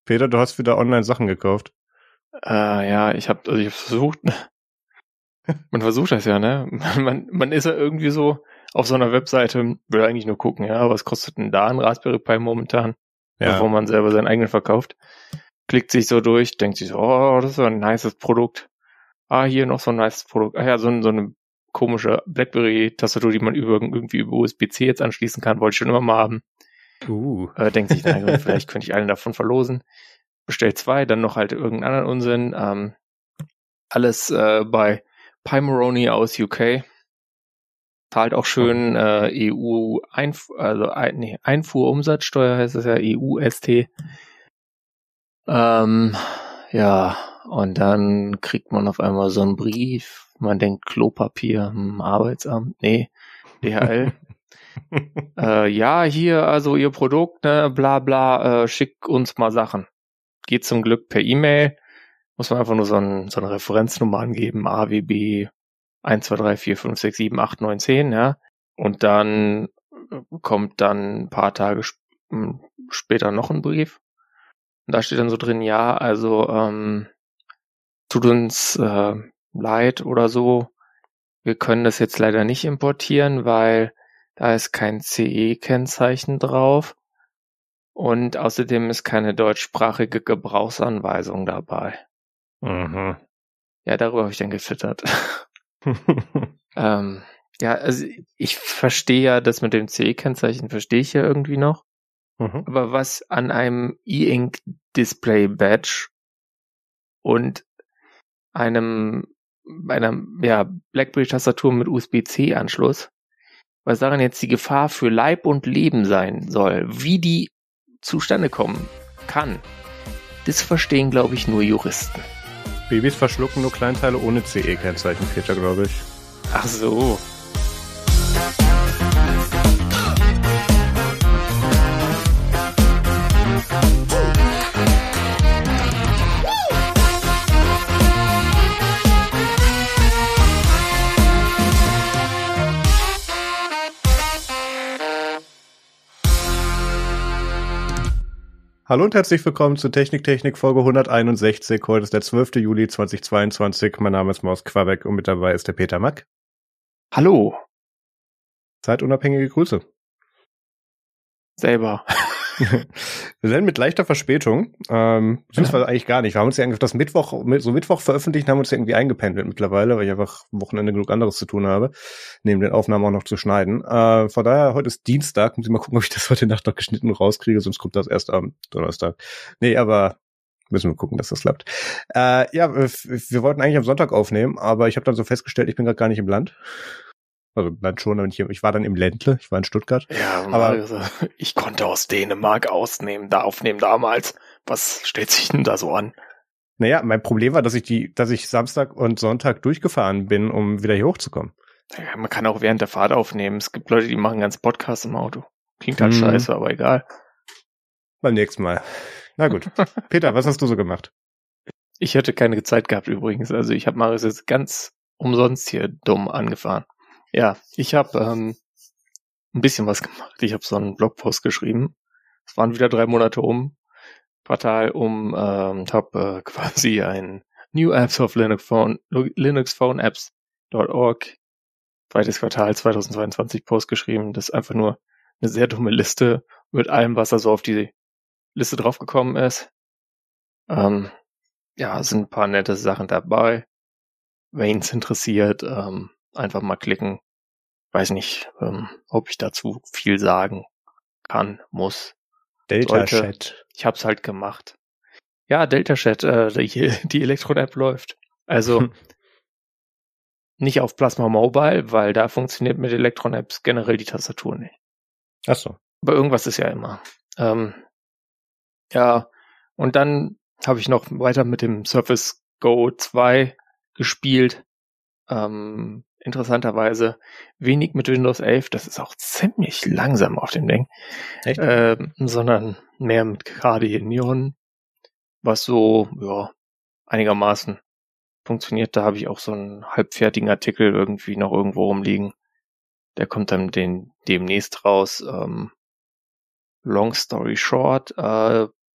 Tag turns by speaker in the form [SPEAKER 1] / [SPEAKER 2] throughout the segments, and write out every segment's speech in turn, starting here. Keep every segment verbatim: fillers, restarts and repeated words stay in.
[SPEAKER 1] Peter, du hast wieder online Sachen gekauft.
[SPEAKER 2] Äh, ja, ich habe also ich hab versucht, man versucht das ja, ne? Man, man ist ja irgendwie so auf so einer Webseite, will eigentlich nur gucken, ja, was kostet denn da ein Raspberry Pi momentan,
[SPEAKER 1] Ja.
[SPEAKER 2] bevor man selber seinen eigenen verkauft. Klickt sich so durch, denkt sich so, oh, das ist ein nices Produkt. Ah, hier noch so ein nices Produkt. Ah ja, so, so eine komische BlackBerry-Tastatur, die man über, irgendwie über U S B C jetzt anschließen kann, wollte ich schon immer mal haben.
[SPEAKER 1] Uh.
[SPEAKER 2] Äh, denkt sich, na gut, vielleicht könnte ich einen davon verlosen. Bestellt zwei, dann noch halt irgendeinen anderen Unsinn. Ähm, alles äh, bei Pimoroni aus U K. Zahlt auch schön äh, E U, Einf- also ein, nee, Einfuhrumsatzsteuer heißt es ja, E U S T. Ähm, ja, und dann kriegt man auf einmal so einen Brief. Man denkt Klopapier, hm, Arbeitsamt, nee, D H L. äh, ja, hier, also Ihr Produkt, ne, bla bla, äh, schickt uns mal Sachen. Geht zum Glück per E-Mail. Muss man einfach nur so, ein, so eine Referenznummer angeben, A W B eins, zwei, drei, vier, fünf, sechs, sieben, acht, neun, zehn, ja. Und dann kommt dann ein paar Tage sp- später noch ein Brief. Und da steht dann so drin, ja, also ähm, tut uns äh, leid oder so. Wir können das jetzt leider nicht importieren, weil da ist kein C E-Kennzeichen drauf. Und außerdem ist keine deutschsprachige Gebrauchsanweisung dabei.
[SPEAKER 1] Mhm.
[SPEAKER 2] Ja, darüber habe ich dann getwittert. ähm, ja, also ich verstehe ja das mit dem C E-Kennzeichen, verstehe ich ja irgendwie noch.
[SPEAKER 1] Mhm.
[SPEAKER 2] Aber was an einem E-Ink-Display-Badge und einem einer ja, BlackBerry-Tastatur mit U S B C-Anschluss, was daran jetzt die Gefahr für Leib und Leben sein soll, wie die zustande kommen kann, das verstehen, glaube ich, nur Juristen.
[SPEAKER 1] Babys verschlucken nur Kleinteile ohne C E-Kennzeichen, Peter, glaube ich.
[SPEAKER 2] Ach so.
[SPEAKER 1] Hallo und herzlich willkommen zu Technik Technik Folge hunderteinundsechzig. Heute ist der zwölfte Juli zweitausendzweiundzwanzig. Mein Name ist Maus Quabeck und mit dabei ist der Peter Mack.
[SPEAKER 2] Hallo.
[SPEAKER 1] Zeitunabhängige Grüße.
[SPEAKER 2] Selber.
[SPEAKER 1] Wir sind mit leichter Verspätung, ähm, beziehungsweise ja. eigentlich gar nicht. Wir haben uns ja eigentlich das Mittwoch, so Mittwoch veröffentlicht, haben uns ja irgendwie eingependelt mittlerweile, weil ich einfach am Wochenende genug anderes zu tun habe, neben den Aufnahmen auch noch zu schneiden. Äh, von daher, heute ist Dienstag, muss ich mal gucken, ob ich das heute Nacht noch geschnitten rauskriege, sonst kommt das erst am Donnerstag. Nee, aber müssen wir gucken, dass das klappt. Äh, ja, wir, wir wollten eigentlich am Sonntag aufnehmen, aber ich habe dann so festgestellt, ich bin gerade gar nicht im Land. Also Land schon, aber ich, ich war dann im Ländle, ich war in Stuttgart.
[SPEAKER 2] Ja,
[SPEAKER 1] aber
[SPEAKER 2] ich konnte aus Dänemark ausnehmen, da aufnehmen damals. Was stellt sich denn da so an?
[SPEAKER 1] Naja, mein Problem war, dass ich die, dass ich Samstag und Sonntag durchgefahren bin, um wieder hier hochzukommen.
[SPEAKER 2] Ja, man kann auch während der Fahrt aufnehmen. Es gibt Leute, die machen ganz Podcast im Auto. Klingt halt hm. scheiße, aber egal.
[SPEAKER 1] Beim nächsten Mal. Na gut. Peter, was hast du so gemacht?
[SPEAKER 2] Ich hätte keine Zeit gehabt übrigens. Also ich habe Marius jetzt ganz umsonst hier dumm angefahren. Ja, ich habe ähm, ein bisschen was gemacht. Ich habe so einen Blogpost geschrieben. Es waren wieder drei Monate um. Quartal um. Ähm, habe äh, quasi ein New Apps of Linux Phone, Linux Phone Apps Punkt org zweites Quartal zweitausendzweiundzwanzig Post geschrieben. Das ist einfach nur eine sehr dumme Liste mit allem, was da so auf die Liste draufgekommen ist. Ähm, ja, es sind ein paar nette Sachen dabei. Wen es interessiert, ähm, einfach mal klicken. Weiß nicht, ähm, ob ich dazu viel sagen kann, muss.
[SPEAKER 1] Delta-Chat.
[SPEAKER 2] Ich hab's halt gemacht. Ja, Delta-Chat, äh, die, die Elektron-App läuft. Also hm. nicht auf Plasma Mobile, weil da funktioniert mit Elektron-Apps generell die Tastatur nicht.
[SPEAKER 1] Ach so.
[SPEAKER 2] Aber irgendwas ist ja immer. Ähm, ja, und dann habe ich noch weiter mit dem Surface Go zwei gespielt. Ähm, interessanterweise wenig mit Windows elf, das ist auch ziemlich langsam auf dem Ding,
[SPEAKER 1] Echt?
[SPEAKER 2] Ähm, sondern mehr mit K D Neon, was so ja einigermaßen funktioniert. Da habe ich auch so einen halbfertigen Artikel irgendwie noch irgendwo rumliegen. Der kommt dann den demnächst raus. Ähm, long story short, äh,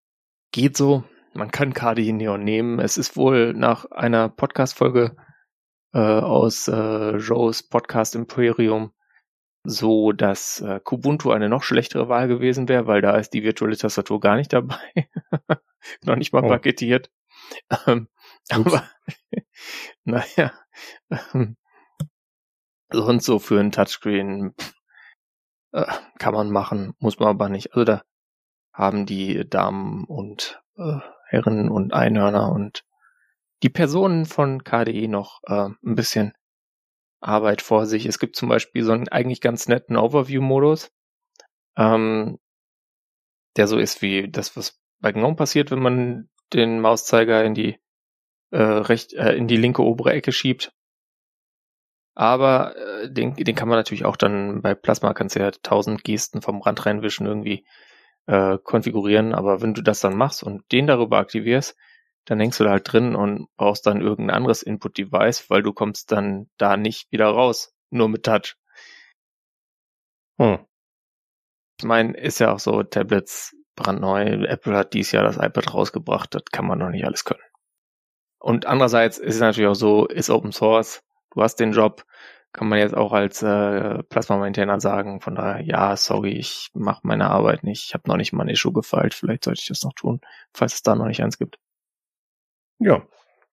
[SPEAKER 2] geht so. Man kann K D E Neon nehmen. Es ist wohl nach einer Podcast-Folge äh, aus äh, Joes Podcast Imperium so, dass äh, Kubuntu eine noch schlechtere Wahl gewesen wäre, weil da ist die virtuelle Tastatur gar nicht dabei. Noch nicht mal
[SPEAKER 1] Oh.
[SPEAKER 2] paketiert. Ähm, aber naja, ähm, sonst so für ein Touchscreen äh, kann man machen, muss man aber nicht. Also da haben die Damen und äh, Herren und Einhörner und die Personen von K D E noch äh, ein bisschen Arbeit vor sich. Es gibt zum Beispiel so einen eigentlich ganz netten Overview-Modus, ähm, der so ist wie das, was bei GNOME passiert, wenn man den Mauszeiger in die äh, recht äh, in die linke obere Ecke schiebt. Aber äh, den, den kann man natürlich auch dann bei Plasma, kannst du ja tausend Gesten vom Rand reinwischen irgendwie äh, konfigurieren. Aber wenn du das dann machst und den darüber aktivierst, dann hängst du da halt drin und brauchst dann irgendein anderes Input-Device, weil du kommst dann da nicht wieder raus, nur mit Touch.
[SPEAKER 1] Hm.
[SPEAKER 2] Ich meine, ist ja auch so, Tablets brandneu, Apple hat dieses Jahr das iPad rausgebracht, das kann man noch nicht alles können. Und andererseits ist es natürlich auch so, ist Open Source, du hast den Job, kann man jetzt auch als äh, Plasma-Maintainer sagen, von daher, ja, sorry, ich mache meine Arbeit nicht, ich habe noch nicht mal ein Issue gefeilt, vielleicht sollte ich das noch tun, falls es da noch nicht eins gibt.
[SPEAKER 1] Ja.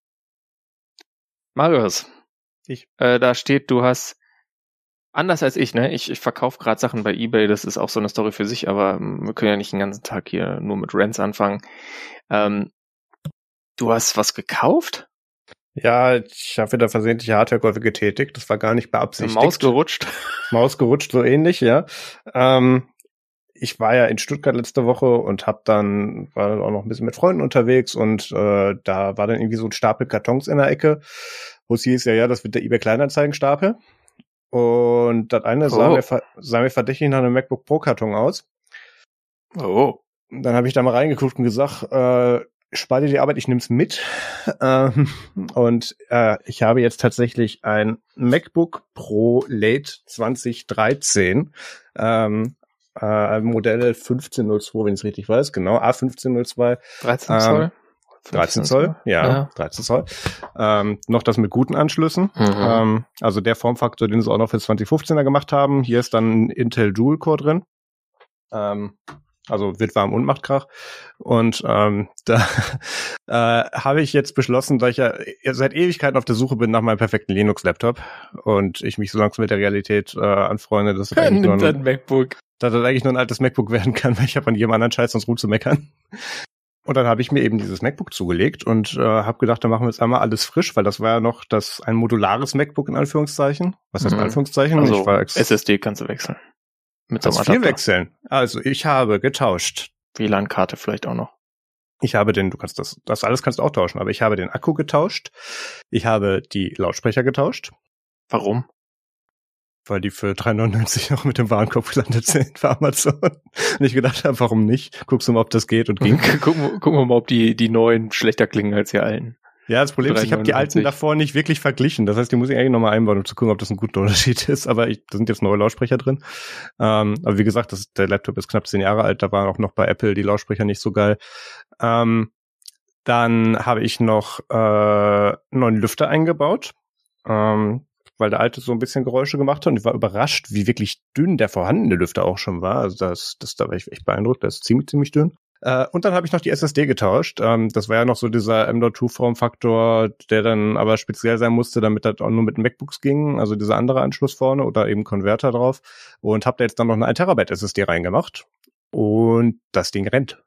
[SPEAKER 2] Marius,
[SPEAKER 1] Ich.
[SPEAKER 2] Äh, da steht, du hast, anders als ich, ne, ich, ich verkaufe gerade Sachen bei eBay, das ist auch so eine Story für sich, aber ähm, wir können ja nicht den ganzen Tag hier nur mit Rants anfangen. Ähm, du hast was gekauft?
[SPEAKER 1] Ja, ich habe wieder versehentliche Hardware-Käufe getätigt. Das war gar nicht beabsichtigt.
[SPEAKER 2] Maus gerutscht?
[SPEAKER 1] Maus gerutscht, so ähnlich, ja. Ähm, ich war ja in Stuttgart letzte Woche und hab dann, war dann auch noch ein bisschen mit Freunden unterwegs und äh, da war dann irgendwie so ein Stapel Kartons in der Ecke, wo es hieß, ja, ja, das wird der eBay Kleinanzeigenstapel. Und das eine sah,
[SPEAKER 2] Oh.
[SPEAKER 1] mir, ver- sah mir verdächtig nach einem MacBook Pro Karton aus.
[SPEAKER 2] Oh.
[SPEAKER 1] Dann habe ich da mal reingeguckt und gesagt, äh, spar dir die Arbeit, ich nehm's mit. Ähm, und äh, ich habe jetzt tatsächlich ein MacBook Pro Late zwanzig dreizehn, ähm, äh, Modell fünfzehn null zwei, wenn ich es richtig weiß, genau, A fünfzehn null zwei.
[SPEAKER 2] dreizehn Zoll?
[SPEAKER 1] Ähm, dreizehn Zoll, ja,
[SPEAKER 2] ja.
[SPEAKER 1] dreizehn Zoll. Ähm, noch das mit guten Anschlüssen.
[SPEAKER 2] Mhm.
[SPEAKER 1] Ähm, also der Formfaktor, den sie auch noch für zwanzig fünfzehner gemacht haben. Hier ist dann ein Intel Dual Core drin. Ähm, also wird warm und macht Krach. Und ähm, da äh, habe ich jetzt beschlossen, da ich ja seit Ewigkeiten auf der Suche bin nach meinem perfekten Linux-Laptop und ich mich so langsam mit der Realität äh, anfreunde, dass das, eigentlich nur
[SPEAKER 2] Nimmt
[SPEAKER 1] ein,
[SPEAKER 2] ein MacBook.
[SPEAKER 1] dass das eigentlich nur ein altes MacBook werden kann, weil ich habe an jedem anderen Scheiß sonst ruht zu meckern. Und dann habe ich mir eben dieses MacBook zugelegt und äh, habe gedacht, da machen wir jetzt einmal alles frisch, weil das war ja noch das ein modulares MacBook in Anführungszeichen. Was heißt
[SPEAKER 2] Mhm.
[SPEAKER 1] Anführungszeichen?
[SPEAKER 2] Also
[SPEAKER 1] ich war ex-
[SPEAKER 2] S S D kannst du wechseln. Mit so einem
[SPEAKER 1] Kannst viel
[SPEAKER 2] Adapter.
[SPEAKER 1] wechseln. Also ich habe getauscht.
[SPEAKER 2] W L A N-Karte vielleicht auch noch.
[SPEAKER 1] Ich habe den, du kannst das, das alles kannst du auch tauschen, aber ich habe den Akku getauscht. Ich habe die Lautsprecher getauscht,
[SPEAKER 2] Warum?
[SPEAKER 1] weil die für drei neunundneunzig noch mit dem Warenkorb gelandet sind für Amazon. Und ich gedacht habe, warum nicht? Guckst du mal, ob das geht und ging.
[SPEAKER 2] gucken, wir- gucken wir mal, ob die, die neuen schlechter klingen als die alten.
[SPEAKER 1] Ja, das Problem ist, ich habe die alten
[SPEAKER 2] drei neunundneunzig.
[SPEAKER 1] davor nicht wirklich verglichen. Das heißt, die muss ich eigentlich nochmal einbauen, um zu gucken, ob das ein guter Unterschied ist. Aber ich, da sind jetzt neue Lautsprecher drin. Ähm, aber wie gesagt, das, der Laptop ist knapp zehn Jahre alt. Da waren auch noch bei Apple die Lautsprecher nicht so geil. Ähm, dann habe ich noch äh, einen neuen Lüfter eingebaut, ähm, weil der alte so ein bisschen Geräusche gemacht hat. Und ich war überrascht, wie wirklich dünn der vorhandene Lüfter auch schon war. Also das, das da war ich echt beeindruckt. Der ist ziemlich, ziemlich dünn. Äh, und dann habe ich noch die S S D getauscht. Ähm, das war ja noch so dieser M Dot zwei Formfaktor, der dann aber speziell sein musste, damit das auch nur mit MacBooks ging. Also dieser andere Anschluss vorne oder eben Konverter drauf. Und habe da jetzt dann noch eine ein Terabyte S S D reingemacht. Und das Ding rennt.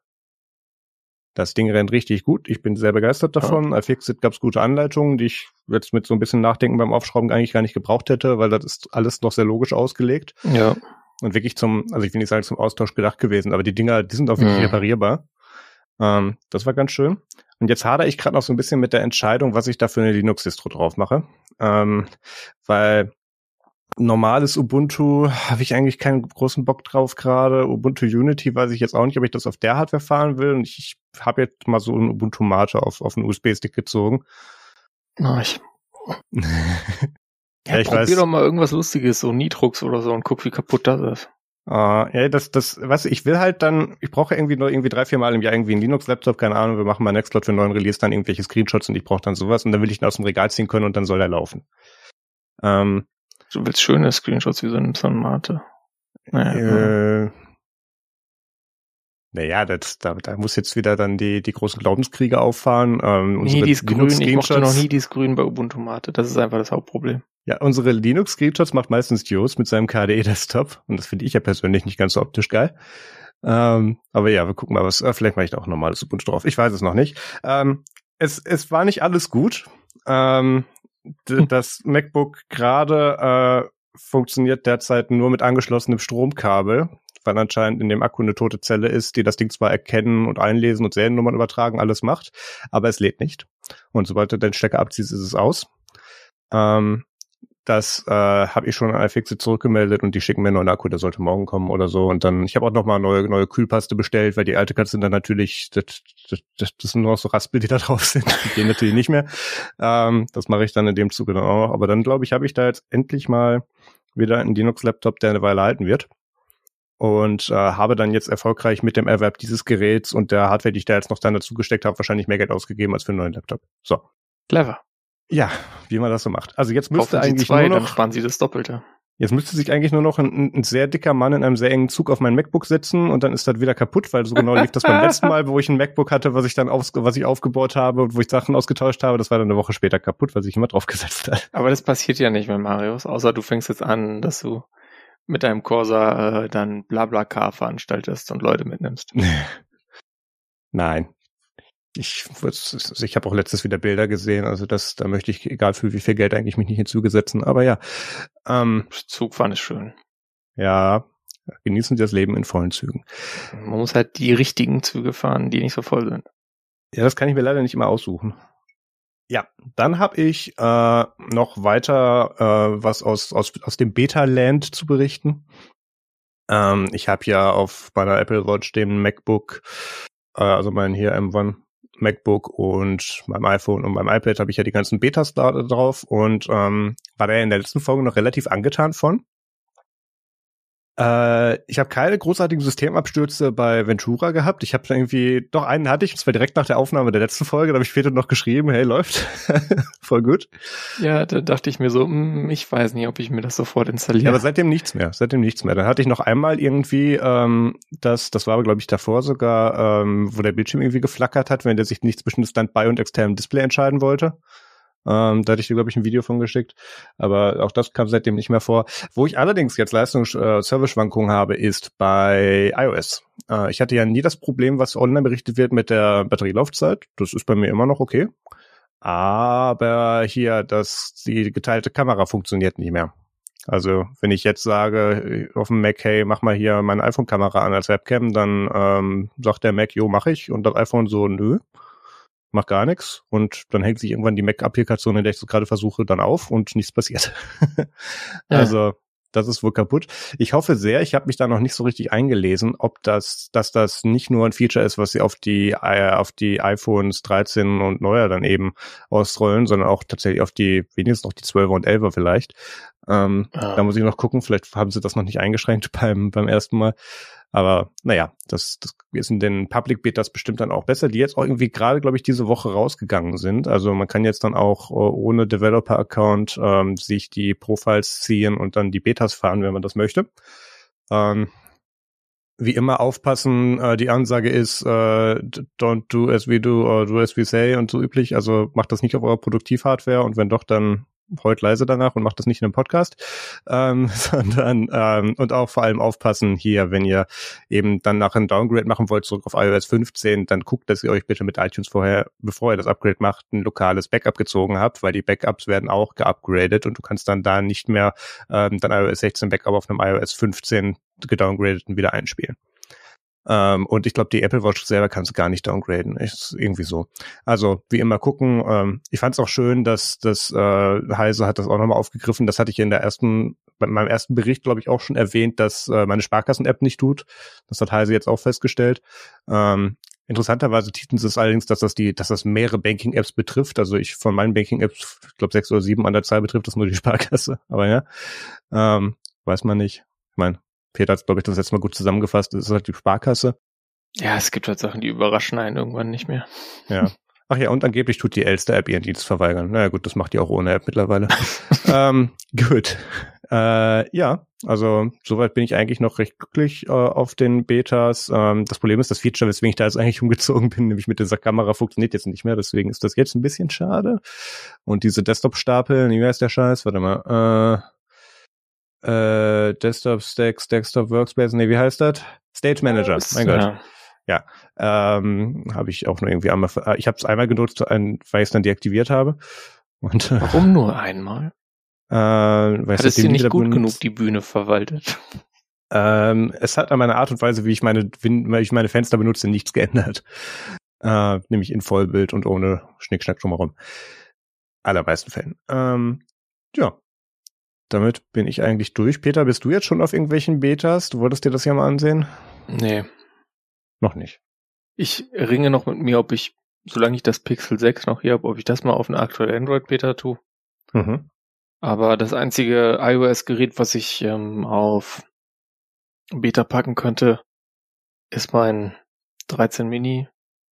[SPEAKER 1] Das Ding rennt richtig gut. Ich bin sehr begeistert davon. Auf Fixit gab es gute Anleitungen, die ich jetzt mit so ein bisschen Nachdenken beim Aufschrauben eigentlich gar nicht gebraucht hätte, weil das ist alles noch sehr logisch ausgelegt.
[SPEAKER 2] Ja.
[SPEAKER 1] Und wirklich zum, also ich will nicht sagen zum Austausch gedacht gewesen, aber die Dinger, die sind auch wirklich
[SPEAKER 2] Mhm.
[SPEAKER 1] reparierbar. Ähm, das war ganz schön. Und jetzt hadere ich gerade noch so ein bisschen mit der Entscheidung, was ich da für eine Linux-Distro drauf mache. Ähm, weil normales Ubuntu habe ich eigentlich keinen großen Bock drauf gerade. Ubuntu Unity weiß ich jetzt auch nicht, ob ich das auf der Hardware fahren will. Und ich, ich habe jetzt mal so ein Ubuntu Mate auf, auf einen U S B-Stick gezogen.
[SPEAKER 2] Na, ich,
[SPEAKER 1] ja,
[SPEAKER 2] ja,
[SPEAKER 1] ich
[SPEAKER 2] probier
[SPEAKER 1] weiß.
[SPEAKER 2] doch mal irgendwas Lustiges, so Nitrux oder so, und guck, wie kaputt das ist.
[SPEAKER 1] Uh, ja, das, das, was ich will halt dann, ich brauche irgendwie nur irgendwie drei, vier Mal im Jahr irgendwie einen Linux-Laptop, keine Ahnung, wir machen mal Nextcloud für einen neuen Release, dann irgendwelche Screenshots und ich brauche dann sowas und dann will ich ihn aus dem Regal ziehen können und dann soll er laufen. Ähm,
[SPEAKER 2] du willst schöne Screenshots wie so ein, so ein Mate. Naja,
[SPEAKER 1] äh, naja, das, da, da muss jetzt wieder dann die, die großen Glaubenskriege auffahren. Ähm,
[SPEAKER 2] nee, die ist grün, ich mochte noch nie dieses Grün bei Ubuntu Mate, das ist einfach das Hauptproblem.
[SPEAKER 1] Ja, unsere Linux-Screenshots macht meistens Jost mit seinem K D E-Desktop und das finde ich ja persönlich nicht ganz so optisch geil. Ähm, aber ja, wir gucken mal, was, äh, vielleicht mache ich da auch ein normales Ubuntu drauf. Ich weiß es noch nicht. Ähm, es, es war nicht alles gut. Ähm, d- hm. Das MacBook gerade äh, funktioniert derzeit nur mit angeschlossenem Stromkabel, weil anscheinend in dem Akku eine tote Zelle ist, die das Ding zwar erkennen und einlesen und Seriennummern übertragen, alles macht, aber es lädt nicht. Und sobald du den Stecker abziehst, ist es aus. Ähm, Das äh, habe ich schon an iFixit zurückgemeldet und die schicken mir einen neuen Akku, der sollte morgen kommen oder so. Und dann, ich habe auch nochmal neue neue Kühlpaste bestellt, weil die alte Katze dann natürlich, das, das, das, das sind nur noch so Raspel, die da drauf sind. Die gehen natürlich nicht mehr. Ähm, das mache ich dann in dem Zuge dann auch noch. Aber dann, glaube ich, habe ich da jetzt endlich mal wieder einen Linux-Laptop, der eine Weile halten wird. Und äh, habe dann jetzt erfolgreich mit dem Erwerb dieses Geräts und der Hardware, die ich da jetzt noch dann dazu gesteckt habe, wahrscheinlich mehr Geld ausgegeben als für einen neuen Laptop. So.
[SPEAKER 2] Clever.
[SPEAKER 1] Ja, wie man das so macht. Also jetzt müsste
[SPEAKER 2] Kaufen Sie
[SPEAKER 1] eigentlich
[SPEAKER 2] zwei,
[SPEAKER 1] nur noch,
[SPEAKER 2] dann sparen Sie das Doppelte.
[SPEAKER 1] Jetzt müsste sich eigentlich nur noch ein, ein sehr dicker Mann in einem sehr engen Zug auf mein MacBook setzen und dann ist das wieder kaputt, weil so genau lief das beim letzten Mal, wo ich ein MacBook hatte, was ich dann auf, was ich aufgebaut habe und wo ich Sachen ausgetauscht habe. Das war dann eine Woche später kaputt, weil sich immer drauf gesetzt hat.
[SPEAKER 2] Aber das passiert ja nicht mehr, Marius, außer du fängst jetzt an, dass du mit deinem Corsa äh, dann Blablacar veranstaltest und Leute mitnimmst.
[SPEAKER 1] Nein. Ich, ich habe auch letztes wieder Bilder gesehen, also das, da möchte ich, egal für wie viel Geld, eigentlich mich nicht hinzugesetzen, aber ja. Ähm,
[SPEAKER 2] Zugfahren ist schön.
[SPEAKER 1] Ja, genießen Sie das Leben in vollen Zügen.
[SPEAKER 2] Man muss halt die richtigen Züge fahren, die nicht so voll sind.
[SPEAKER 1] Ja, das kann ich mir leider nicht immer aussuchen. Ja, dann habe ich äh, noch weiter äh, was aus, aus, aus dem Beta-Land zu berichten. Ähm, ich habe ja auf meiner Apple Watch den MacBook, äh, also meinen hier M eins MacBook und meinem iPhone und meinem iPad habe ich ja die ganzen Betas da drauf und ähm, war da ja in der letzten Folge noch relativ angetan von. Äh, ich habe keine großartigen Systemabstürze bei Ventura gehabt. Ich habe irgendwie, doch einen hatte ich, das war direkt nach der Aufnahme der letzten Folge, da habe ich später noch geschrieben, hey, läuft. Voll gut.
[SPEAKER 2] Ja, da dachte ich mir so, mh, ich weiß nicht, ob ich mir das sofort installiere.
[SPEAKER 1] Ja, aber seitdem nichts mehr, seitdem nichts mehr. Dann hatte ich noch einmal irgendwie, ähm, das, das war aber, glaube ich, davor sogar, ähm, wo der Bildschirm irgendwie geflackert hat, wenn der sich nicht zwischen Standby und externem Display entscheiden wollte. Ähm, da hatte ich dir, glaube ich, ein Video von geschickt. Aber auch das kam seitdem nicht mehr vor. Wo ich allerdings jetzt Leistungs-Service-Schwankungen habe, ist bei iOS. Äh, ich hatte ja nie das Problem, was online berichtet wird mit der Batterielaufzeit. Das ist bei mir immer noch okay. Aber hier, dass die geteilte Kamera funktioniert nicht mehr. Also wenn ich jetzt sage auf dem Mac, hey, mach mal hier meine iPhone-Kamera an als Webcam, dann ähm, sagt der Mac, jo, mach ich. Und das iPhone so, nö. Macht gar nichts und dann hängt sich irgendwann die Mac-Applikation, in der ich das gerade versuche, dann auf und nichts passiert. Also das ist wohl kaputt. Ich hoffe sehr, ich habe mich da noch nicht so richtig eingelesen, ob das, dass das nicht nur ein Feature ist, was sie auf die äh, auf die iPhones dreizehn und neuer dann eben ausrollen, sondern auch tatsächlich auf die, wenigstens noch die zwölfer und elfer vielleicht. Ähm, ah. Da muss ich noch gucken, vielleicht haben sie das noch nicht eingeschränkt beim beim ersten Mal. Aber naja, das, das ist in den Public Betas bestimmt dann auch besser, die jetzt auch irgendwie gerade, glaube ich, diese Woche rausgegangen sind. Also man kann jetzt dann auch ohne Developer-Account ähm, sich die Profiles ziehen und dann die Betas fahren, wenn man das möchte. Ähm, wie immer aufpassen, äh, die Ansage ist, äh, don't do as we do or do as we say und so üblich. Also macht das nicht auf eurer Produktivhardware und wenn doch, dann heult leise danach und macht das nicht in einem Podcast, ähm, sondern ähm, und auch vor allem aufpassen hier, wenn ihr eben dann nachher ein Downgrade machen wollt, zurück auf iOS fünfzehn, dann guckt, dass ihr euch bitte mit iTunes vorher, bevor ihr das Upgrade macht, ein lokales Backup gezogen habt, weil die Backups werden auch geupgradet und du kannst dann da nicht mehr ähm, dann iOS sechzehn Backup auf einem iOS fünfzehn gedowngradeten wieder einspielen. Ähm, und ich glaube, die Apple Watch selber kannst du gar nicht downgraden. Ist irgendwie so. Also wie immer gucken. Ähm, ich fand es auch schön, dass das äh, Heise hat das auch nochmal aufgegriffen. Das hatte ich in der ersten, bei meinem ersten Bericht, glaube ich, auch schon erwähnt, dass äh, meine Sparkassen-App nicht tut. Das hat Heise jetzt auch festgestellt. Ähm, interessanterweise titeln sie es allerdings, dass das die, dass das mehrere Banking-Apps betrifft. Also ich von meinen Banking-Apps, ich glaube sechs oder sieben an der Zahl betrifft das nur die Sparkasse. Aber ja, ähm, weiß man nicht. Ich meine, Peter hat, glaube ich, das letzte Mal gut zusammengefasst. Das ist halt die Sparkasse.
[SPEAKER 2] Ja, es gibt halt Sachen, die überraschen einen irgendwann nicht mehr.
[SPEAKER 1] Ja. Ach ja, und angeblich tut die Elster-App ihren Dienst verweigern. Naja gut, das macht die auch ohne App mittlerweile. ähm, gut. Äh, ja, also soweit bin ich eigentlich noch recht glücklich äh, auf den Betas. Ähm, das Problem ist, das Feature, weswegen ich da jetzt eigentlich umgezogen bin, nämlich mit dieser Kamera, funktioniert jetzt nicht mehr. Deswegen ist das jetzt ein bisschen schade. Und diese Desktop-Stapel, wie heißt der Scheiß? Warte mal. Äh, äh, Desktop-Stacks, Desktop-Workspace, nee, wie heißt das? Stage Manager, mein Gott.
[SPEAKER 2] Ja.
[SPEAKER 1] Ja, ähm, habe ich auch nur irgendwie einmal, ich habe es einmal genutzt, weil ich es dann deaktiviert habe. Und,
[SPEAKER 2] Warum nur einmal?
[SPEAKER 1] Äh, weil
[SPEAKER 2] hat es dir nicht gut
[SPEAKER 1] benutzt.
[SPEAKER 2] genug die Bühne verwaltet?
[SPEAKER 1] Ähm, es hat an meiner Art und Weise, wie ich meine, wie ich meine Fenster benutze, nichts geändert. Äh, nämlich in Vollbild und ohne Schnickschnack drumherum. Allermeisten Fällen. Ähm, ja. Damit bin ich eigentlich durch. Peter, bist du jetzt schon auf irgendwelchen Betas? Du wolltest dir das ja mal ansehen?
[SPEAKER 2] Nee.
[SPEAKER 1] Noch nicht.
[SPEAKER 2] Ich ringe noch mit mir, ob ich, solange ich das Pixel sechs noch hier habe, ob ich das mal auf eine aktuelle Android-Beta tue.
[SPEAKER 1] Mhm.
[SPEAKER 2] Aber das einzige iOS-Gerät, was ich ähm, auf Beta packen könnte, ist mein dreizehn Mini.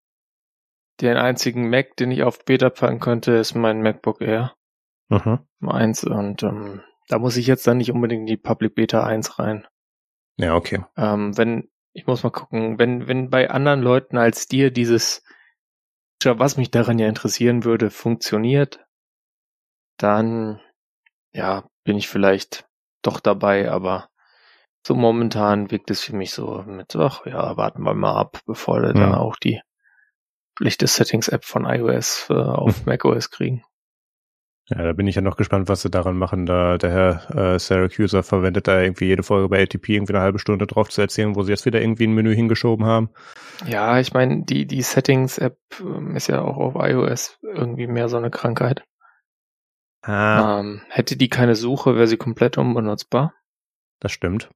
[SPEAKER 2] Den einzigen Mac, den ich auf Beta packen könnte, ist mein MacBook Air.
[SPEAKER 1] Mhm.
[SPEAKER 2] eins. Und ähm, da muss ich jetzt dann nicht unbedingt in die Public Beta eins rein.
[SPEAKER 1] Ja, okay.
[SPEAKER 2] Ähm, wenn, ich muss mal gucken, wenn, wenn bei anderen Leuten als dir dieses, was mich daran ja interessieren würde, funktioniert, dann, ja, bin ich vielleicht doch dabei, aber so momentan wirkt es für mich so mit, ach ja, warten wir mal ab, bevor wir hm. dann auch die Pflicht des Settings-App von iOS äh, auf hm. macOS kriegen.
[SPEAKER 1] Ja, da bin ich ja noch gespannt, was sie daran machen. Da der Herr äh, Syracuser verwendet da irgendwie jede Folge bei A T P irgendwie eine halbe Stunde drauf zu erzählen, wo sie jetzt wieder irgendwie ein Menü hingeschoben haben.
[SPEAKER 2] Ja, ich meine, die die Settings-App ähm, ist ja auch auf iOS irgendwie mehr so eine Krankheit.
[SPEAKER 1] Ah.
[SPEAKER 2] Ähm, hätte die keine Suche, wäre sie komplett unbenutzbar.
[SPEAKER 1] Das stimmt.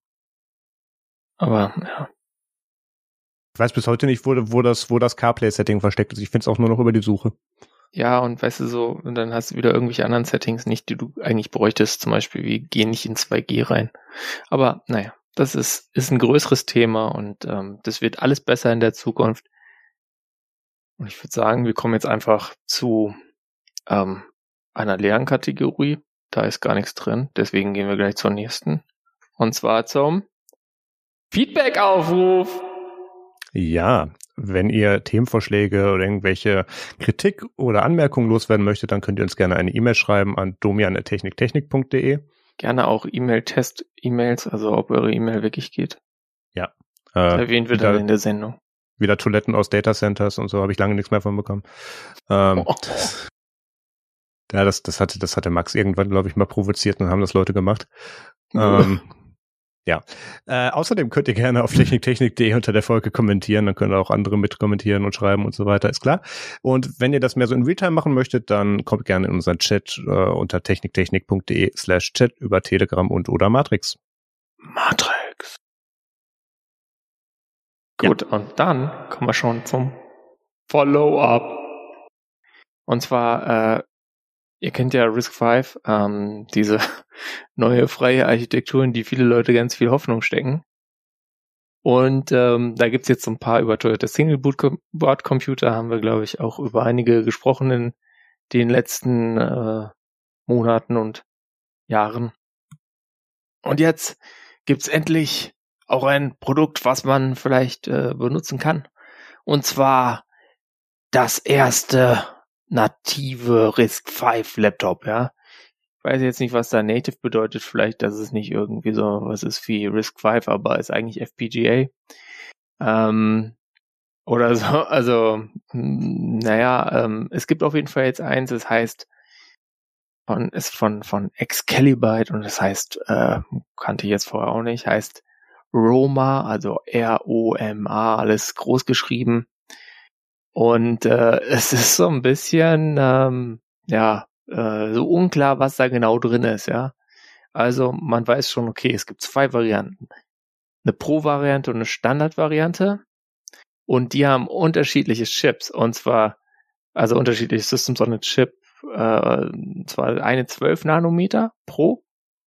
[SPEAKER 2] Aber, ja.
[SPEAKER 1] Ich weiß bis heute nicht, wo, wo das, wo das CarPlay-Setting versteckt ist. Ich finde es auch nur noch über die Suche.
[SPEAKER 2] Ja, und weißt du so, und dann hast du wieder irgendwelche anderen Settings nicht, die du eigentlich bräuchtest, zum Beispiel wie geh nicht in zwei G rein. Aber naja, das ist, ist ein größeres Thema und ähm, das wird alles besser in der Zukunft. Und ich würde sagen, wir kommen jetzt einfach zu ähm, einer leeren Kategorie. Da ist gar nichts drin, deswegen gehen wir gleich zur nächsten. Und zwar zum Feedback-Aufruf.
[SPEAKER 1] Ja, wenn ihr Themenvorschläge oder irgendwelche Kritik oder Anmerkungen loswerden möchtet, dann könnt ihr uns gerne eine E-Mail schreiben an domian at techniktechnik punkt de.
[SPEAKER 2] Gerne auch E-Mail-Test-E-Mails, also ob eure E-Mail wirklich geht.
[SPEAKER 1] Ja.
[SPEAKER 2] Äh, das erwähnen wir dann in der Sendung.
[SPEAKER 1] Wieder Toiletten aus Datacenters und so, habe ich lange nichts mehr von bekommen. Ähm,
[SPEAKER 2] oh.
[SPEAKER 1] das, ja, das, das hatte, das hatte Max irgendwann, glaube ich, mal provoziert und haben das Leute gemacht. ähm, Ja, äh, außerdem könnt ihr gerne auf techniktechnik punkt de unter der Folge kommentieren, dann können auch andere mit kommentieren und schreiben und so weiter, ist klar. Und wenn ihr das mehr so in Realtime machen möchtet, dann kommt gerne in unseren Chat äh, unter techniktechnik punkt de slash chat über Telegram und oder Matrix.
[SPEAKER 2] Matrix. Gut, ja. Und dann kommen wir schon zum Follow-up. Und zwar, äh, ihr kennt ja RISC-V, ähm, diese neue freie Architektur, in die viele Leute ganz viel Hoffnung stecken. Und ähm, da gibt's jetzt so ein paar überteuerte Single-Boot-Computer, haben wir, glaube ich, auch über einige gesprochen in den letzten äh, Monaten und Jahren. Und jetzt gibt's endlich auch ein Produkt, was man vielleicht äh, benutzen kann. Und zwar das erste native RISC-V Laptop, ja. Ich weiß jetzt nicht, was da Native bedeutet. Vielleicht, dass es nicht irgendwie so was ist wie RISC-V, aber ist eigentlich F P G A. Ähm, oder so. Also, naja, ähm, es gibt auf jeden Fall jetzt eins, es heißt, von, ist von, von Excalibur und das heißt, äh, kannte ich jetzt vorher auch nicht, heißt Roma, also R O M A, alles groß geschrieben. Und äh, es ist so ein bisschen, ähm, ja, äh, so unklar, was da genau drin ist, ja. Also man weiß schon, okay, es gibt zwei Varianten. Eine Pro-Variante und eine Standard-Variante. Und die haben unterschiedliche Chips. Und zwar, also unterschiedliche Systems on a Chip. Äh, und zwar eine zwölf Nanometer Pro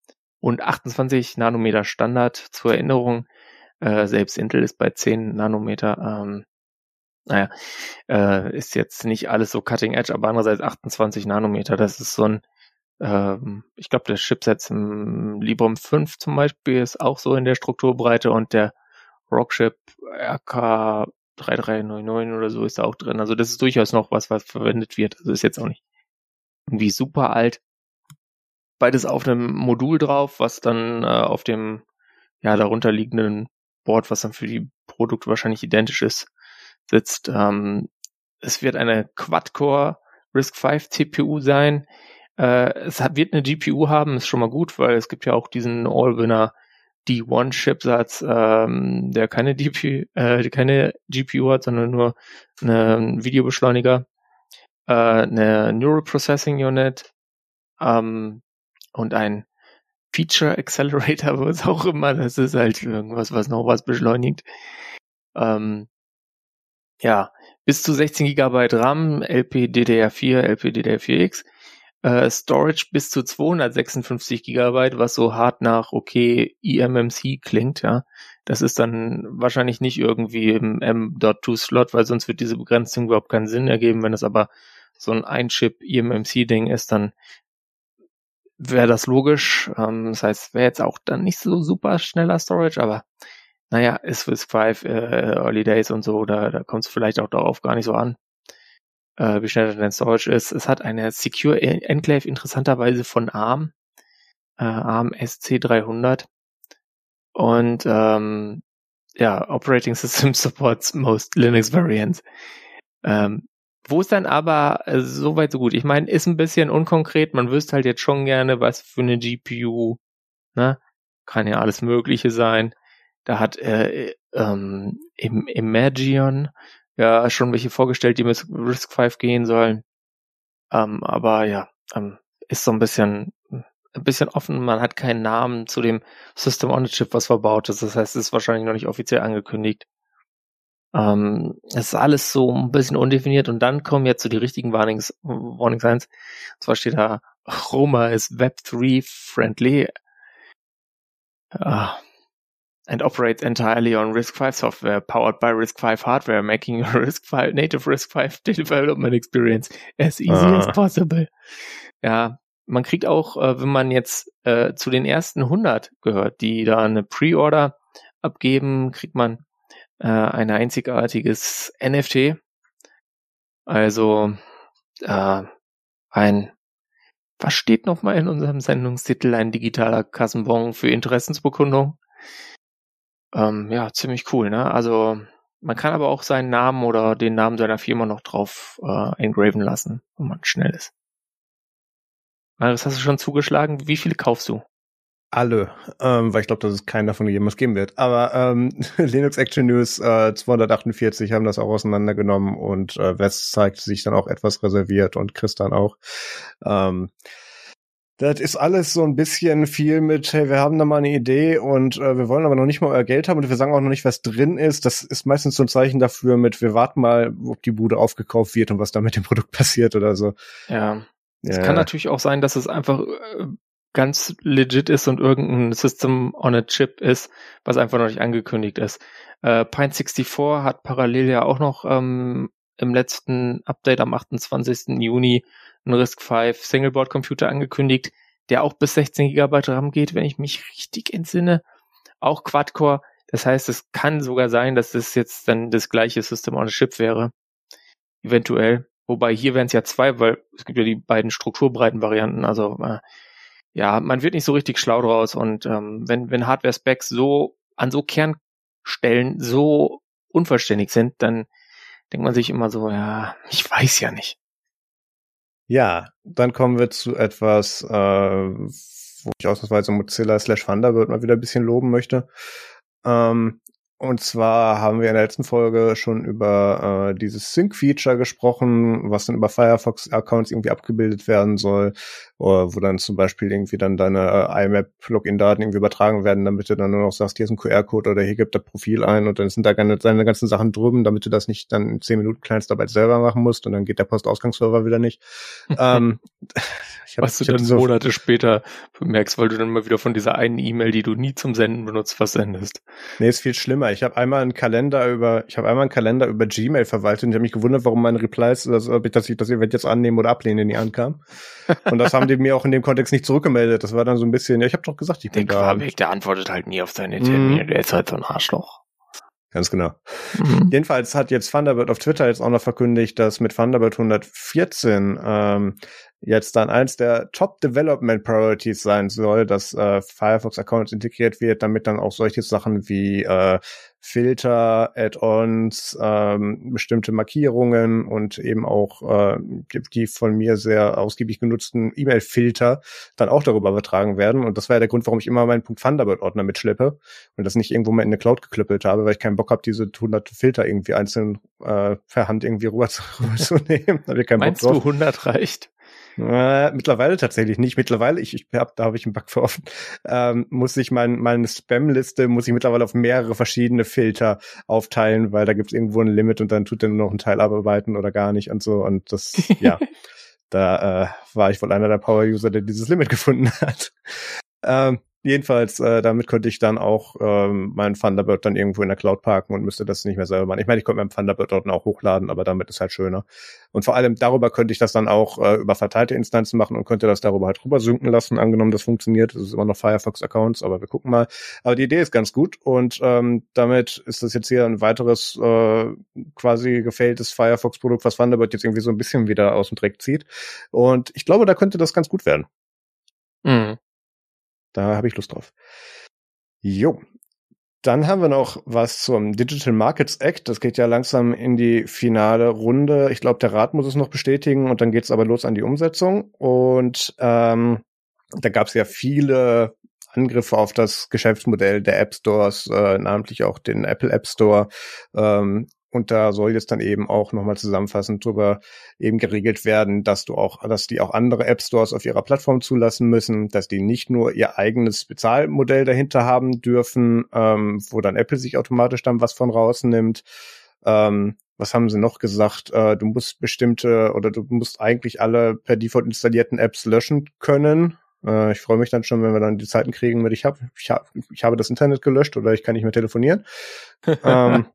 [SPEAKER 2] und achtundzwanzig Nanometer Standard. Zur Erinnerung, äh, selbst Intel ist bei zehn Nanometer. Ähm, naja, äh, ist jetzt nicht alles so cutting edge, aber andererseits achtundzwanzig Nanometer, das ist so ein, ähm, ich glaube, der Chipset im Librem fünf zum Beispiel ist auch so in der Strukturbreite und der Rockchip R K drei drei neun neun oder so ist da auch drin. Also das ist durchaus noch was, was verwendet wird. Also ist jetzt auch nicht irgendwie super alt. Beides auf einem Modul drauf, was dann äh, auf dem ja darunter liegenden Board, was dann für die Produkte wahrscheinlich identisch ist, sitzt. Ähm, es wird eine Quad-Core RISC fünf C P U sein. Äh, es hat, wird eine G P U haben, ist schon mal gut, weil es gibt ja auch diesen Allwinner D eins Chipsatz, ähm, der keine, D P, äh, keine G P U hat, sondern nur einen Videobeschleuniger, äh, eine Neural Processing Unit ähm, und ein Feature Accelerator, was auch immer, das ist halt irgendwas, was noch was beschleunigt. Ähm, ja, bis zu sechzehn Gigabyte RAM, L P D D R vier, L P D D R vier X, äh, Storage bis zu zweihundertsechsundfünfzig Gigabyte, was so hart nach okay E M M C klingt, ja. Das ist dann wahrscheinlich nicht irgendwie im M Dot zwei Slot, weil sonst wird diese Begrenzung überhaupt keinen Sinn ergeben. Wenn es aber so ein Ein-Chip E M M C Ding ist, dann wäre das logisch. Ähm, das heißt, wäre jetzt auch dann nicht so super schneller Storage, aber naja, ist RISC fünf äh, Early Days und so, da, da kommt es vielleicht auch darauf gar nicht so an, äh, wie schnell dein Storage ist. Es hat eine Secure Enclave interessanterweise von ARM, äh, ARM S C dreihundert und ähm, ja, Operating System supports most Linux Variants. Ähm, wo ist dann aber äh, soweit so gut? Ich meine, ist ein bisschen unkonkret, man wüsste halt jetzt schon gerne, was für eine G P U, ne? Kann ja alles Mögliche sein. Da hat äh, ähm, im Imagion ja schon welche vorgestellt, die mit RISC fünf gehen sollen. Ähm, aber ja, ähm, ist so ein bisschen ein bisschen offen. Man hat keinen Namen zu dem System on a Chip, was verbaut ist. Das heißt, es ist wahrscheinlich noch nicht offiziell angekündigt. Ähm, es ist alles so ein bisschen undefiniert und dann kommen jetzt so die richtigen Warnings, Warning Signs. Und zwar steht da, Roma ist Web drei friendly uh, and operates entirely on RISC fünf software powered by RISC fünf hardware, making your RISC fünf, native RISC fünf development experience as easy ah. as possible. Ja, man kriegt auch, äh, wenn man jetzt äh, zu den ersten hundert gehört, die da eine Pre-Order abgeben, kriegt man äh, ein einzigartiges N F T. Also äh, ein, was steht nochmal in unserem Sendungstitel? Ein digitaler Kassenbon für Interessensbekundung. Ähm, ja, ziemlich cool, ne? Also man kann aber auch seinen Namen oder den Namen seiner Firma noch drauf äh, engraven lassen, wenn man schnell ist. Das hast du schon zugeschlagen. Wie viele kaufst du?
[SPEAKER 1] Alle, ähm, weil ich glaube, dass es keinen davon jemals geben wird. Aber ähm, Linux Action News äh, zweihundertachtundvierzig haben das auch auseinandergenommen und äh, Wes zeigt sich dann auch etwas reserviert und Chris dann auch. Ähm, das ist alles so ein bisschen viel mit, hey, wir haben da mal eine Idee und äh, wir wollen aber noch nicht mal euer Geld haben und wir sagen auch noch nicht, was drin ist. Das ist meistens so ein Zeichen dafür mit, wir warten mal, ob die Bude aufgekauft wird und was da mit dem Produkt passiert oder so.
[SPEAKER 2] Ja. Es ja. kann natürlich auch sein, dass es einfach äh, ganz legit ist und irgendein System on a Chip ist, was einfach noch nicht angekündigt ist. Äh, Pine vierundsechzig hat parallel ja auch noch ähm, im letzten Update am achtundzwanzigsten Juni einen RISC fünf Singleboard Computer angekündigt, der auch bis sechzehn Gigabyte RAM geht, wenn ich mich richtig entsinne. Auch Quad-Core. Das heißt, es kann sogar sein, dass das jetzt dann das gleiche System on a Chip wäre. Eventuell. Wobei hier wären es ja zwei, weil es gibt ja die beiden strukturbreiten Varianten. Also äh, ja, man wird nicht so richtig schlau draus. Und ähm, wenn wenn Hardware-Specs so an so Kernstellen so unvollständig sind, dann denkt man sich immer so, ja, ich weiß ja nicht.
[SPEAKER 1] Ja, dann kommen wir zu etwas, äh, wo ich ausnahmsweise Mozilla slash Thunderbird mal wieder ein bisschen loben möchte. Ähm, Und zwar haben wir in der letzten Folge schon über äh, dieses Sync-Feature gesprochen, was dann über Firefox-Accounts irgendwie abgebildet werden soll, oder wo dann zum Beispiel irgendwie dann deine äh, I M A P-Login-Daten irgendwie übertragen werden, damit du dann nur noch sagst, hier ist ein Q R-Code oder hier gibt das Profil ein und dann sind da deine ganzen Sachen drüben, damit du das nicht dann in zehn Minuten Kleinstarbeit selber machen musst und dann geht der Postausgangsserver wieder nicht. ähm,
[SPEAKER 2] ich hab, was du dann so Monate später bemerkst, weil du dann mal wieder von dieser einen E-Mail, die du nie zum Senden benutzt, versendest.
[SPEAKER 1] Nee, ist viel schlimmer. Ich habe einmal einen Kalender über, ich habe einmal einen Kalender über Gmail verwaltet und ich habe mich gewundert, warum meine Replies, also, dass ich das Event jetzt annehmen oder ablehnen, nie ankam. Und das haben die mir auch in dem Kontext nicht zurückgemeldet. Das war dann so ein bisschen, ja, ich habe doch gesagt, ich bin
[SPEAKER 2] der
[SPEAKER 1] da.
[SPEAKER 2] Quabeck, der antwortet halt nie auf seine Termine. Mm. Der ist halt so ein Arschloch.
[SPEAKER 1] Ganz genau. Mhm. Jedenfalls hat jetzt Thunderbird auf Twitter jetzt auch noch verkündigt, dass mit Thunderbird hundertvierzehn ähm, jetzt dann eins der Top Development Priorities sein soll, dass äh, Firefox-Accounts integriert wird, damit dann auch solche Sachen wie äh, Filter, Add-ons, ähm, bestimmte Markierungen und eben auch äh, die von mir sehr ausgiebig genutzten E-Mail-Filter dann auch darüber übertragen werden. Und das war ja der Grund, warum ich immer meinen Thunderbird-Ordner mitschleppe und das nicht irgendwo mal in eine Cloud geklüppelt habe, weil ich keinen Bock habe, diese hundert Filter irgendwie einzeln äh, per Hand irgendwie rüber zu, rüber zu nehmen. Da hab ich keinen
[SPEAKER 2] Meinst
[SPEAKER 1] Bock drauf.
[SPEAKER 2] du hundert reicht?
[SPEAKER 1] Äh, mittlerweile tatsächlich nicht. Mittlerweile, ich, ich hab, da habe ich einen Bug für offen, ähm, muss ich mein, meine Spam-Liste, muss ich mittlerweile auf mehrere verschiedene Filter aufteilen, weil da gibt's irgendwo ein Limit und dann tut er nur noch ein Teil abarbeiten oder gar nicht und so. Und das, ja, da äh, war ich wohl einer der Power-User, der dieses Limit gefunden hat. Ähm, Jedenfalls, äh, damit könnte ich dann auch ähm, meinen Thunderbird dann irgendwo in der Cloud parken und müsste das nicht mehr selber machen. Ich meine, ich könnte meinen Thunderbird dort auch hochladen, aber damit ist halt schöner. Und vor allem darüber könnte ich das dann auch äh, über verteilte Instanzen machen und könnte das darüber halt rüber synken lassen. Angenommen, das funktioniert. Das ist immer noch Firefox-Accounts, aber wir gucken mal. Aber die Idee ist ganz gut und ähm, damit ist das jetzt hier ein weiteres äh, quasi gefailtes Firefox-Produkt, was Thunderbird jetzt irgendwie so ein bisschen wieder aus dem Dreck zieht. Und ich glaube, da könnte das ganz gut werden.
[SPEAKER 2] Mhm.
[SPEAKER 1] Da habe ich Lust drauf. Jo. Dann haben wir noch was zum Digital Markets Act. Das geht ja langsam in die finale Runde. Ich glaube, der Rat muss es noch bestätigen und dann geht's aber los an die Umsetzung. Und ähm, da gab es ja viele Angriffe auf das Geschäftsmodell der App Stores, äh, namentlich auch den Apple App Store. Ähm, Und da soll jetzt dann eben auch nochmal zusammenfassend drüber eben geregelt werden, dass du auch, dass die auch andere App Stores auf ihrer Plattform zulassen müssen, dass die nicht nur ihr eigenes Bezahlmodell dahinter haben dürfen, ähm, wo dann Apple sich automatisch dann was von rausnimmt. Ähm, was haben sie noch gesagt? Äh, du musst bestimmte oder du musst eigentlich alle per Default installierten Apps löschen können. Äh, ich freue mich dann schon, wenn wir dann die Zeiten kriegen mit ich habe ich hab, ich habe das Internet gelöscht oder ich kann nicht mehr telefonieren. ähm,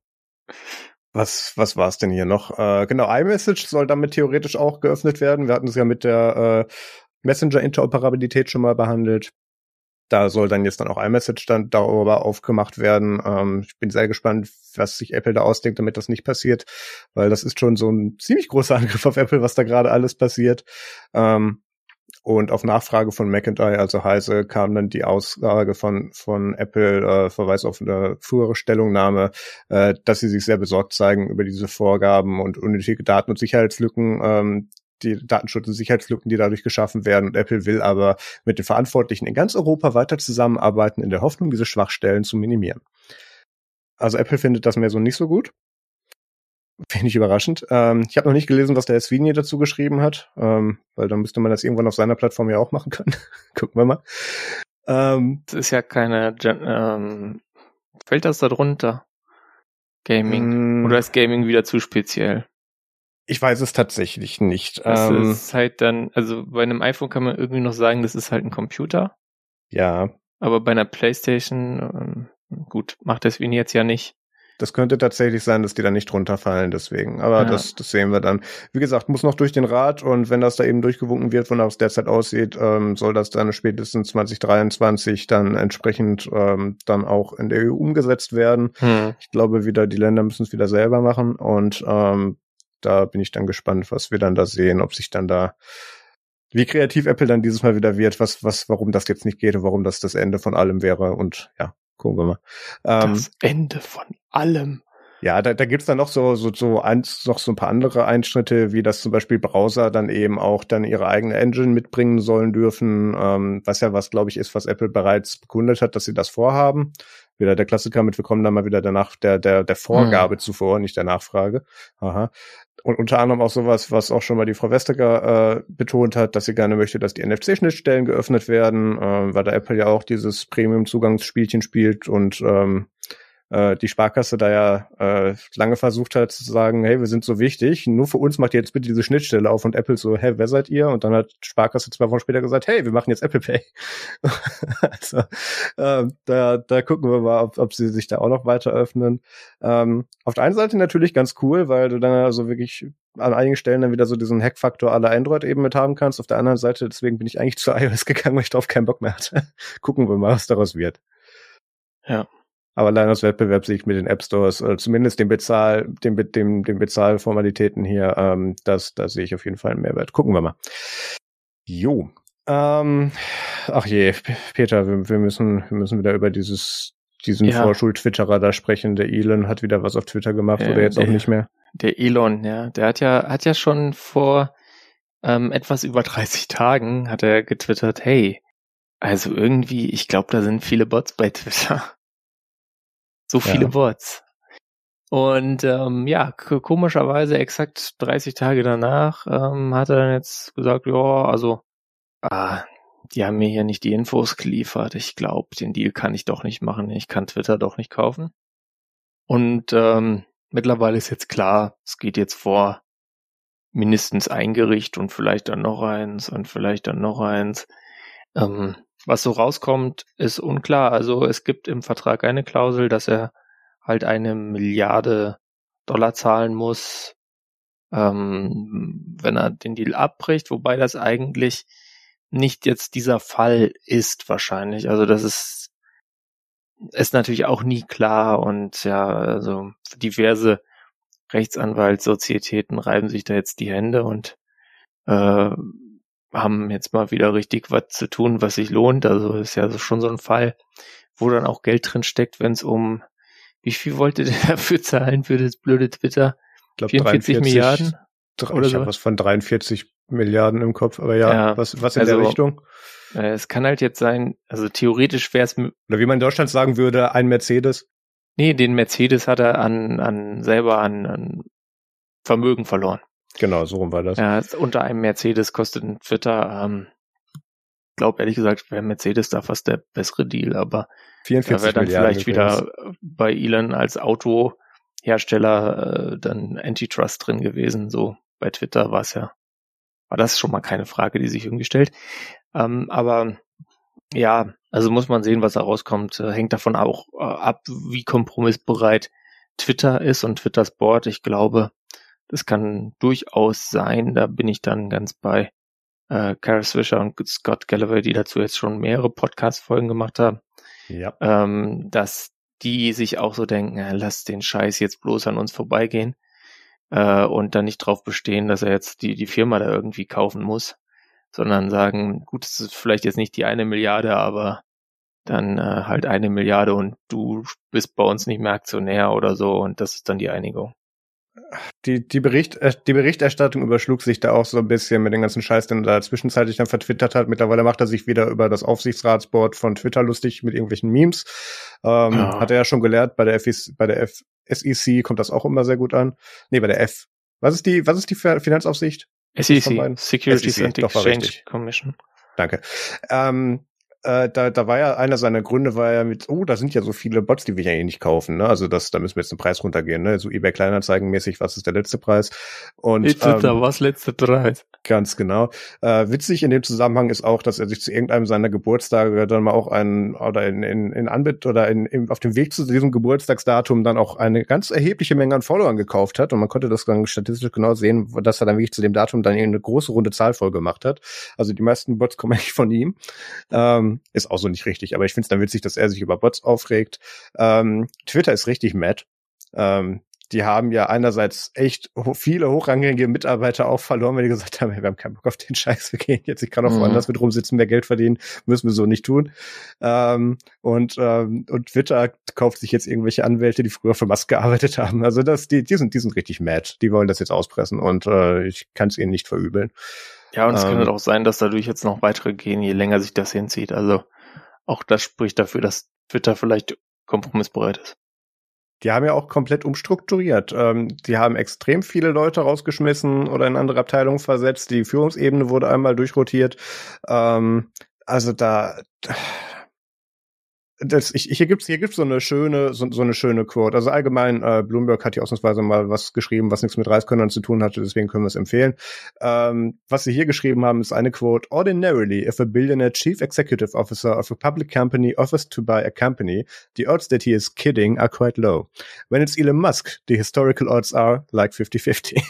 [SPEAKER 1] Was, was war es denn hier noch? Äh, genau, iMessage soll damit theoretisch auch geöffnet werden. Wir hatten es ja mit der äh, Messenger-Interoperabilität schon mal behandelt. Da soll dann jetzt dann auch iMessage dann darüber aufgemacht werden. Ähm, ich bin sehr gespannt, was sich Apple da ausdenkt, damit das nicht passiert, weil das ist schon so ein ziemlich großer Angriff auf Apple, was da gerade alles passiert. Ähm, Und auf Nachfrage von McIntyre, also Heise, kam dann die Aussage von von Apple, äh, Verweis auf eine frühere Stellungnahme, äh, dass sie sich sehr besorgt zeigen über diese Vorgaben und unnötige Daten- und Sicherheitslücken, ähm, die Datenschutz- und Sicherheitslücken, die dadurch geschaffen werden. Und Apple will aber mit den Verantwortlichen in ganz Europa weiter zusammenarbeiten, in der Hoffnung, diese Schwachstellen zu minimieren. Also Apple findet das mehr so nicht so gut. Wenig überraschend. Ähm, ich habe noch nicht gelesen, was der Sweeney dazu geschrieben hat, ähm, weil dann müsste man das irgendwann auf seiner Plattform ja auch machen können. Gucken wir mal. Ähm,
[SPEAKER 2] das ist ja keine, ähm, fällt das da drunter? Gaming? Mm, Oder ist Gaming wieder zu speziell?
[SPEAKER 1] Ich weiß es tatsächlich nicht.
[SPEAKER 2] Das
[SPEAKER 1] ähm,
[SPEAKER 2] ist halt dann, also bei einem iPhone kann man irgendwie noch sagen, das ist halt ein Computer.
[SPEAKER 1] Ja.
[SPEAKER 2] Aber bei einer PlayStation, ähm, gut, macht der Sweeney jetzt ja nicht.
[SPEAKER 1] Das könnte tatsächlich sein, dass die da nicht runterfallen, deswegen. Aber ja. das, das sehen wir dann. Wie gesagt, muss noch durch den Rat und wenn das da eben durchgewunken wird, wonach es derzeit aussieht, ähm, soll das dann spätestens zwanzig dreiundzwanzig dann entsprechend ähm, dann auch in der E U umgesetzt werden. Hm. Ich glaube wieder, die Länder müssen es wieder selber machen und ähm, da bin ich dann gespannt, was wir dann da sehen, ob sich dann da wie kreativ Apple dann dieses Mal wieder wird, was, was, warum das jetzt nicht geht und warum das das Ende von allem wäre und ja. Gucken wir mal.
[SPEAKER 2] Ähm, das Ende von allem.
[SPEAKER 1] Ja, da, da gibt's dann noch so, so, so eins, noch so ein paar andere Einschnitte, wie das zum Beispiel Browser dann eben auch dann ihre eigene Engine mitbringen sollen dürfen, ähm, was ja was, glaube ich, ist, was Apple bereits bekundet hat, dass sie das vorhaben. Wieder der Klassiker mit, wir kommen dann mal wieder danach der, der, der Vorgabe
[SPEAKER 2] hm.
[SPEAKER 1] zuvor, nicht der Nachfrage. Aha. Und unter anderem auch sowas, was auch schon mal die Frau Vestager äh, betont hat, dass sie gerne möchte, dass die N F C-Schnittstellen geöffnet werden, äh, weil der Apple ja auch dieses Premium-Zugangsspielchen spielt und ähm, äh, die Sparkasse da ja äh, lange versucht hat zu sagen, hey, wir sind so wichtig, nur für uns macht ihr jetzt bitte diese Schnittstelle auf und Apple so, hä, wer seid ihr? Und dann hat Sparkasse zwei Wochen später gesagt, hey, wir machen jetzt Apple Pay. Also äh, da, da gucken wir mal, ob, ob sie sich da auch noch weiter öffnen. Ähm, auf der einen Seite natürlich ganz cool, weil du dann also wirklich an einigen Stellen dann wieder so diesen Hack-Faktor aller Android eben mit haben kannst. Auf der anderen Seite, deswegen bin ich eigentlich zu iOS gegangen, weil ich drauf keinen Bock mehr hatte. Gucken wir mal, was daraus wird.
[SPEAKER 2] Ja.
[SPEAKER 1] Aber allein aus Wettbewerbssicht mit den App Stores, oder zumindest den Bezahl, dem, dem, dem Bezahlformalitäten hier, ähm, das, da sehe ich auf jeden Fall einen Mehrwert. Gucken wir mal. Jo. Ähm, ach je, Peter, wir, wir müssen, wir müssen wieder über dieses, diesen
[SPEAKER 2] Ja.
[SPEAKER 1] Vorschul-Twitterer da sprechen. Der Elon hat wieder was auf Twitter gemacht,
[SPEAKER 2] Äh,
[SPEAKER 1] oder jetzt
[SPEAKER 2] der,
[SPEAKER 1] auch nicht mehr.
[SPEAKER 2] Der Elon, ja, der hat ja, hat ja schon vor ähm, etwas über dreißig Tagen hat er getwittert, hey, also irgendwie, ich glaube, da sind viele Bots bei Twitter. So viele
[SPEAKER 1] Ja.
[SPEAKER 2] Bots. Und ähm, ja, k- komischerweise exakt dreißig Tage danach ähm, hat er dann jetzt gesagt, ja, also ah, die haben mir hier nicht die Infos geliefert. Ich glaube, den Deal kann ich doch nicht machen. Ich kann Twitter doch nicht kaufen. Und ähm, mittlerweile ist jetzt klar, es geht jetzt vor mindestens ein Gericht und vielleicht dann noch eins und vielleicht dann noch eins. Ähm, was so rauskommt, ist unklar. Also es gibt im Vertrag eine Klausel, dass er halt eine Milliarde Dollar zahlen muss, ähm, wenn er den Deal abbricht, wobei das eigentlich nicht jetzt dieser Fall ist wahrscheinlich. Also das ist, ist natürlich auch nie klar und ja, also diverse Rechtsanwaltssozietäten reiben sich da jetzt die Hände und äh, haben jetzt mal wieder richtig was zu tun, was sich lohnt. Also ist ja so schon so ein Fall, wo dann auch Geld drin steckt, wenn es um, wie viel wollte der dafür zahlen für das blöde Twitter?
[SPEAKER 1] Ich glaube,
[SPEAKER 2] vierundvierzig Milliarden?
[SPEAKER 1] Oder ich habe was von dreiundvierzig Milliarden im Kopf, aber ja,
[SPEAKER 2] Ja,
[SPEAKER 1] was, was in
[SPEAKER 2] also,
[SPEAKER 1] der Richtung?
[SPEAKER 2] Äh, es kann halt jetzt sein, also theoretisch wäre es,
[SPEAKER 1] Oder wie man in Deutschland sagen würde, ein Mercedes.
[SPEAKER 2] nee, den Mercedes hat er an, an selber an, an Vermögen verloren.
[SPEAKER 1] Genau, so rum war das.
[SPEAKER 2] Ja, unter einem Mercedes kostet ein Twitter, ähm, glaub ehrlich gesagt, wäre Mercedes da fast der bessere Deal, aber da wäre dann
[SPEAKER 1] Milliarden
[SPEAKER 2] vielleicht
[SPEAKER 1] übrigens.
[SPEAKER 2] wieder bei Elon als Autohersteller äh, dann Antitrust drin gewesen. So bei Twitter war es ja, war das schon mal keine Frage, die sich irgendwie stellt. Ähm, aber ja, also muss man sehen, was da rauskommt. Äh, hängt davon auch äh, ab, wie kompromissbereit Twitter ist und Twitters Board. Ich glaube, das kann durchaus sein. Da bin ich dann ganz bei äh, Kara Swisher und Scott Galloway, die dazu jetzt schon mehrere Podcast-Folgen gemacht haben,
[SPEAKER 1] Ja.
[SPEAKER 2] ähm, dass die sich auch so denken, äh, lass den Scheiß jetzt bloß an uns vorbeigehen äh, und dann nicht drauf bestehen, dass er jetzt die, die Firma da irgendwie kaufen muss, sondern sagen, gut, es ist vielleicht jetzt nicht die eine Milliarde, aber dann äh, halt eine Milliarde und du bist bei uns nicht mehr Aktionär oder so und das ist dann die Einigung.
[SPEAKER 1] Die, die, Bericht, äh, die Berichterstattung überschlug sich da auch so ein bisschen mit dem ganzen Scheiß, den er da zwischenzeitlich dann vertwittert hat. Mittlerweile macht er sich wieder über das Aufsichtsratsboard von Twitter lustig mit irgendwelchen Memes. Ähm,
[SPEAKER 2] Ja.
[SPEAKER 1] Hat er ja schon gelernt, bei der, F E C, bei der F- S E C kommt das auch immer sehr gut an. Nee, bei der F. Was ist die, was ist die Finanzaufsicht?
[SPEAKER 2] S E
[SPEAKER 1] Von
[SPEAKER 2] C,
[SPEAKER 1] beiden?
[SPEAKER 2] Securities
[SPEAKER 1] S E C,
[SPEAKER 2] and
[SPEAKER 1] doch, war
[SPEAKER 2] Exchange
[SPEAKER 1] richtig.
[SPEAKER 2] Commission.
[SPEAKER 1] Danke. Ähm, äh, da, da war ja einer seiner Gründe, war ja mit, oh, da sind ja so viele Bots, die wir ja eh nicht kaufen, ne? Also das, da müssen wir jetzt den Preis runtergehen, ne? So eBay Kleinanzeigen mäßig, was ist der letzte Preis? Und
[SPEAKER 2] Jetzt ist da
[SPEAKER 1] ähm,
[SPEAKER 2] was letzte Preis.
[SPEAKER 1] ganz genau. Äh, witzig in dem Zusammenhang ist auch, dass er sich zu irgendeinem seiner Geburtstage dann mal auch einen, oder in, in, in Anbit oder in, in, auf dem Weg zu diesem Geburtstagsdatum dann auch eine ganz erhebliche Menge an Followern gekauft hat. Und man konnte das dann statistisch genau sehen, dass er dann wirklich zu dem Datum dann eine große runde Zahl voll gemacht hat. Also die meisten Bots kommen eigentlich von ihm. Ähm, ist auch so nicht richtig, aber ich finde es dann witzig, dass er sich über Bots aufregt. Ähm, Twitter ist richtig mad. Ähm, die haben ja einerseits echt ho- viele hochrangige Mitarbeiter auch verloren, weil die gesagt haben, hey, wir haben keinen Bock auf den Scheiß, wir gehen jetzt, ich kann auch
[SPEAKER 2] Mhm.
[SPEAKER 1] woanders mit rumsitzen, mehr Geld verdienen, müssen wir so nicht tun. Ähm, und, ähm, und Twitter kauft sich jetzt irgendwelche Anwälte, die früher für Musk gearbeitet haben. Also das, die, die sind, die sind richtig mad. Die wollen das jetzt auspressen und äh, ich kann es ihnen nicht verübeln.
[SPEAKER 2] Ja, und es kann
[SPEAKER 1] Ähm,
[SPEAKER 2] halt auch sein, dass dadurch jetzt noch weitere gehen, je länger sich das hinzieht. Also auch das spricht dafür, dass Twitter vielleicht kompromissbereit ist.
[SPEAKER 1] Die haben ja auch komplett umstrukturiert. Ähm, die haben extrem viele Leute rausgeschmissen oder in andere Abteilungen versetzt. Die Führungsebene wurde einmal durchrotiert. Ähm, also da... Das, ich, hier gibt's hier gibt's so eine schöne so, so eine schöne Quote. Also allgemein äh, Bloomberg hat hier ausnahmsweise mal was geschrieben, was nichts mit Reiskönnern zu tun hatte, deswegen können wir es empfehlen. Ähm, was sie hier geschrieben haben, ist eine Quote: Ordinarily, if a billionaire chief executive officer of a public company offers to buy a company, the odds that he is kidding are quite low. When it's Elon Musk, the historical odds are like fifty fifty.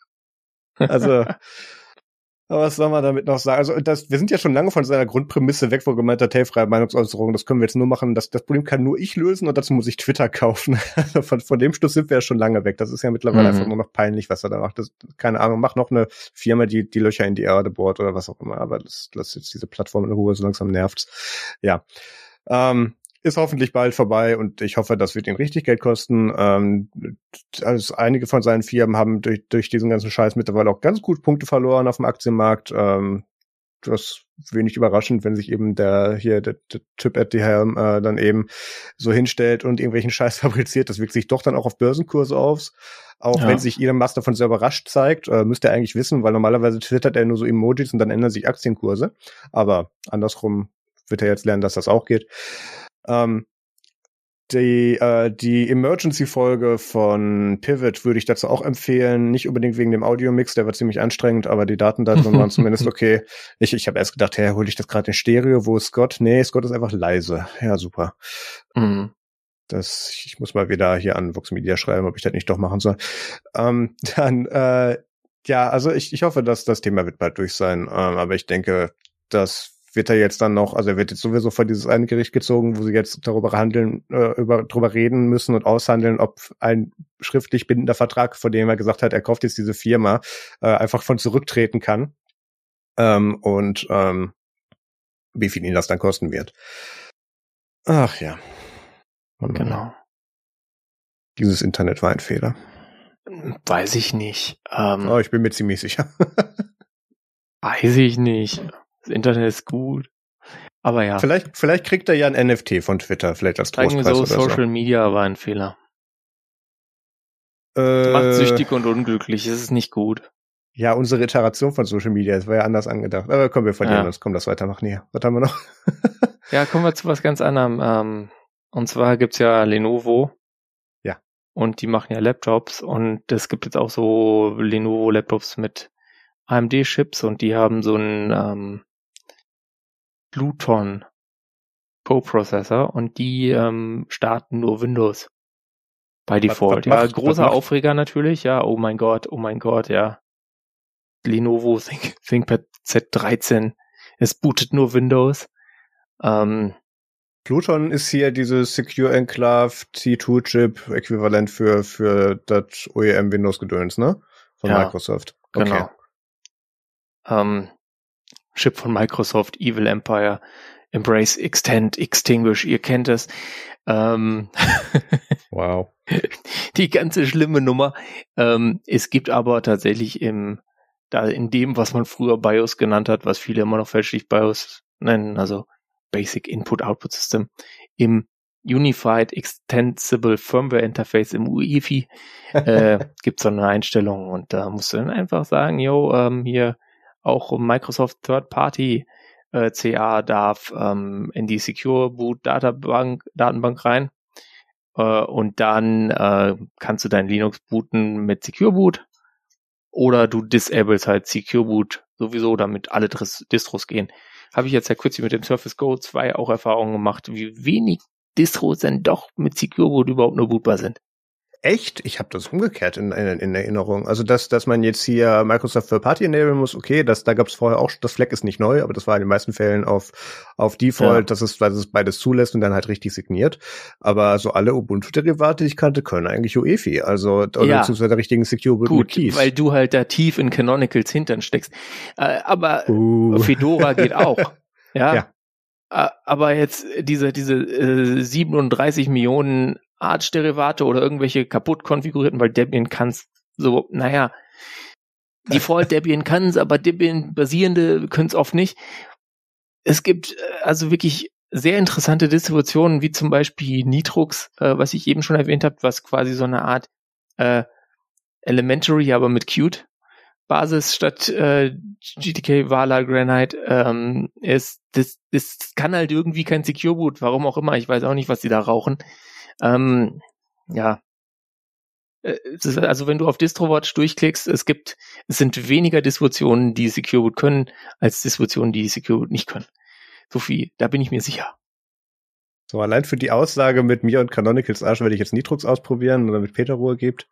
[SPEAKER 1] Also aber was soll man damit noch sagen? Also das, wir sind ja schon lange von seiner Grundprämisse weg, wo er gemeint hat, hey, freie Meinungsäußerung, das können wir jetzt nur machen, das, das Problem kann nur ich lösen und dazu muss ich Twitter kaufen. von, von dem Schluss sind wir ja schon lange weg. Das ist ja mittlerweile mhm. einfach nur noch peinlich, was er da macht. Das, keine Ahnung, mach noch eine Firma, die die Löcher in die Erde bohrt oder was auch immer, aber das, das jetzt diese Plattform in Ruhe, so langsam nervt's. Ja. Ähm, ist hoffentlich bald vorbei und ich hoffe, das wird ihn richtig Geld kosten. Ähm, also einige von seinen Firmen haben durch, durch diesen ganzen Scheiß mittlerweile auch ganz gut Punkte verloren auf dem Aktienmarkt. Ähm, das ist wenig überraschend, wenn sich eben der hier der, der Typ at the helm äh, dann eben so hinstellt und irgendwelchen Scheiß fabriziert. Das wirkt sich doch dann auch auf Börsenkurse auf. Auch ja. wenn sich Elon Musk davon sehr überrascht zeigt, äh, müsste er eigentlich wissen, weil normalerweise twittert er nur so Emojis und dann ändern sich Aktienkurse. Aber andersrum wird er jetzt lernen, dass das auch geht. Ähm, die äh, die Emergency-Folge von Pivot würde ich dazu auch empfehlen. Nicht unbedingt wegen dem Audio-Mix, der war ziemlich anstrengend, aber die Daten da drin waren zumindest okay. Ich ich habe erst gedacht, hey, hol ich das gerade in Stereo? Wo ist Scott? Nee, Scott ist einfach leise. Ja, super. Mhm. Das, ich muss mal wieder hier an Vox Media schreiben, ob ich das nicht doch machen soll. Ähm, dann, äh, ja, also ich ich hoffe, dass das Thema wird bald durch sein. Ähm, aber ich denke, dass wird er jetzt dann noch, also er wird jetzt sowieso vor dieses eine Gericht gezogen, wo sie jetzt darüber handeln, äh, über, darüber reden müssen und aushandeln, ob ein schriftlich bindender Vertrag, vor dem er gesagt hat, er kauft jetzt diese Firma, äh, einfach von zurücktreten kann. Ähm, und ähm, wie viel ihn das dann kosten wird. Ach ja. Und
[SPEAKER 2] genau.
[SPEAKER 1] Dieses Internet war ein Fehler.
[SPEAKER 2] Weiß ich nicht. Ähm,
[SPEAKER 1] oh, ich bin mir ziemlich sicher.
[SPEAKER 2] Weiß ich nicht. Das Internet ist gut. Aber ja.
[SPEAKER 1] Vielleicht, vielleicht kriegt er ja ein N F T von Twitter, vielleicht als Trostpreis
[SPEAKER 2] so,
[SPEAKER 1] oder so.
[SPEAKER 2] Social Media war ein Fehler.
[SPEAKER 1] Äh,
[SPEAKER 2] Macht süchtig und unglücklich. Es ist nicht gut.
[SPEAKER 1] Ja, unsere Iteration von Social Media, das war ja anders angedacht. Aber komm, wir verlieren ja. uns. Komm, das weitermachen hier. Was haben wir noch?
[SPEAKER 2] Ja, kommen wir zu was ganz anderem. Ähm, und zwar gibt's ja Lenovo.
[SPEAKER 1] Ja.
[SPEAKER 2] Und die machen ja Laptops. Und es gibt jetzt auch so Lenovo-Laptops mit A M D-Chips. Und die haben so einen ähm, Pluton Co-Prozessor und die ähm, starten nur Windows bei Default. Was, was macht, ja, großer Aufreger natürlich, ja, oh mein Gott, oh mein Gott, ja. Lenovo Think, ThinkPad Z dreizehn, es bootet nur Windows. Ähm,
[SPEAKER 1] Pluton ist hier dieses Secure Enclave T zwei Chip Äquivalent für für das O E M Windows Gedöns, ne? Von ja, Microsoft. Okay.
[SPEAKER 2] Genau. Ähm, Chip von Microsoft, Evil Empire, Embrace, Extend, Extinguish, ihr kennt es. Ähm,
[SPEAKER 1] wow.
[SPEAKER 2] Die ganze schlimme Nummer. Ähm, es gibt aber tatsächlich im, da in dem, was man früher BIOS genannt hat, was viele immer noch fälschlich BIOS nennen, also Basic Input Output System, im Unified Extensible Firmware Interface, im U E F I, äh, gibt es so eine Einstellung und da musst du dann einfach sagen, yo, ähm, hier auch Microsoft Third Party äh, C A darf ähm, in die Secure Boot Datenbank, Datenbank rein äh, und dann äh, kannst du dein Linux booten mit Secure Boot oder du disables halt Secure Boot sowieso, damit alle Distros gehen. Habe ich jetzt ja kürzlich mit dem Surface Go zwei auch Erfahrungen gemacht, wie wenig Distros denn doch mit Secure Boot überhaupt nur bootbar sind.
[SPEAKER 1] Echt? Ich habe das umgekehrt in, in, in Erinnerung. Also, dass dass man jetzt hier Microsoft Third Party enablen muss, okay, das, da gab es vorher auch, das Flag ist nicht neu, aber das war in den meisten Fällen auf auf Default, ja. dass es, dass es beides zulässt und dann halt richtig signiert. Aber so alle Ubuntu-Derivate, die ich kannte, können eigentlich U E F I, also oder
[SPEAKER 2] ja.
[SPEAKER 1] beziehungsweise der richtigen Secure Boot
[SPEAKER 2] mit
[SPEAKER 1] Keys.
[SPEAKER 2] Weil du halt da tief in Canonicals hintern steckst. Äh, aber uh. Fedora geht auch. Ja. ja. Äh, aber jetzt diese diese äh, siebenunddreißig Millionen Arch-Derivate oder irgendwelche kaputt konfigurierten, weil Debian kann's so, naja, Default Debian kann's, aber Debian-basierende können's oft nicht. Es gibt also wirklich sehr interessante Distributionen, wie zum Beispiel Nitrux, äh, was ich eben schon erwähnt habe, was quasi so eine Art äh, Elementary, aber mit Qt Basis statt äh, G T K, Vala, Granite ähm, ist, das, das kann halt irgendwie kein Secure Boot, warum auch immer, ich weiß auch nicht, was die da rauchen. Ähm, ja, es ist, also wenn du auf DistroWatch durchklickst, es gibt, es sind weniger Distributionen, die Secure Boot können, als Distributionen, die Secure Boot nicht können. So viel, da bin ich mir sicher.
[SPEAKER 1] So, allein für die Aussage mit mir und Canonicals Arsch werde ich jetzt Nitrux ausprobieren oder mit Peter Ruhe gibt.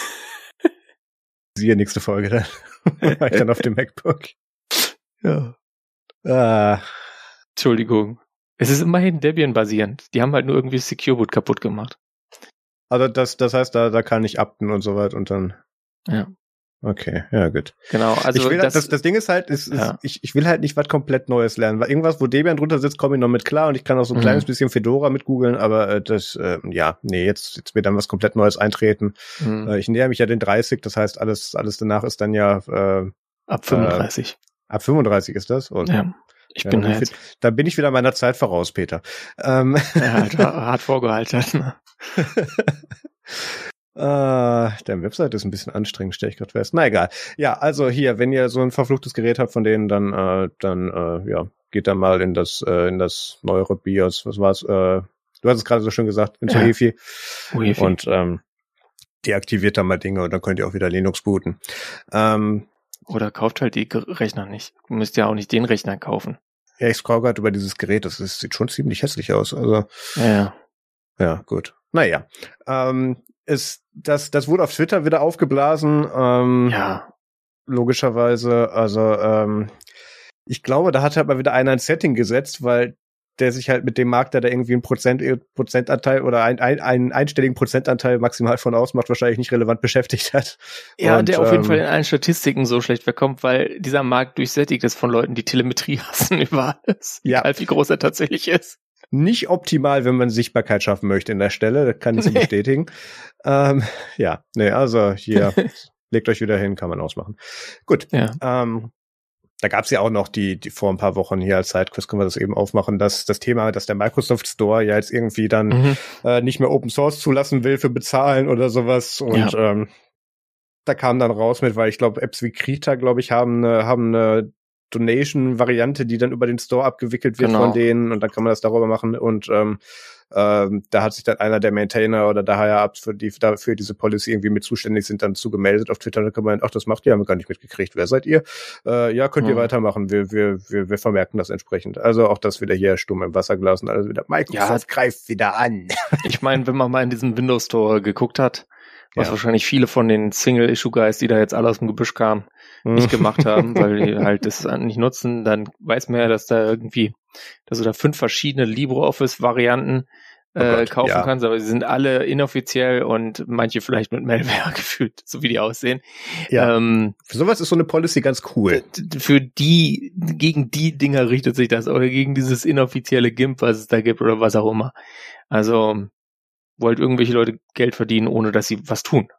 [SPEAKER 1] Siehe nächste Folge dann. War ich dann auf dem MacBook.
[SPEAKER 2] Ja.
[SPEAKER 1] Ah.
[SPEAKER 2] Entschuldigung. Es ist immerhin Debian-basierend. Die haben halt nur irgendwie Secure Boot kaputt gemacht.
[SPEAKER 1] Also das, das heißt, da, da kann ich abten und so weiter und dann.
[SPEAKER 2] Ja.
[SPEAKER 1] Okay, ja gut.
[SPEAKER 2] Genau, also
[SPEAKER 1] ich will,
[SPEAKER 2] das,
[SPEAKER 1] das, das Ding ist halt, ist,
[SPEAKER 2] ja.
[SPEAKER 1] ist, ich, ich will halt nicht was komplett Neues lernen, weil irgendwas, wo Debian drunter sitzt, komme ich noch mit klar und ich kann auch so ein
[SPEAKER 2] mhm.
[SPEAKER 1] kleines bisschen Fedora mit googeln, aber äh, das, äh, ja, nee, jetzt, jetzt wird dann was komplett Neues eintreten. Mhm. Äh, ich näher mich ja den dreißig, das heißt, alles, alles danach ist dann ja äh,
[SPEAKER 2] ab fünfunddreißig.
[SPEAKER 1] Äh, ab fünfunddreißig ist das? Und,
[SPEAKER 2] ja. Ich
[SPEAKER 1] ja,
[SPEAKER 2] bin
[SPEAKER 1] da,
[SPEAKER 2] jetzt.
[SPEAKER 1] da bin ich wieder meiner Zeit voraus, Peter. Ähm.
[SPEAKER 2] Ja, halt hart vorgehalten. Ne?
[SPEAKER 1] Uh, deine Website ist ein bisschen anstrengend, stelle ich gerade fest. Na egal. Ja, also hier, wenn ihr so ein verfluchtes Gerät habt von denen, dann, äh, dann, äh, ja, geht da mal in das, äh, in das neuere BIOS. Was war's? Äh, du hast es gerade so schön gesagt, in
[SPEAKER 2] ja.
[SPEAKER 1] UEFI.
[SPEAKER 2] UEFI.
[SPEAKER 1] Und ähm, deaktiviert da mal Dinge und dann könnt ihr auch wieder Linux booten. Ähm,
[SPEAKER 2] Oder kauft halt die Rechner nicht. Du müsst ja auch nicht den Rechner kaufen.
[SPEAKER 1] Ja, ich scroll gerade über dieses Gerät. Das ist, sieht schon ziemlich hässlich aus. Also
[SPEAKER 2] ja,
[SPEAKER 1] ja, gut. Naja, ähm, ist das, das wurde auf Twitter wieder aufgeblasen. Ähm,
[SPEAKER 2] ja.
[SPEAKER 1] Logischerweise, also ähm, ich glaube, da hat halt mal wieder einer ein Setting gesetzt, weil der sich halt mit dem Markt, der da irgendwie einen Prozent, Prozentanteil oder ein, ein, einen einstelligen Prozentanteil maximal von ausmacht, wahrscheinlich nicht relevant beschäftigt hat.
[SPEAKER 2] Ja, und der
[SPEAKER 1] ähm,
[SPEAKER 2] auf jeden Fall in allen Statistiken so schlecht wegkommt, weil dieser Markt durchsättigt ist von Leuten, die Telemetrie hassen über alles.
[SPEAKER 1] Ja.
[SPEAKER 2] Egal wie groß er tatsächlich ist.
[SPEAKER 1] Nicht optimal, wenn man Sichtbarkeit schaffen möchte in der Stelle, das kann ich so
[SPEAKER 2] Nee.
[SPEAKER 1] bestätigen. Ähm, ja, nee, also hier, legt euch wieder hin, kann man ausmachen. Gut,
[SPEAKER 2] ja.
[SPEAKER 1] ähm, da gab's ja auch noch die, die vor ein paar Wochen hier als Sidequest, können wir das eben aufmachen, dass das Thema, dass der Microsoft Store ja jetzt irgendwie dann
[SPEAKER 2] Mhm.
[SPEAKER 1] äh, nicht mehr Open Source zulassen will für Bezahlen oder sowas. Und
[SPEAKER 2] Ja.
[SPEAKER 1] ähm, da kam dann raus mit, weil ich glaube, Apps wie Krita, glaube ich, haben eine, haben eine Donation-Variante, die dann über den Store abgewickelt wird
[SPEAKER 2] Genau.
[SPEAKER 1] von denen und dann kann man das darüber machen und ähm, ähm, da hat sich dann einer der Maintainer oder der Higher-Ups, für die dafür diese Policy irgendwie mit zuständig sind, dann zugemeldet auf Twitter und dann kann man, ach, das macht ihr, haben wir gar nicht mitgekriegt. Wer seid ihr? Äh, ja, könnt ihr
[SPEAKER 2] Mhm.
[SPEAKER 1] weitermachen. Wir, wir, wir, wir vermerken das entsprechend. Also auch das wieder hier stumm im Wasserglas und alles wieder. Microsoft
[SPEAKER 2] Ja.
[SPEAKER 1] greift wieder an.
[SPEAKER 2] Ich meine, wenn man mal in diesem Windows Store geguckt hat, was
[SPEAKER 1] Ja.
[SPEAKER 2] wahrscheinlich viele von den Single-Issue-Guys, die da jetzt alle aus dem Gebüsch kamen, nicht gemacht haben, weil die halt das nicht nutzen, dann weiß man ja, dass da irgendwie, dass du da fünf verschiedene LibreOffice-Varianten
[SPEAKER 1] Oh
[SPEAKER 2] äh,
[SPEAKER 1] Gott,
[SPEAKER 2] kaufen
[SPEAKER 1] ja.
[SPEAKER 2] kannst, aber sie sind alle inoffiziell und manche vielleicht mit Malware gefühlt, so wie die aussehen.
[SPEAKER 1] Ja.
[SPEAKER 2] Ähm,
[SPEAKER 1] Für sowas ist so eine Policy ganz cool.
[SPEAKER 2] d- d- für die, gegen die Dinger richtet sich das, oder gegen dieses inoffizielle GIMP, was es da gibt, oder was auch immer. Also, wo halt irgendwelche Leute Geld verdienen, ohne dass sie was tun.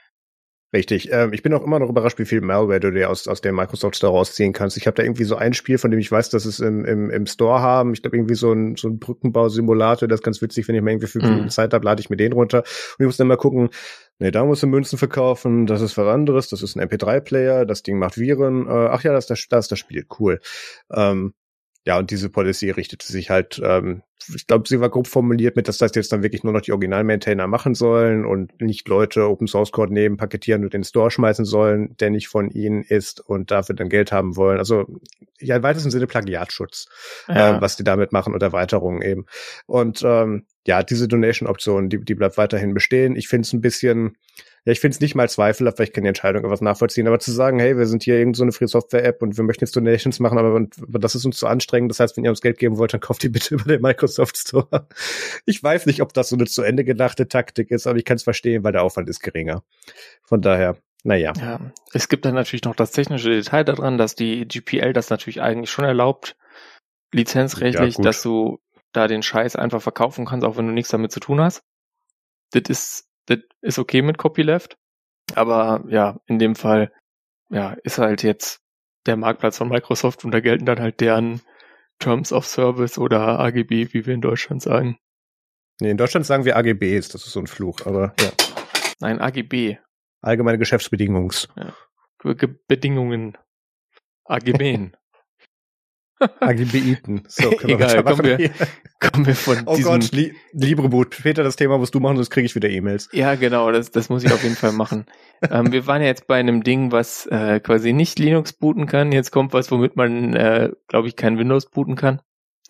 [SPEAKER 1] Richtig. Ähm, ich bin auch immer noch überrascht, wie viel Malware du dir aus, aus dem Microsoft Store rausziehen kannst. Ich habe da irgendwie so ein Spiel, von dem ich weiß, dass es im, im, im Store haben. Ich glaube, irgendwie so ein, so ein Brückenbausimulator, das ist ganz witzig, wenn ich mal irgendwie fünf
[SPEAKER 2] Mhm.
[SPEAKER 1] Minuten Zeit habe, lade ich mir den runter. Und ich muss dann mal gucken, nee, da musst du Münzen verkaufen, das ist was anderes, das ist ein M P drei Player, das Ding macht Viren. Äh, ach ja, das ist das, das ist das Spiel, cool. Ähm, Ja, und diese Policy richtete sich halt, ähm, ich glaube, sie war grob formuliert mit, dass das jetzt dann wirklich nur noch die Original-Maintainer machen sollen und nicht Leute Open-Source-Code nehmen, paketieren und in den Store schmeißen sollen, der nicht von ihnen ist und dafür dann Geld haben wollen. Also ja, im weitesten Sinne Plagiatschutz,
[SPEAKER 2] Ja.
[SPEAKER 1] äh, was die damit machen und Erweiterungen eben. Und ähm, ja, diese Donation-Option, die, die bleibt weiterhin bestehen. Ich finde es ein bisschen... Ja, ich finde es nicht mal zweifelhaft, weil ich kann die Entscheidung etwas nachvollziehen, aber zu sagen, hey, wir sind hier irgend so eine Free-Software-App und wir möchten jetzt Donations machen, aber, aber das ist uns zu anstrengend, das heißt, wenn ihr uns Geld geben wollt, dann kauft die bitte über den Microsoft Store. Ich weiß nicht, ob das so eine zu Ende gedachte Taktik ist, aber ich kann es verstehen, weil der Aufwand ist geringer. Von daher, naja.
[SPEAKER 2] Ja, es gibt dann natürlich noch das technische Detail daran, dass die G P L das natürlich eigentlich schon erlaubt, lizenzrechtlich,
[SPEAKER 1] Ja, gut.
[SPEAKER 2] dass du da den Scheiß einfach verkaufen kannst, auch wenn du nichts damit zu tun hast. Das ist, das ist okay mit Copyleft. Aber ja, in dem Fall, ja, ist halt jetzt der Marktplatz von Microsoft und da gelten dann halt deren Terms of Service oder A G B, wie wir in Deutschland sagen.
[SPEAKER 1] Nee, in Deutschland sagen wir A G Bs, das ist so ein Fluch, aber ja.
[SPEAKER 2] Nein, A G B.
[SPEAKER 1] Allgemeine Geschäftsbedingungs.
[SPEAKER 2] Ja. Ge- Bedingungen. A G Bn.
[SPEAKER 1] A G B-Iten. So, können
[SPEAKER 2] Egal,
[SPEAKER 1] wir
[SPEAKER 2] kommen wir, kommen wir von
[SPEAKER 1] oh
[SPEAKER 2] diesem...
[SPEAKER 1] Gott, li- LibreBoot. Später das Thema musst du machen, sonst kriege ich wieder E-Mails.
[SPEAKER 2] Ja, genau, das, das muss ich auf jeden Fall machen. ähm, wir waren ja jetzt bei einem Ding, was äh, quasi nicht Linux booten kann. Jetzt kommt was, womit man, äh, glaube ich, kein Windows booten kann.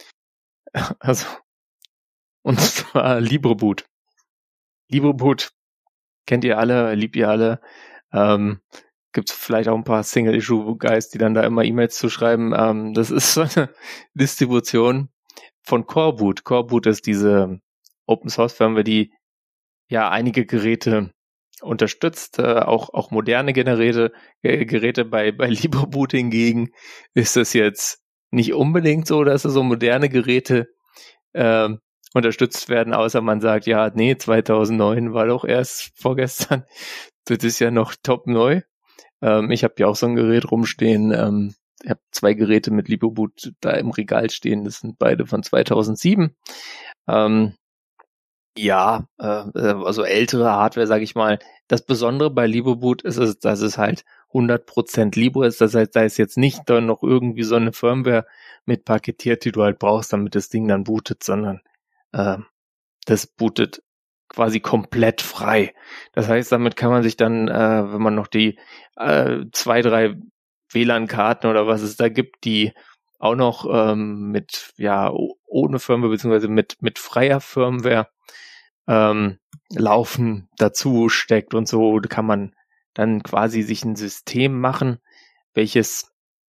[SPEAKER 2] Also, und zwar LibreBoot. LibreBoot kennt ihr alle, liebt ihr alle. Ähm, Gibt es vielleicht auch ein paar Single-Issue-Guys, die dann da immer E-Mails zu schreiben. Ähm, das ist so eine Distribution von Coreboot. Coreboot ist diese Open-Source-Firmware, die ja einige Geräte unterstützt, äh, auch auch moderne Geräte. Äh, Geräte bei bei LibreBoot hingegen ist es jetzt nicht unbedingt so, dass so moderne Geräte äh, unterstützt werden, außer man sagt, ja, nee, zweitausendneun war doch erst vorgestern. Das ist ja noch top neu. Ähm, ich habe ja auch so ein Gerät rumstehen. Ähm, ich habe zwei Geräte mit LibreBoot da im Regal stehen. Das sind beide von zweitausendsieben. Ähm, ja, äh, also ältere Hardware, sage ich mal. Das Besondere bei LibreBoot ist, es, dass es halt hundert Prozent Libre ist. Das heißt, da ist jetzt nicht dann noch irgendwie so eine Firmware mit paketiert, die du halt brauchst, damit das Ding dann bootet, sondern äh, das bootet quasi komplett frei. Das heißt, damit kann man sich dann, äh, wenn man noch die äh, zwei, drei W L A N-Karten oder was es da gibt, die auch noch ähm, mit, ja, ohne Firmware beziehungsweise mit mit freier Firmware ähm, laufen, dazu steckt und so, kann man dann quasi sich ein System machen, welches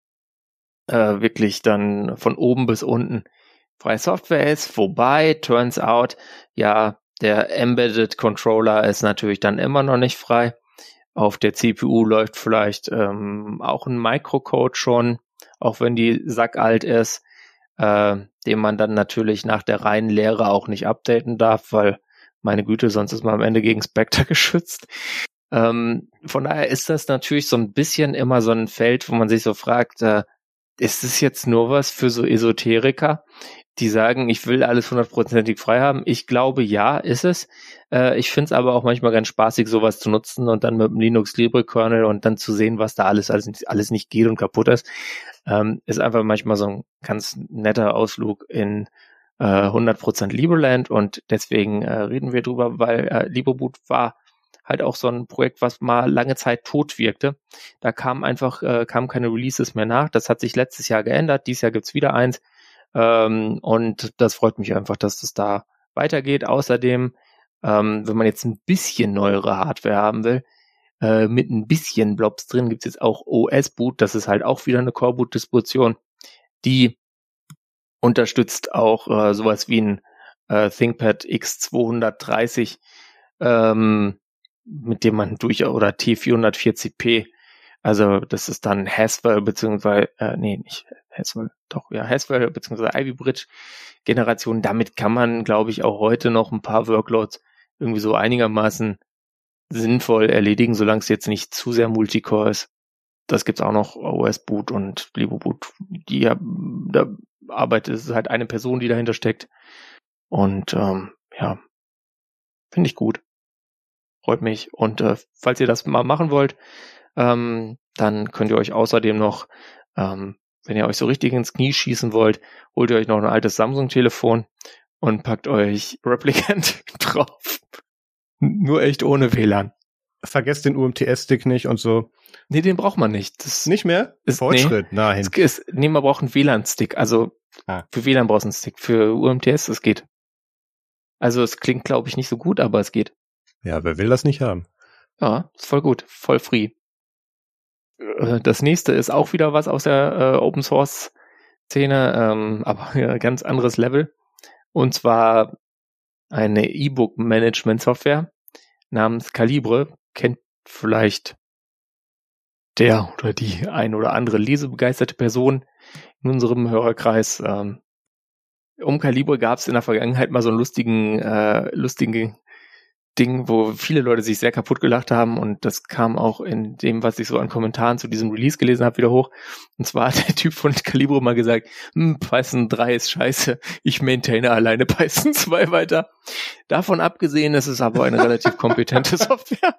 [SPEAKER 2] äh, wirklich dann von oben bis unten freie Software ist, wobei, turns out, ja, der Embedded Controller ist natürlich dann immer noch nicht frei. Auf der C P U läuft vielleicht ähm, auch ein Microcode schon, auch wenn die sackalt ist, äh, den man dann natürlich nach der reinen Lehre auch nicht updaten darf, weil, meine Güte, sonst ist man am Ende gegen Spectre geschützt. Ähm, von daher ist das natürlich so ein bisschen immer so ein Feld, wo man sich so fragt, äh, ist es jetzt nur was für so Esoteriker, die sagen, ich will alles hundertprozentig frei haben? Ich glaube, ja, ist es. Äh, ich finde es aber auch manchmal ganz spaßig, sowas zu nutzen und dann mit dem Linux Libre Kernel und dann zu sehen, was da alles alles, alles nicht geht und kaputt ist. Ähm, ist einfach manchmal so ein ganz netter Ausflug in äh, hundert Prozent Libreland und deswegen äh, reden wir drüber, weil äh, LibreBoot war halt auch so ein Projekt, was mal lange Zeit tot wirkte. Da kam einfach, äh, kamen keine Releases mehr nach. Das hat sich letztes Jahr geändert. Dieses Jahr gibt's wieder eins. Ähm, und das freut mich einfach, dass das da weitergeht. Außerdem, ähm, wenn man jetzt ein bisschen neuere Hardware haben will, äh, mit ein bisschen Blobs drin, gibt's jetzt auch O S-Boot. Das ist halt auch wieder eine Coreboot-Distribution, die unterstützt auch äh, sowas wie ein äh, ThinkPad X zweihundertdreißig, ähm, mit dem man durch, oder T vierhundertvierzig p, also das ist dann Haswell, beziehungsweise, äh, nee, nicht Haswell, doch, ja, Haswell, beziehungsweise Ivy Bridge Generation. Damit kann man, glaube ich, auch heute noch ein paar Workloads irgendwie so einigermaßen sinnvoll erledigen, solange es jetzt nicht zu sehr Multicore ist. Das gibt's auch noch, O S-Boot und LibreBoot. Die, da arbeitet, es ist halt eine Person, die dahinter steckt. Und ähm, ja, finde ich gut. Freut mich. Und äh, falls ihr das mal machen wollt, ähm, dann könnt ihr euch außerdem noch, ähm, wenn ihr euch so richtig ins Knie schießen wollt, holt ihr euch noch ein altes Samsung-Telefon und packt euch Replicant drauf. Nur echt ohne W L A N.
[SPEAKER 1] Vergesst den U M T S-Stick nicht und so.
[SPEAKER 2] Nee, den braucht man nicht. Das
[SPEAKER 1] nicht mehr?
[SPEAKER 2] Ist,
[SPEAKER 1] Fortschritt,
[SPEAKER 2] nee,
[SPEAKER 1] nein.
[SPEAKER 2] Es ist, nee, man braucht einen W L A N-Stick. Also ah. Für W L A N brauchst du einen Stick. Für U M T S, das geht. Also es klingt, glaube ich, nicht so gut, aber es geht.
[SPEAKER 1] Ja, wer will das nicht haben?
[SPEAKER 2] Ja, ist voll gut. Voll free. Das nächste ist auch wieder was aus der äh, Open Source Szene, ähm, aber ja, ganz anderes Level. Und zwar eine E-Book Management Software namens Calibre. Kennt vielleicht der oder die ein oder andere lesebegeisterte Person in unserem Hörerkreis. Ähm, um Calibre gab es in der Vergangenheit mal so einen lustigen, äh, lustigen Ding, wo viele Leute sich sehr kaputt gelacht haben und das kam auch in dem, was ich so an Kommentaren zu diesem Release gelesen habe, wieder hoch. Und zwar hat der Typ von Calibro mal gesagt, hm, Python drei ist scheiße, ich maintaine alleine Python zwei weiter. Davon abgesehen ist es aber eine relativ kompetente Software.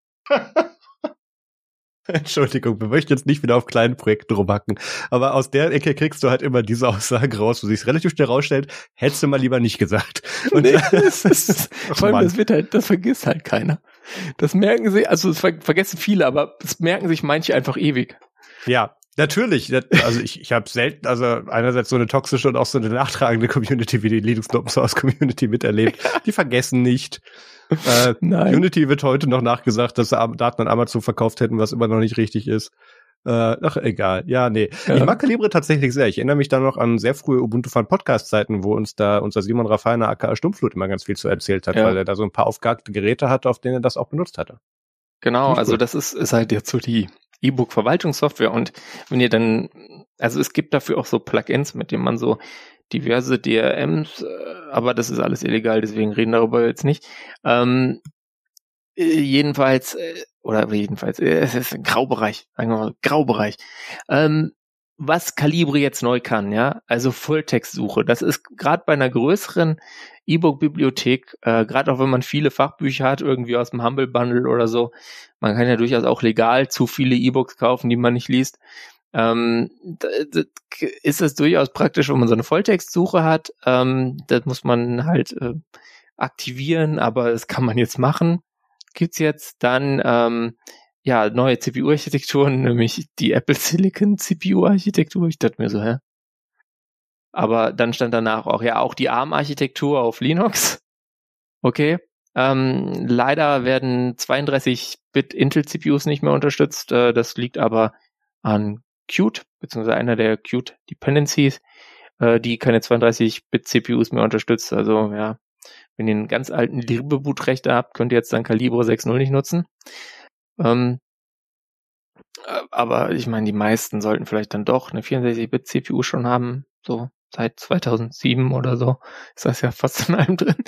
[SPEAKER 1] Entschuldigung, wir möchten jetzt nicht wieder auf kleinen Projekten rumhacken, aber aus der Ecke kriegst du halt immer diese Aussagen raus, wo sich relativ schnell rausstellt, hättest du mal lieber nicht gesagt. Und
[SPEAKER 2] nee, das ist, vor allem, das wird halt, das vergisst halt keiner. Das merken sie, also das ver- vergessen viele, aber das merken sich manche einfach ewig.
[SPEAKER 1] Ja, natürlich. Also ich, ich habe selten, also einerseits so eine toxische und auch so eine nachtragende Community wie die Linux Open Source Community miterlebt. Die vergessen nicht. Äh, Unity wird heute noch nachgesagt, dass sie Daten an Amazon verkauft hätten, was immer noch nicht richtig ist. Äh, ach, egal. Ja, nee. Ja. Ich mag Calibre tatsächlich sehr. Ich erinnere mich da noch an sehr frühe Ubuntu-Fan-Podcast-Zeiten, wo uns da unser Simon Raffiner aka Stummflut immer ganz viel zu erzählt hat, ja. weil er da so ein paar aufgehackte Geräte hatte, auf denen er das auch benutzt hatte.
[SPEAKER 2] Genau, also das ist, ist halt jetzt so die E-Book-Verwaltungssoftware und wenn ihr dann, also es gibt dafür auch so Plugins, mit denen man so diverse D R Ms, aber das ist alles illegal, deswegen reden darüber jetzt nicht. Ähm, jedenfalls, oder jedenfalls, es ist ein Graubereich, sagen wir mal, Graubereich. Ähm, was Calibre jetzt neu kann, ja, also Volltextsuche, das ist gerade bei einer größeren E-Book-Bibliothek, äh, gerade auch wenn man viele Fachbücher hat, irgendwie aus dem Humble Bundle oder so, man kann ja durchaus auch legal zu viele E-Books kaufen, die man nicht liest, ähm, d- d- ist es durchaus praktisch, wenn man so eine Volltextsuche hat, ähm, das muss man halt äh, aktivieren, aber das kann man jetzt machen, gibt's jetzt dann, ähm, ja, neue C P U-Architekturen, nämlich die Apple Silicon C P U-Architektur, ich dachte mir so, hä? Aber dann stand danach auch, ja, auch die ARM-Architektur auf Linux. Okay. Ähm, leider werden zweiunddreißig-Bit Intel-C P Us nicht mehr unterstützt. Äh, das liegt aber an Qt, beziehungsweise einer der Qt-Dependencies, äh, die keine zweiunddreißig-Bit C P Us mehr unterstützt. Also, ja, wenn ihr einen ganz alten Libre-Boot-Rechner habt, könnt ihr jetzt dann Calibre sechs Punkt null nicht nutzen. Ähm, aber ich meine, die meisten sollten vielleicht dann doch eine vierundsechzig-Bit C P U schon haben, so seit zweitausendsieben oder so, ist das ja fast in allem drin.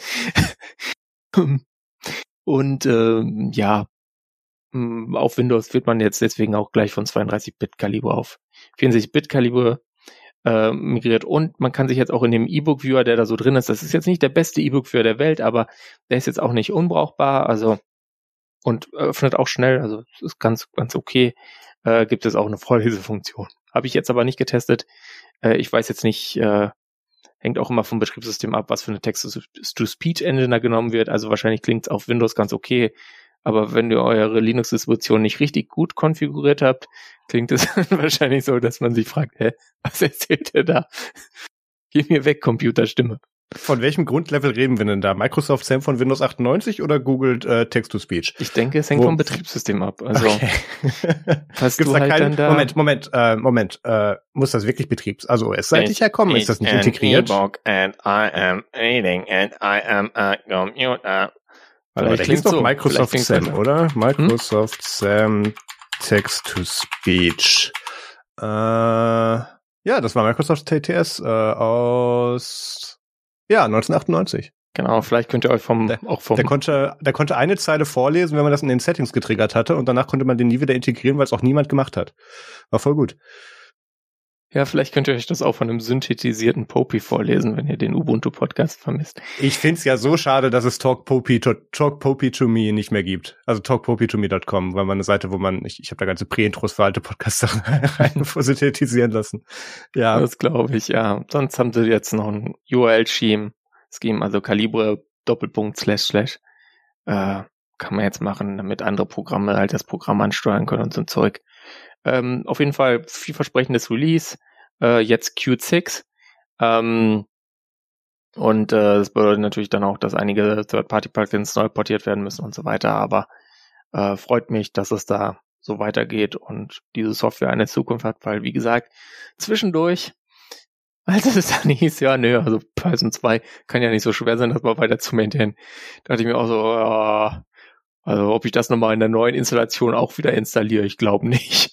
[SPEAKER 2] Und ähm, ja, auf Windows wird man jetzt deswegen auch gleich von zweiunddreißig-Bit Kaliber auf vierundsechzig-Bit Kaliber äh, migriert. Und man kann sich jetzt auch in dem E-Book-Viewer, der da so drin ist, das ist jetzt nicht der beste E-Book-Viewer der Welt, aber der ist jetzt auch nicht unbrauchbar, also und öffnet auch schnell, also es ist ganz, ganz okay. Äh, gibt es auch eine Vorlesefunktion. Habe ich jetzt aber nicht getestet. Äh, ich weiß jetzt nicht, äh, hängt auch immer vom Betriebssystem ab, was für eine Text-to-Speech-Engine da genommen wird. Also wahrscheinlich klingt es auf Windows ganz okay. Aber wenn ihr eure Linux-Distribution nicht richtig gut konfiguriert habt, klingt es wahrscheinlich so, dass man sich fragt, hä, was erzählt der da? Geh mir weg, Computerstimme.
[SPEAKER 1] Von welchem Grundlevel reden wir denn da? Microsoft S A M von Windows achtundneunzig oder googelt äh, Text-to-Speech?
[SPEAKER 2] Ich denke, es hängt Wo? vom Betriebssystem ab. Also
[SPEAKER 1] okay.
[SPEAKER 2] hast
[SPEAKER 1] Gibt's
[SPEAKER 2] du
[SPEAKER 1] da
[SPEAKER 2] halt
[SPEAKER 1] keinen,
[SPEAKER 2] dann da
[SPEAKER 1] Moment, Moment, äh, Moment. Äh, muss das wirklich Betriebs-, also O S-seitig herkommen? Ist das nicht integriert?
[SPEAKER 2] E-Book and I am reading and I am a computer.
[SPEAKER 1] Also, da ist doch Microsoft S A M, oder? Microsoft S A M Text-to-Speech. Äh, ja, das war Microsoft T T S äh, aus ja neunzehnhundertachtundneunzig.
[SPEAKER 2] Genau, vielleicht könnt ihr euch vom
[SPEAKER 1] der,
[SPEAKER 2] auch vom
[SPEAKER 1] der konnte der konnte eine Zeile vorlesen, wenn man das in den Settings getriggert hatte, und danach konnte man den nie wieder integrieren, weil es auch niemand gemacht hat. War voll gut.
[SPEAKER 2] Ja, vielleicht könnt ihr euch das auch von einem synthetisierten Popey vorlesen, wenn ihr den Ubuntu-Podcast vermisst.
[SPEAKER 1] Ich find's ja so schade, dass es Talk Popey to, Talk Popey to Me nicht mehr gibt. Also talk popey to me dot com, weil man eine Seite, wo man, ich, ich habe da ganze Prä-Intros für alte Podcasts rein synthetisieren lassen. Ja.
[SPEAKER 2] Das glaube ich, ja. Sonst haben sie jetzt noch ein U R L-Scheme, Scheme, also Calibre Doppelpunkt slash slash. Äh, kann man jetzt machen, damit andere Programme halt das Programm ansteuern können und so ein Zeug. Ähm, auf jeden Fall vielversprechendes Release, äh, jetzt Qt sechs. Ähm, und äh, das bedeutet natürlich dann auch, dass einige Third-Party-Plugins neu portiert werden müssen und so weiter. Aber äh, freut mich, dass es da so weitergeht und diese Software eine Zukunft hat, weil, wie gesagt, zwischendurch, als es dann hieß, ja, nö, also Python zwei kann ja nicht so schwer sein, das mal weiter zu maintainen, dachte ich mir auch so, ja, also ob ich das nochmal in der neuen Installation auch wieder installiere, ich glaube nicht.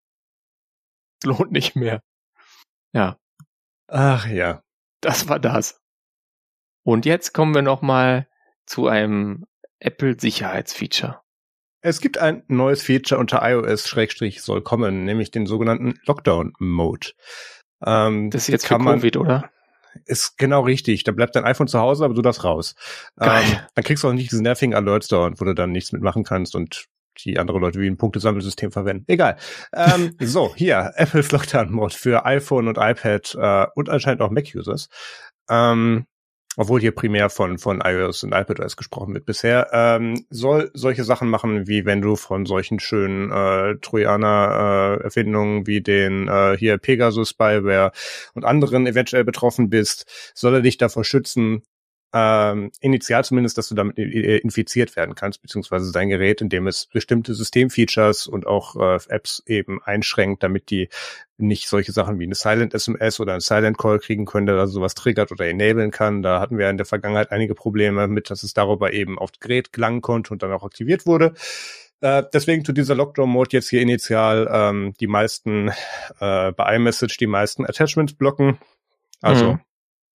[SPEAKER 2] Lohnt nicht mehr. Ja.
[SPEAKER 1] Ach ja.
[SPEAKER 2] Das war das. Und jetzt kommen wir nochmal zu einem Apple-Sicherheitsfeature.
[SPEAKER 1] Es gibt ein neues Feature unter iOS soll kommen, nämlich den sogenannten Lockdown-Mode. Ähm,
[SPEAKER 2] das ist jetzt für Covid, man, oder?
[SPEAKER 1] Ist genau richtig. Da bleibt dein iPhone zu Hause, aber du darfst raus.
[SPEAKER 2] Geil.
[SPEAKER 1] Ähm, dann kriegst du auch nicht diese nervigen Alerts dauernd, wo du dann nichts mitmachen kannst und die andere Leute wie ein Punktesammelsystem verwenden. Egal. Ähm, so, hier, Apples Lockdown-Mode für iPhone und iPad äh, und anscheinend auch Mac-Users. Ähm, obwohl hier primär von von iOS und iPadOS gesprochen wird bisher, ähm, soll solche Sachen machen, wie wenn du von solchen schönen äh, Trojaner-Erfindungen äh, wie den äh, hier Pegasus-Spyware und anderen eventuell betroffen bist, soll er dich davor schützen, ähm, initial zumindest, dass du damit infiziert werden kannst, beziehungsweise dein Gerät, indem es bestimmte Systemfeatures und auch äh, Apps eben einschränkt, damit die nicht solche Sachen wie eine Silent-S M S oder ein Silent-Call kriegen können, der da sowas triggert oder enablen kann. Da hatten wir in der Vergangenheit einige Probleme mit, dass es darüber eben auf das Gerät gelangen konnte und dann auch aktiviert wurde. Äh, deswegen tut dieser Lockdown-Mode jetzt hier initial ähm, die meisten äh, bei iMessage die meisten Attachments blocken. Also mhm.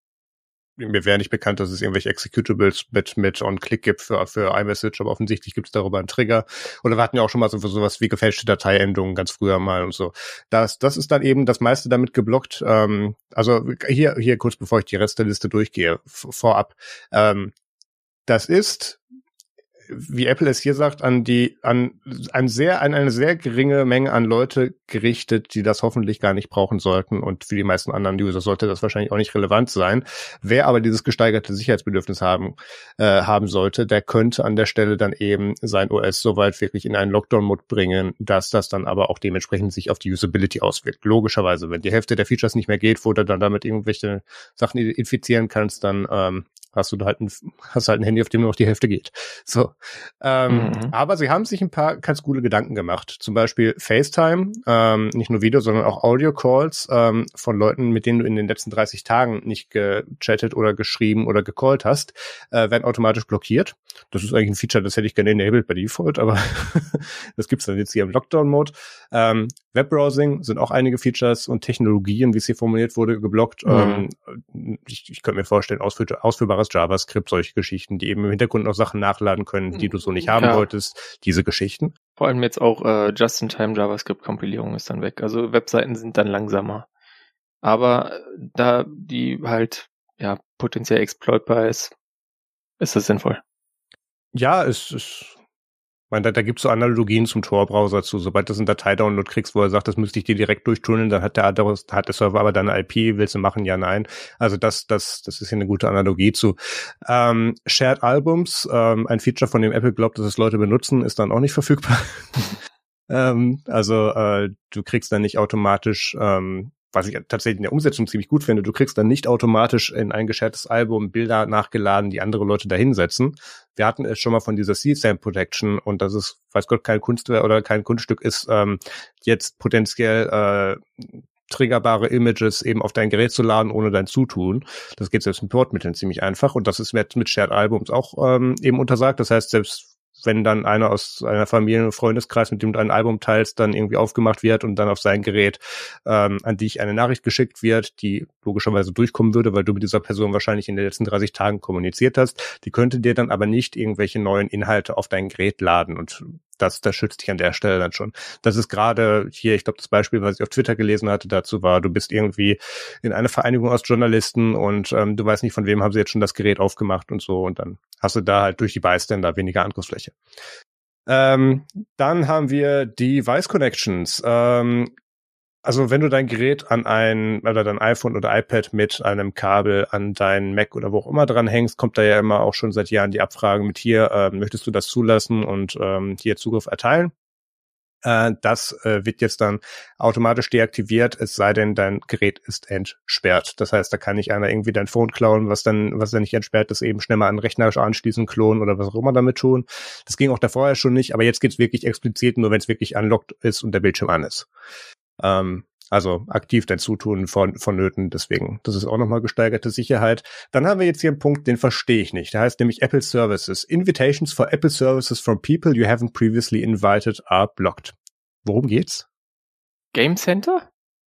[SPEAKER 1] Mir wäre nicht bekannt, dass es irgendwelche Executables mit, mit On-Click gibt für, für iMessage, aber offensichtlich gibt es darüber einen Trigger. Oder wir hatten ja auch schon mal so für sowas wie gefälschte Dateiendungen ganz früher mal und so. Das, das ist dann eben das meiste damit geblockt. Ähm, also hier, hier kurz bevor ich die Rest der Liste durchgehe, v- vorab. Ähm, das ist, wie Apple es hier sagt, an die, an, an sehr, an eine sehr geringe Menge an Leute gerichtet, die das hoffentlich gar nicht brauchen sollten. Und für die meisten anderen User sollte das wahrscheinlich auch nicht relevant sein. Wer aber dieses gesteigerte Sicherheitsbedürfnis haben, äh, haben sollte, der könnte an der Stelle dann eben sein O S soweit wirklich in einen Lockdown-Mode bringen, dass das dann aber auch dementsprechend sich auf die Usability auswirkt. Logischerweise, wenn die Hälfte der Features nicht mehr geht, wo du dann damit irgendwelche Sachen infizieren kannst, dann, ähm, hast du halt ein, hast halt ein Handy, auf dem nur noch die Hälfte geht. So. Ähm, mhm. Aber sie haben sich ein paar ganz coole Gedanken gemacht. Zum Beispiel FaceTime, ähm, nicht nur Video, sondern auch Audio-Calls ähm, von Leuten, mit denen du in den letzten dreißig Tagen nicht gechattet oder geschrieben oder gecallt hast, äh, werden automatisch blockiert. Das ist eigentlich ein Feature, das hätte ich gerne enabled bei Default, aber das gibt's dann jetzt hier im Lockdown-Mode. Ähm, Webbrowsing sind auch einige Features und Technologien, wie es hier formuliert wurde, geblockt. Mhm. Ähm, ich, ich könnte mir vorstellen, ausführ- ausführbares JavaScript, solche Geschichten, die eben im Hintergrund noch Sachen nachladen können, die du so nicht haben ja. wolltest, diese Geschichten.
[SPEAKER 2] Vor allem jetzt auch äh, Just-in-Time JavaScript-Kompilierung ist dann weg. Also Webseiten sind dann langsamer. Aber da die halt ja potenziell exploitbar ist, ist das sinnvoll.
[SPEAKER 1] Ja, es ist, ich meine, da, da gibt es so Analogien zum Tor-Browser zu. Sobald du einen Dateidownload kriegst, wo er sagt, das müsste ich dir direkt durchtunneln, dann hat der, hat der Server aber deine I P, willst du machen? Ja, nein. Also das, das, das ist hier eine gute Analogie zu. Ähm, Shared Albums, ähm, ein Feature, von dem Apple glaubt, dass es Leute benutzen, ist dann auch nicht verfügbar. ähm, also äh, du kriegst dann nicht automatisch, ähm, was ich tatsächlich in der Umsetzung ziemlich gut finde, du kriegst dann nicht automatisch in ein geshartes Album Bilder nachgeladen, die andere Leute da hinsetzen. Wir hatten es schon mal von dieser C-SAM Protection und das ist, weiß Gott, kein Kunstwerk oder kein Kunststück ist, ähm, jetzt potenziell äh, triggerbare Images eben auf dein Gerät zu laden, ohne dein Zutun. Das geht selbst mit Bordmitteln ziemlich einfach und das ist mit, mit Shared Albums auch ähm, eben untersagt. Das heißt, selbst wenn dann einer aus einer Familie- und Freundeskreis, mit dem du ein Album teilst, dann irgendwie aufgemacht wird und dann auf sein Gerät ähm, an dich eine Nachricht geschickt wird, die logischerweise durchkommen würde, weil du mit dieser Person wahrscheinlich in den letzten dreißig Tagen kommuniziert hast, die könnte dir dann aber nicht irgendwelche neuen Inhalte auf dein Gerät laden und das, das schützt dich an der Stelle dann schon. Das ist gerade hier, ich glaube, das Beispiel, was ich auf Twitter gelesen hatte, dazu war, du bist irgendwie in einer Vereinigung aus Journalisten und ähm, du weißt nicht, von wem haben sie jetzt schon das Gerät aufgemacht und so und dann hast du da halt durch die Bystander weniger Angriffsfläche. Ähm, dann haben wir die Device Connections. Ähm, also wenn du dein Gerät an ein, oder dein iPhone oder iPad mit einem Kabel an deinen Mac oder wo auch immer dran hängst, kommt da ja immer auch schon seit Jahren die Abfrage mit hier, äh, möchtest du das zulassen und ähm, hier Zugriff erteilen? Äh, das äh, wird jetzt dann automatisch deaktiviert, es sei denn, dein Gerät ist entsperrt. Das heißt, da kann nicht einer irgendwie dein Phone klauen, was dann, was dann nicht entsperrt ist, eben schnell mal an den Rechner anschließen, klonen oder was auch immer damit tun. Das ging auch da vorher schon nicht, aber jetzt geht's wirklich explizit nur, wenn es wirklich unlocked ist und der Bildschirm an ist. Ähm, also aktiv dein Zutun von, vonnöten, deswegen, das ist auch nochmal gesteigerte Sicherheit. Dann haben wir jetzt hier einen Punkt, den verstehe ich nicht. Der heißt nämlich Apple Services. Invitations for Apple Services from people you haven't previously invited are blocked. Worum geht's?
[SPEAKER 2] Game Center?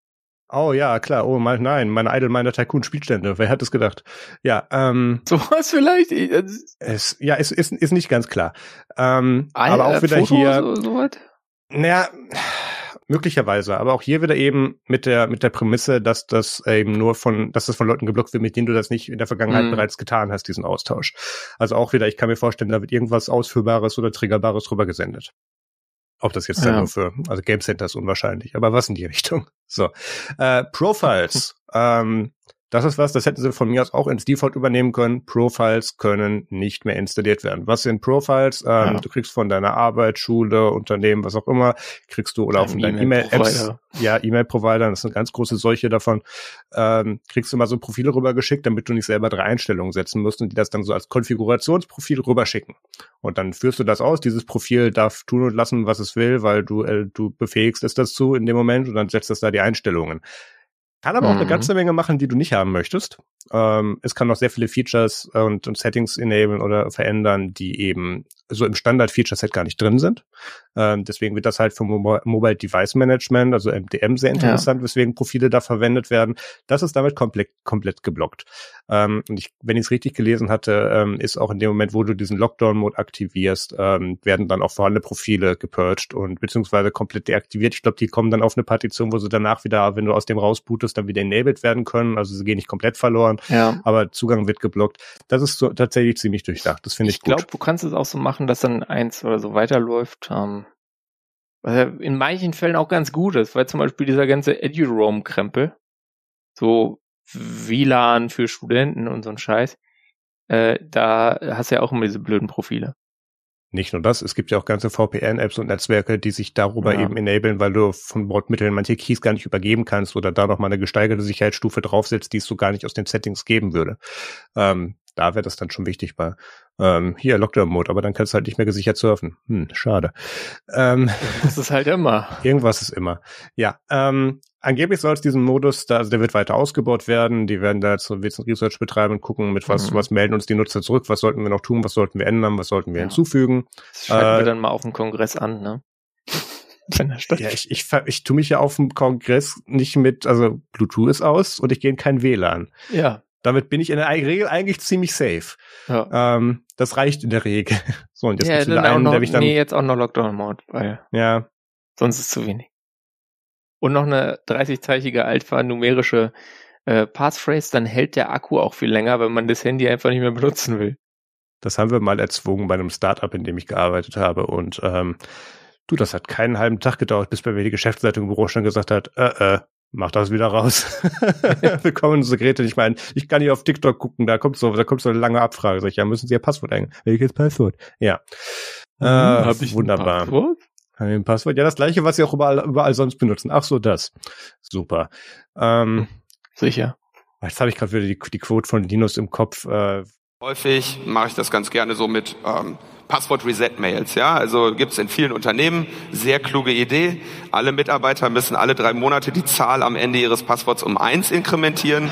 [SPEAKER 1] Oh ja, klar. Oh mein, nein, meine Idle Miner Tycoon Spielstände. Wer hat es gedacht? Ja, ähm.
[SPEAKER 2] Sowas vielleicht?
[SPEAKER 1] Es, ja, es ist, ist nicht ganz klar. Ähm,
[SPEAKER 2] Ein,
[SPEAKER 1] aber auch wieder
[SPEAKER 2] Foto,
[SPEAKER 1] hier.
[SPEAKER 2] So, so was?
[SPEAKER 1] Naja, möglicherweise. Aber auch hier wieder eben mit der, mit der Prämisse, dass das eben nur von, dass das von Leuten geblockt wird, mit denen du das nicht in der Vergangenheit mm. bereits getan hast, diesen Austausch. Also auch wieder, ich kann mir vorstellen, da wird irgendwas Ausführbares oder Triggerbares rüber gesendet. Ob das jetzt ja. dann nur für, also Game Center ist unwahrscheinlich, aber was in die Richtung. So, äh, Profiles, ähm, das ist was, das hätten sie von mir aus auch ins Default übernehmen können. Profiles können nicht mehr installiert werden. Was sind Profiles? Ähm, ja. Du kriegst von deiner Arbeit, Schule, Unternehmen, was auch immer, kriegst du oder auch von deinen E-Mail-Apps. Ja, E-Mail-Provider, das ist eine ganz große Seuche davon. Ähm, kriegst du mal so Profile rübergeschickt, damit du nicht selber drei Einstellungen setzen musst und die das dann so als Konfigurationsprofil rüberschicken. Und dann führst du das aus. Dieses Profil darf tun und lassen, was es will, weil du, äh, du befähigst es dazu in dem Moment und dann setzt es da die Einstellungen. Kann aber auch mhm. eine ganze Menge machen, die du nicht haben möchtest. Ähm, es kann noch sehr viele Features und, und Settings enablen oder verändern, die eben so im Standard-Feature-Set gar nicht drin sind. Ähm, deswegen wird das halt für Mo- Mobile Device Management, also M D M, sehr interessant, ja. weswegen Profile da verwendet werden. Das ist damit komplett, komplett geblockt. Ähm, und ich, wenn ich es richtig gelesen hatte, ähm, ist auch in dem Moment, wo du diesen Lockdown-Mode aktivierst, ähm, werden dann auch vorhandene Profile gepurged und beziehungsweise komplett deaktiviert. Ich glaube, die kommen dann auf eine Partition, wo sie danach wieder, wenn du aus dem rausbootest, dann wieder enabled werden können. Also sie gehen nicht komplett verloren, ja. aber Zugang wird geblockt. Das ist so tatsächlich ziemlich durchdacht. Das finde ich, ich gut. Ich glaube,
[SPEAKER 2] du kannst es auch so machen, dass dann eins oder so weiterläuft. Ähm, was in manchen Fällen auch ganz gut ist, weil zum Beispiel dieser ganze EduRoam-Krempel, so W L A N für Studenten und so ein Scheiß, äh, da hast du ja auch immer diese blöden Profile.
[SPEAKER 1] Nicht nur das, es gibt ja auch ganze V P N-Apps und Netzwerke, die sich darüber ja. eben enablen, weil du von Bordmitteln manche Keys gar nicht übergeben kannst oder da nochmal eine gesteigerte Sicherheitsstufe draufsetzt, die es so gar nicht aus den Settings geben würde. Ähm, da wäre das dann schon wichtig bei ähm, hier Lockdown-Mode, aber dann kannst du halt nicht mehr gesichert surfen. Hm, schade. Ähm,
[SPEAKER 2] das ist halt immer.
[SPEAKER 1] Irgendwas ist immer. Ja, ähm, angeblich soll es diesen Modus, da, also der wird weiter ausgebaut werden, die werden da jetzt so ein bisschen Research betreiben und gucken, mit was, mhm. was melden uns die Nutzer zurück, was sollten wir noch tun, was sollten wir ändern, was sollten wir ja. hinzufügen.
[SPEAKER 2] Das schalten äh, wir dann mal auf dem Kongress an, ne?
[SPEAKER 1] Wenn das ja, ich, ich, ich tue mich ja auf dem Kongress nicht mit, also Bluetooth ist aus und ich gehe in kein W L A N.
[SPEAKER 2] Ja.
[SPEAKER 1] Damit bin ich in der Regel eigentlich ziemlich safe. Ja. Ähm, das reicht in der Regel. So, und jetzt
[SPEAKER 2] ja,
[SPEAKER 1] gibt's wieder einen,
[SPEAKER 2] noch,
[SPEAKER 1] der mich dann...
[SPEAKER 2] Nee, jetzt auch noch Lockdown-Mode, weil
[SPEAKER 1] ja.
[SPEAKER 2] sonst ist es zu wenig. Und noch eine dreißig-zeichige alphanumerische äh, Passphrase, dann hält der Akku auch viel länger, wenn man das Handy einfach nicht mehr benutzen will.
[SPEAKER 1] Das haben wir mal erzwungen bei einem Startup, in dem ich gearbeitet habe. Und ähm, du, das hat keinen halben Tag gedauert, bis bei mir die Geschäftsleitung im Büro schon gesagt hat, äh, äh, mach das wieder raus. Wir kommen unsere Geräte nicht mehr ein. Ich kann hier auf TikTok gucken, da kommt so, da kommt so eine lange Abfrage. Sag ich, ja, müssen Sie Ihr Passwort eingeben? Welches Passwort? Ja.
[SPEAKER 2] Hm, äh, hab ich
[SPEAKER 1] wunderbar.
[SPEAKER 2] Ein Passwort?
[SPEAKER 1] Haben wir ein Passwort? Ja, das gleiche, was Sie auch überall, überall sonst benutzen. Ach so, das. Super. Ähm,
[SPEAKER 2] Sicher.
[SPEAKER 1] Jetzt habe ich gerade wieder die, die Quote von Linus im Kopf. Äh,
[SPEAKER 3] Häufig mache ich das ganz gerne so mit ähm, Passwort-Reset-Mails. Ja, also gibt's in vielen Unternehmen, sehr kluge Idee. Alle Mitarbeiter müssen alle drei Monate die Zahl am Ende ihres Passworts um eins inkrementieren.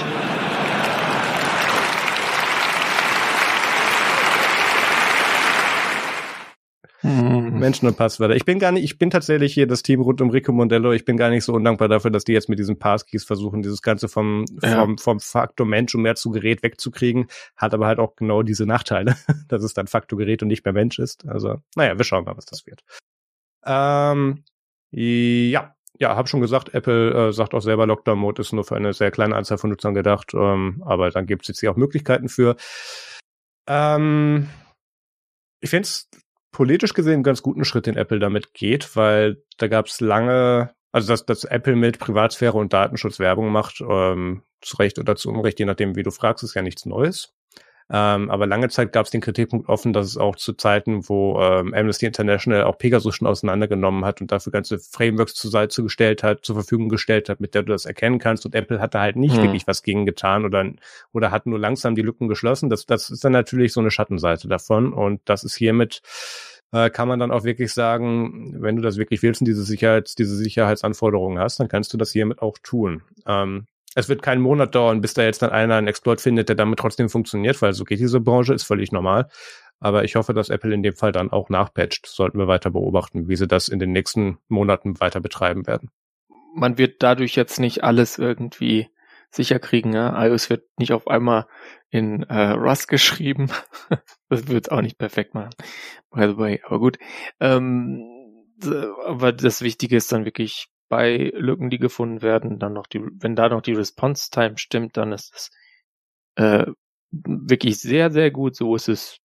[SPEAKER 1] Menschen und Passwörter. Ich bin gar nicht, ich bin tatsächlich hier das Team rund um Rico Mondello. Ich bin gar nicht so undankbar dafür, dass die jetzt mit diesen Passkeys versuchen, dieses Ganze vom, ja. vom, vom Faktor Mensch und mehr zu Gerät wegzukriegen. Hat aber halt auch genau diese Nachteile, dass es dann Faktor Gerät und nicht mehr Mensch ist. Also, naja, wir schauen mal, was das wird. Ähm, ja. Ja, habe schon gesagt, Apple äh, sagt auch selber, Lockdown-Mode ist nur für eine sehr kleine Anzahl von Nutzern gedacht. Ähm, aber dann gibt es jetzt hier auch Möglichkeiten für. Ähm, ich finde es politisch gesehen einen ganz guten Schritt, den Apple damit geht, weil da gab es lange, also dass, dass Apple mit Privatsphäre und Datenschutz Werbung macht, ähm, zu Recht oder zu Unrecht, je nachdem, wie du fragst, ist ja nichts Neues. Ähm, aber lange Zeit gab es den Kritikpunkt offen, dass es auch zu Zeiten, wo ähm, Amnesty International auch Pegasus schon auseinandergenommen hat und dafür ganze Frameworks zur Seite gestellt hat, zur Verfügung gestellt hat, mit der du das erkennen kannst. Und Apple hat da halt nicht hm. wirklich was gegen getan oder oder hat nur langsam die Lücken geschlossen. Das, das ist dann natürlich so eine Schattenseite davon. Und das ist hiermit, äh, kann man dann auch wirklich sagen, wenn du das wirklich willst und diese Sicherheits, diese Sicherheitsanforderungen hast, dann kannst du das hiermit auch tun. Ähm, Es wird keinen Monat dauern, bis da jetzt dann einer einen Exploit findet, der damit trotzdem funktioniert, weil so geht diese Branche, ist völlig normal. Aber ich hoffe, dass Apple in dem Fall dann auch nachpatcht. Sollten wir weiter beobachten, wie sie das in den nächsten Monaten weiter betreiben werden.
[SPEAKER 2] man wird dadurch jetzt nicht alles irgendwie sicher kriegen. Ja? iOS wird nicht auf einmal in äh, Rust geschrieben. Das wird es auch nicht perfekt machen. By the way, aber gut. Ähm, aber das Wichtige ist dann wirklich bei Lücken, die gefunden werden, dann noch die, wenn da noch die Response Time stimmt, dann ist es äh, wirklich sehr, sehr gut. So ist es,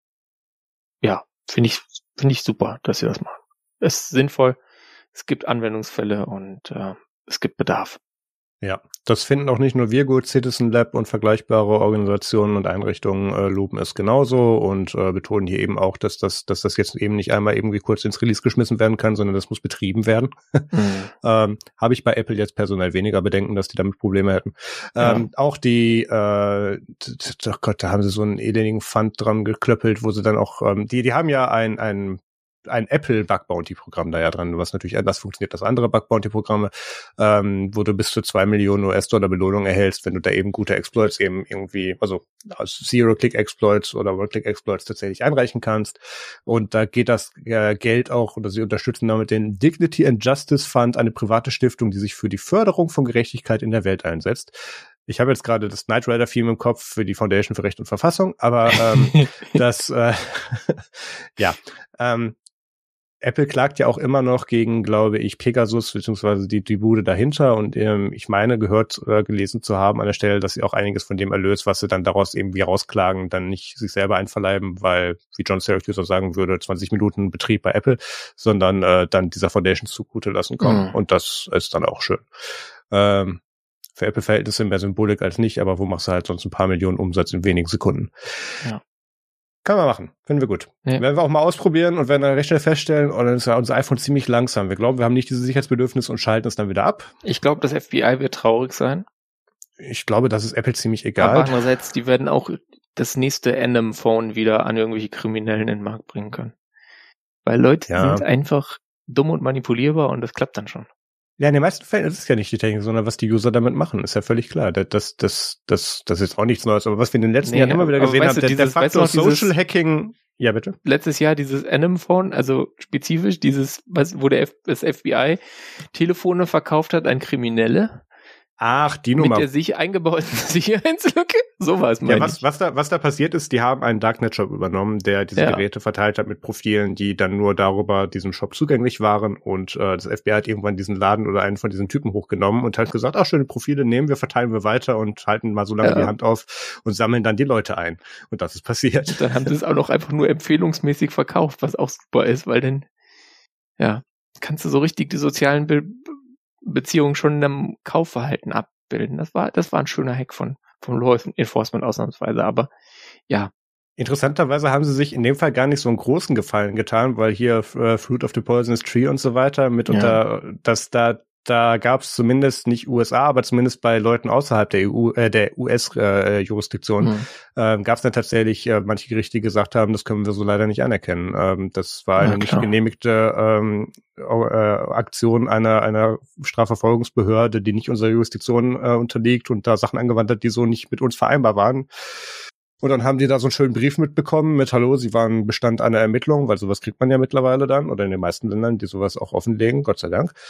[SPEAKER 2] ja, finde ich, finde ich super, dass sie das machen. Es ist sinnvoll, es gibt Anwendungsfälle und äh, es gibt Bedarf.
[SPEAKER 1] Ja, das finden auch nicht nur wir gut. Citizen Lab und vergleichbare Organisationen und Einrichtungen äh, loben es genauso und äh, betonen hier eben auch, dass das, dass das jetzt eben nicht einmal irgendwie kurz ins Release geschmissen werden kann, sondern das muss betrieben werden. Mhm. ähm, Habe ich bei Apple jetzt personell weniger Bedenken, dass die damit Probleme hätten. Ähm, ja. Auch die, äh, oh Gott, da haben sie so einen elendigen Pfand dran geklöppelt, wo sie dann auch, ähm, die, die haben ja ein, ein ein Apple Bug Bounty Programm da ja dran, was natürlich anders funktioniert als andere Bug Bounty Programme, ähm, wo du bis zu zwei Millionen U S-Dollar Belohnung erhältst, wenn du da eben gute Exploits eben irgendwie, also Zero-Click-Exploits oder One-Click-Exploits tatsächlich einreichen kannst. Und da geht das äh, Geld auch, oder sie unterstützen damit den Dignity and Justice Fund, eine private Stiftung, die sich für die Förderung von Gerechtigkeit in der Welt einsetzt. Ich habe jetzt gerade das Knight Rider-Theme im Kopf für die Foundation für Recht und Verfassung, aber ähm, das, äh, ja, ähm, Apple klagt ja auch immer noch gegen, glaube ich, Pegasus beziehungsweise die, die Bude dahinter und ähm, ich meine, gehört, äh, gelesen zu haben an der Stelle, dass sie auch einiges von dem Erlös, was sie dann daraus irgendwie rausklagen, dann nicht sich selber einverleiben, weil, wie John Syracuse auch sagen würde, zwanzig Minuten Betrieb bei Apple, sondern äh, dann dieser Foundation zugute lassen kommen. Mhm. Und das ist dann auch schön. Ähm, für Apple-Verhältnisse mehr Symbolik als nicht, aber wo machst du halt sonst ein paar Millionen Umsatz in wenigen Sekunden? Ja. Kann man machen. Finden wir gut. Ja. Werden wir auch mal ausprobieren und werden dann recht schnell feststellen, oh, dann ist ja unser iPhone ziemlich langsam. Wir glauben, wir haben nicht diese Sicherheitsbedürfnis und schalten es dann wieder ab.
[SPEAKER 2] Ich glaube, das F B I wird traurig sein.
[SPEAKER 1] Ich glaube, das ist Apple ziemlich egal.
[SPEAKER 2] Aber andererseits, die werden auch das nächste N M-Phone wieder an irgendwelche Kriminellen in den Markt bringen können. Weil Leute ja. sind einfach dumm und manipulierbar und das klappt dann schon.
[SPEAKER 1] Ja, in den meisten Fällen ist es ja nicht die Technik, sondern was die User damit machen, ist ja völlig klar. Das, das, das, das ist auch nichts Neues. Aber was wir in den letzten nee, Jahren immer wieder gesehen haben,
[SPEAKER 2] du,
[SPEAKER 1] der,
[SPEAKER 2] dieses,
[SPEAKER 1] der Faktor Social Hacking. Ja, bitte.
[SPEAKER 2] Letztes Jahr dieses N M-Phone, also spezifisch dieses, was, wo der F, das F B I Telefone verkauft hat an Kriminelle.
[SPEAKER 1] Ach, die Nummer.
[SPEAKER 2] Mit der sich eingebauten Sicherheitslücke? So war es mal.
[SPEAKER 1] Ja, was, was da, was da passiert ist, die haben einen Darknet-Shop übernommen, der diese ja. Geräte verteilt hat mit Profilen, die dann nur darüber diesem Shop zugänglich waren und äh, das F B I hat irgendwann diesen Laden oder einen von diesen Typen hochgenommen und hat gesagt, ach, schöne Profile nehmen wir, verteilen wir weiter und halten mal so lange ja. die Hand auf und sammeln dann die Leute ein. Und das ist passiert.
[SPEAKER 2] Und dann haben sie es auch noch einfach nur empfehlungsmäßig verkauft, was auch super ist, weil dann, ja, kannst du so richtig die sozialen Be- Beziehungen schon in einem Kaufverhalten abbilden. Das war, das war ein schöner Hack von, vom Law Enforcement ausnahmsweise, aber ja.
[SPEAKER 1] Interessanterweise haben sie sich in dem Fall gar nicht so einen großen Gefallen getan, weil hier äh, Fruit of the Poisonous Tree und so weiter mitunter, ja. dass da da gab es zumindest nicht U S A, aber zumindest bei Leuten außerhalb der E U, äh, der U S-Jurisdiktion äh, mhm. ähm, gab es dann tatsächlich äh, manche Gerichte, die gesagt haben, das können wir so leider nicht anerkennen. Ähm, das war eine ja, nicht genehmigte ähm, äh, Aktion einer einer Strafverfolgungsbehörde, die nicht unserer Jurisdiktion äh, unterliegt und da Sachen angewandt hat, die so nicht mit uns vereinbar waren. Und dann haben die da so einen schönen Brief mitbekommen mit Hallo, sie waren Bestand einer Ermittlung, weil sowas kriegt man ja mittlerweile dann, oder in den meisten Ländern, die sowas auch offenlegen, Gott sei Dank.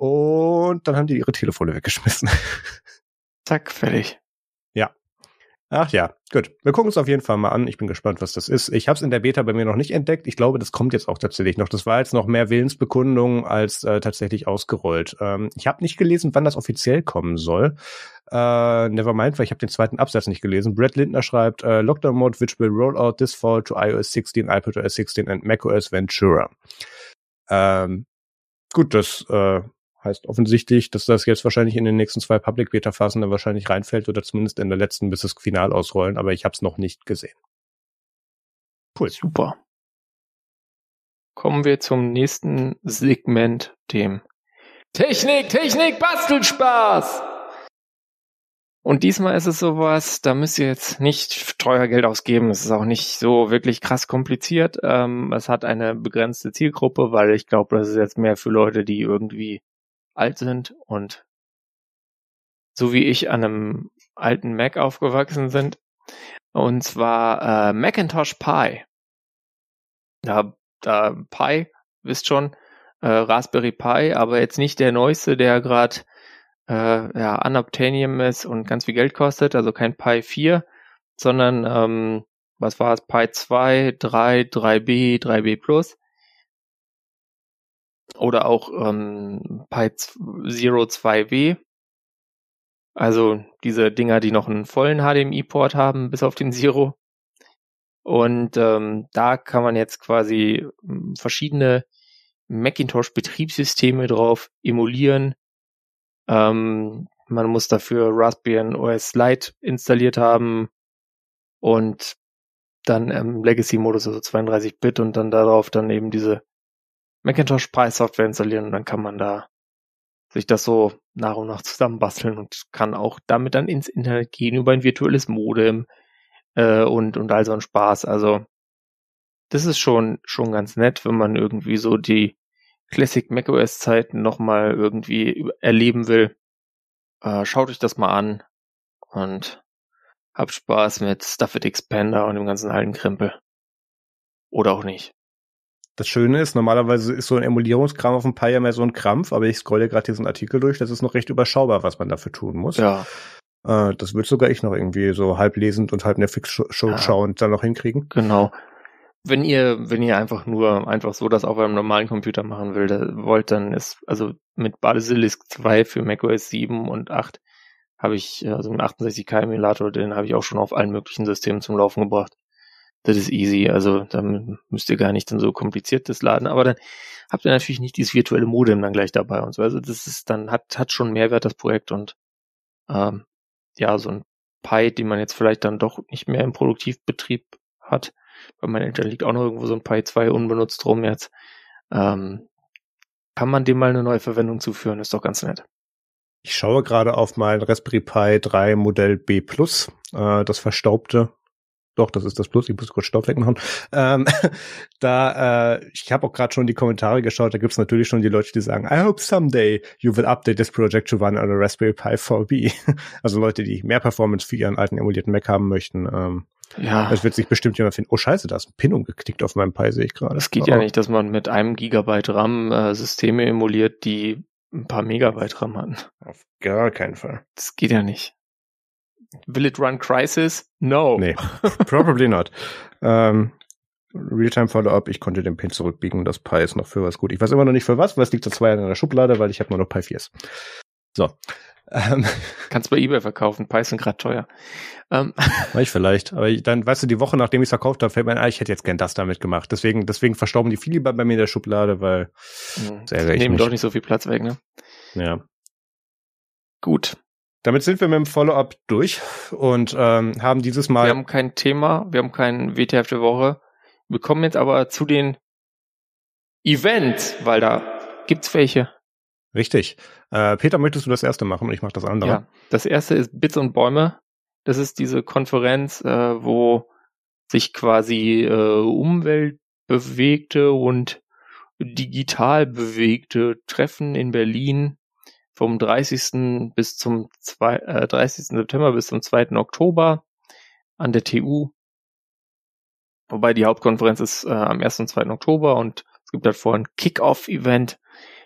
[SPEAKER 1] Und dann haben die ihre Telefone weggeschmissen.
[SPEAKER 2] Zack, fertig.
[SPEAKER 1] Ja. Ach ja, gut. Wir gucken uns auf jeden Fall mal an. Ich bin gespannt, was das ist. Ich habe es in der Beta bei mir noch nicht entdeckt. Ich glaube, das kommt jetzt auch tatsächlich noch. Das war jetzt noch mehr Willensbekundung als äh, tatsächlich ausgerollt. Ähm, ich habe nicht gelesen, wann das offiziell kommen soll. Uh, never mind, weil ich habe den zweiten Absatz nicht gelesen. Brett Lindner schreibt, uh, Lockdown Mode which will roll out this fall to iOS sixteen, iPadOS sixteen and macOS Ventura. Ähm, gut, das äh, heißt offensichtlich, dass das jetzt wahrscheinlich in den nächsten zwei Public Beta Phasen dann wahrscheinlich reinfällt oder zumindest in der letzten bis das Final ausrollen, aber ich habe es noch nicht gesehen.
[SPEAKER 2] Cool. Super. Kommen wir zum nächsten Segment, dem Technik, Technik, Bastelspaß! Und diesmal ist es sowas, da müsst ihr jetzt nicht teuer Geld ausgeben. Es ist auch nicht so wirklich krass kompliziert. Ähm, es hat eine begrenzte Zielgruppe, weil ich glaube, das ist jetzt mehr für Leute, die irgendwie alt sind und so wie ich an einem alten Mac aufgewachsen sind. Und zwar äh, Macintosh Pi. Da, da Pi, wisst schon, äh, Raspberry Pi, aber jetzt nicht der neueste, der gerade äh, ja, unobtainium ist und ganz viel Geld kostet, also kein Pi vier, sondern, ähm, was war es, Pi zwei, drei, drei b, drei b plus. Oder auch ähm, Pi Zero zwei w. Also diese Dinger, die noch einen vollen H D M I-Port haben, bis auf den Zero. Und ähm, da kann man jetzt quasi ähm, verschiedene Macintosh-Betriebssysteme drauf emulieren. Ähm, man muss dafür Raspbian O S Lite installiert haben und dann im Legacy-Modus, also zweiunddreißig Bit, und dann darauf dann eben diese Macintosh Pi Software installieren, und dann kann man da sich das so nach und nach zusammenbasteln und kann auch damit dann ins Internet gehen über ein virtuelles Modem äh, und und all so ein Spaß. Also das ist schon schon ganz nett, wenn man irgendwie so die Classic macOS Zeiten nochmal irgendwie erleben will. Äh, schaut euch das mal an und habt Spaß mit Stuffit Expander und dem ganzen alten Krempel. Oder auch nicht.
[SPEAKER 1] Das Schöne ist, normalerweise ist so ein Emulierungskram auf dem Pi ja mehr so ein Krampf, aber ich scrolle ja gerade diesen Artikel durch, das ist noch recht überschaubar, was man dafür tun muss.
[SPEAKER 2] Ja.
[SPEAKER 1] Äh, das wird sogar ich noch irgendwie so halb lesend und halb Netflix-Show
[SPEAKER 2] Ja.
[SPEAKER 1] schauend dann noch hinkriegen.
[SPEAKER 2] Genau. Wenn ihr, wenn ihr einfach nur einfach so das auf einem normalen Computer machen will, da wollt, dann ist, also mit Basilisk zwei für macOS sieben und acht habe ich, also einen achtundsechzig K Emulator, den habe ich auch schon auf allen möglichen Systemen zum Laufen gebracht. Das ist easy, also dann müsst ihr gar nicht dann so kompliziertes laden, aber dann habt ihr natürlich nicht dieses virtuelle Modem dann gleich dabei und so. Also das ist dann, hat, hat schon Mehrwert, das Projekt, und ähm, ja, so ein Pi, den man jetzt vielleicht dann doch nicht mehr im Produktivbetrieb hat. Bei meinen Eltern liegt auch noch irgendwo so ein Pi zwei unbenutzt rum jetzt. Ähm, kann man dem mal eine neue Verwendung zuführen, ist doch ganz nett.
[SPEAKER 1] Ich schaue gerade auf mein Raspberry Pi drei Modell B Plus, äh, das verstaubte. Doch, das ist das Plus, ich muss kurz Staub wegmachen. Ähm, da, äh, ich habe auch gerade schon die Kommentare geschaut, da gibt's natürlich schon die Leute, die sagen, I hope someday you will update this project to run on a Raspberry Pi four B. Also Leute, die mehr Performance für ihren alten emulierten Mac haben möchten. Ähm,
[SPEAKER 2] Ja,
[SPEAKER 1] das wird sich bestimmt jemand finden, oh scheiße, da ist ein Pin umgeknickt auf meinem Pi, sehe ich gerade.
[SPEAKER 2] es geht
[SPEAKER 1] oh.
[SPEAKER 2] ja nicht, dass man mit einem Gigabyte RAM äh, Systeme emuliert, die ein paar Megabyte RAM hatten.
[SPEAKER 1] Auf gar keinen Fall.
[SPEAKER 2] Das geht ja nicht. Will it run Crysis? No.
[SPEAKER 1] Nee, probably not. Ähm, Realtime Follow-up, ich konnte den Pin zurückbiegen, das Pi ist noch für was gut. Ich weiß immer noch nicht für was, weil es liegt seit zwei Jahren in der Schublade, weil ich habe nur noch Pi viers. So. Ähm,
[SPEAKER 2] Kannst bei eBay verkaufen, Pi sind gerade teuer. Ähm.
[SPEAKER 1] ich vielleicht, aber ich, dann, weißt du, die Woche, nachdem ich es verkauft habe, fällt mir ein, ah, ich hätte jetzt gern das damit gemacht. Deswegen, deswegen verstauben die viel lieber bei mir in der Schublade, weil
[SPEAKER 2] Hm,
[SPEAKER 1] das ärgere ich
[SPEAKER 2] nehmen
[SPEAKER 1] mich.
[SPEAKER 2] doch nicht so viel Platz weg, ne?
[SPEAKER 1] Ja.
[SPEAKER 2] Gut.
[SPEAKER 1] Damit sind wir mit dem Follow-up durch und ähm, haben dieses Mal...
[SPEAKER 2] Wir haben kein Thema, wir haben kein W T F der Woche. Wir kommen jetzt aber zu den Events, weil da gibt's welche.
[SPEAKER 1] Richtig. Äh, Peter, möchtest du das erste machen und ich mache das andere?
[SPEAKER 2] Ja, das erste ist Bits und Bäume. Das ist diese Konferenz, äh, wo sich quasi äh, Umweltbewegte und digital Bewegte treffen in Berlin vom dreißigsten bis zum zwei, äh, dreißigsten September bis zum zweiten Oktober an der T U. Wobei die Hauptkonferenz ist äh, am ersten und zweiten Oktober, und es gibt davor ein Kick-Off-Event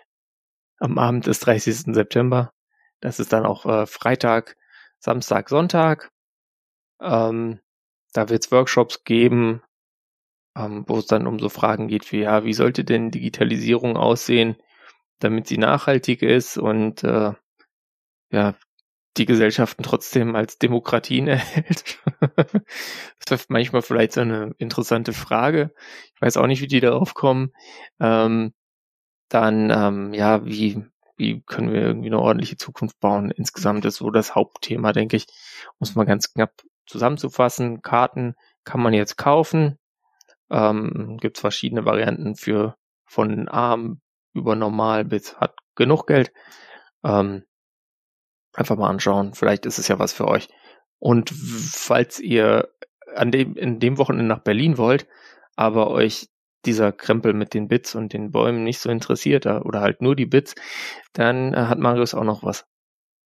[SPEAKER 2] am Abend des dreißigsten September. Das ist dann auch äh, Freitag, Samstag, Sonntag. Ähm, da wird es Workshops geben, ähm, wo es dann um so Fragen geht wie, ja, wie sollte denn Digitalisierung aussehen, damit sie nachhaltig ist und äh, ja, die Gesellschaften trotzdem als Demokratien erhält. Das ist manchmal vielleicht so eine interessante Frage. Ich weiß auch nicht, wie die darauf kommen. Ähm, dann, ähm, ja, wie, wie können wir irgendwie eine ordentliche Zukunft bauen? Insgesamt ist so das Hauptthema, denke ich, um es mal ganz knapp zusammenzufassen. Karten kann man jetzt kaufen. Ähm, gibt es verschiedene Varianten für von arm über normal bis hat genug Geld. Ähm, einfach mal anschauen. Vielleicht ist es ja was für euch. Und falls ihr an dem, in dem Wochenende nach Berlin wollt, aber euch dieser Krempel mit den Bits und den Bäumen nicht so interessiert oder halt nur die Bits, dann hat Marius auch noch was.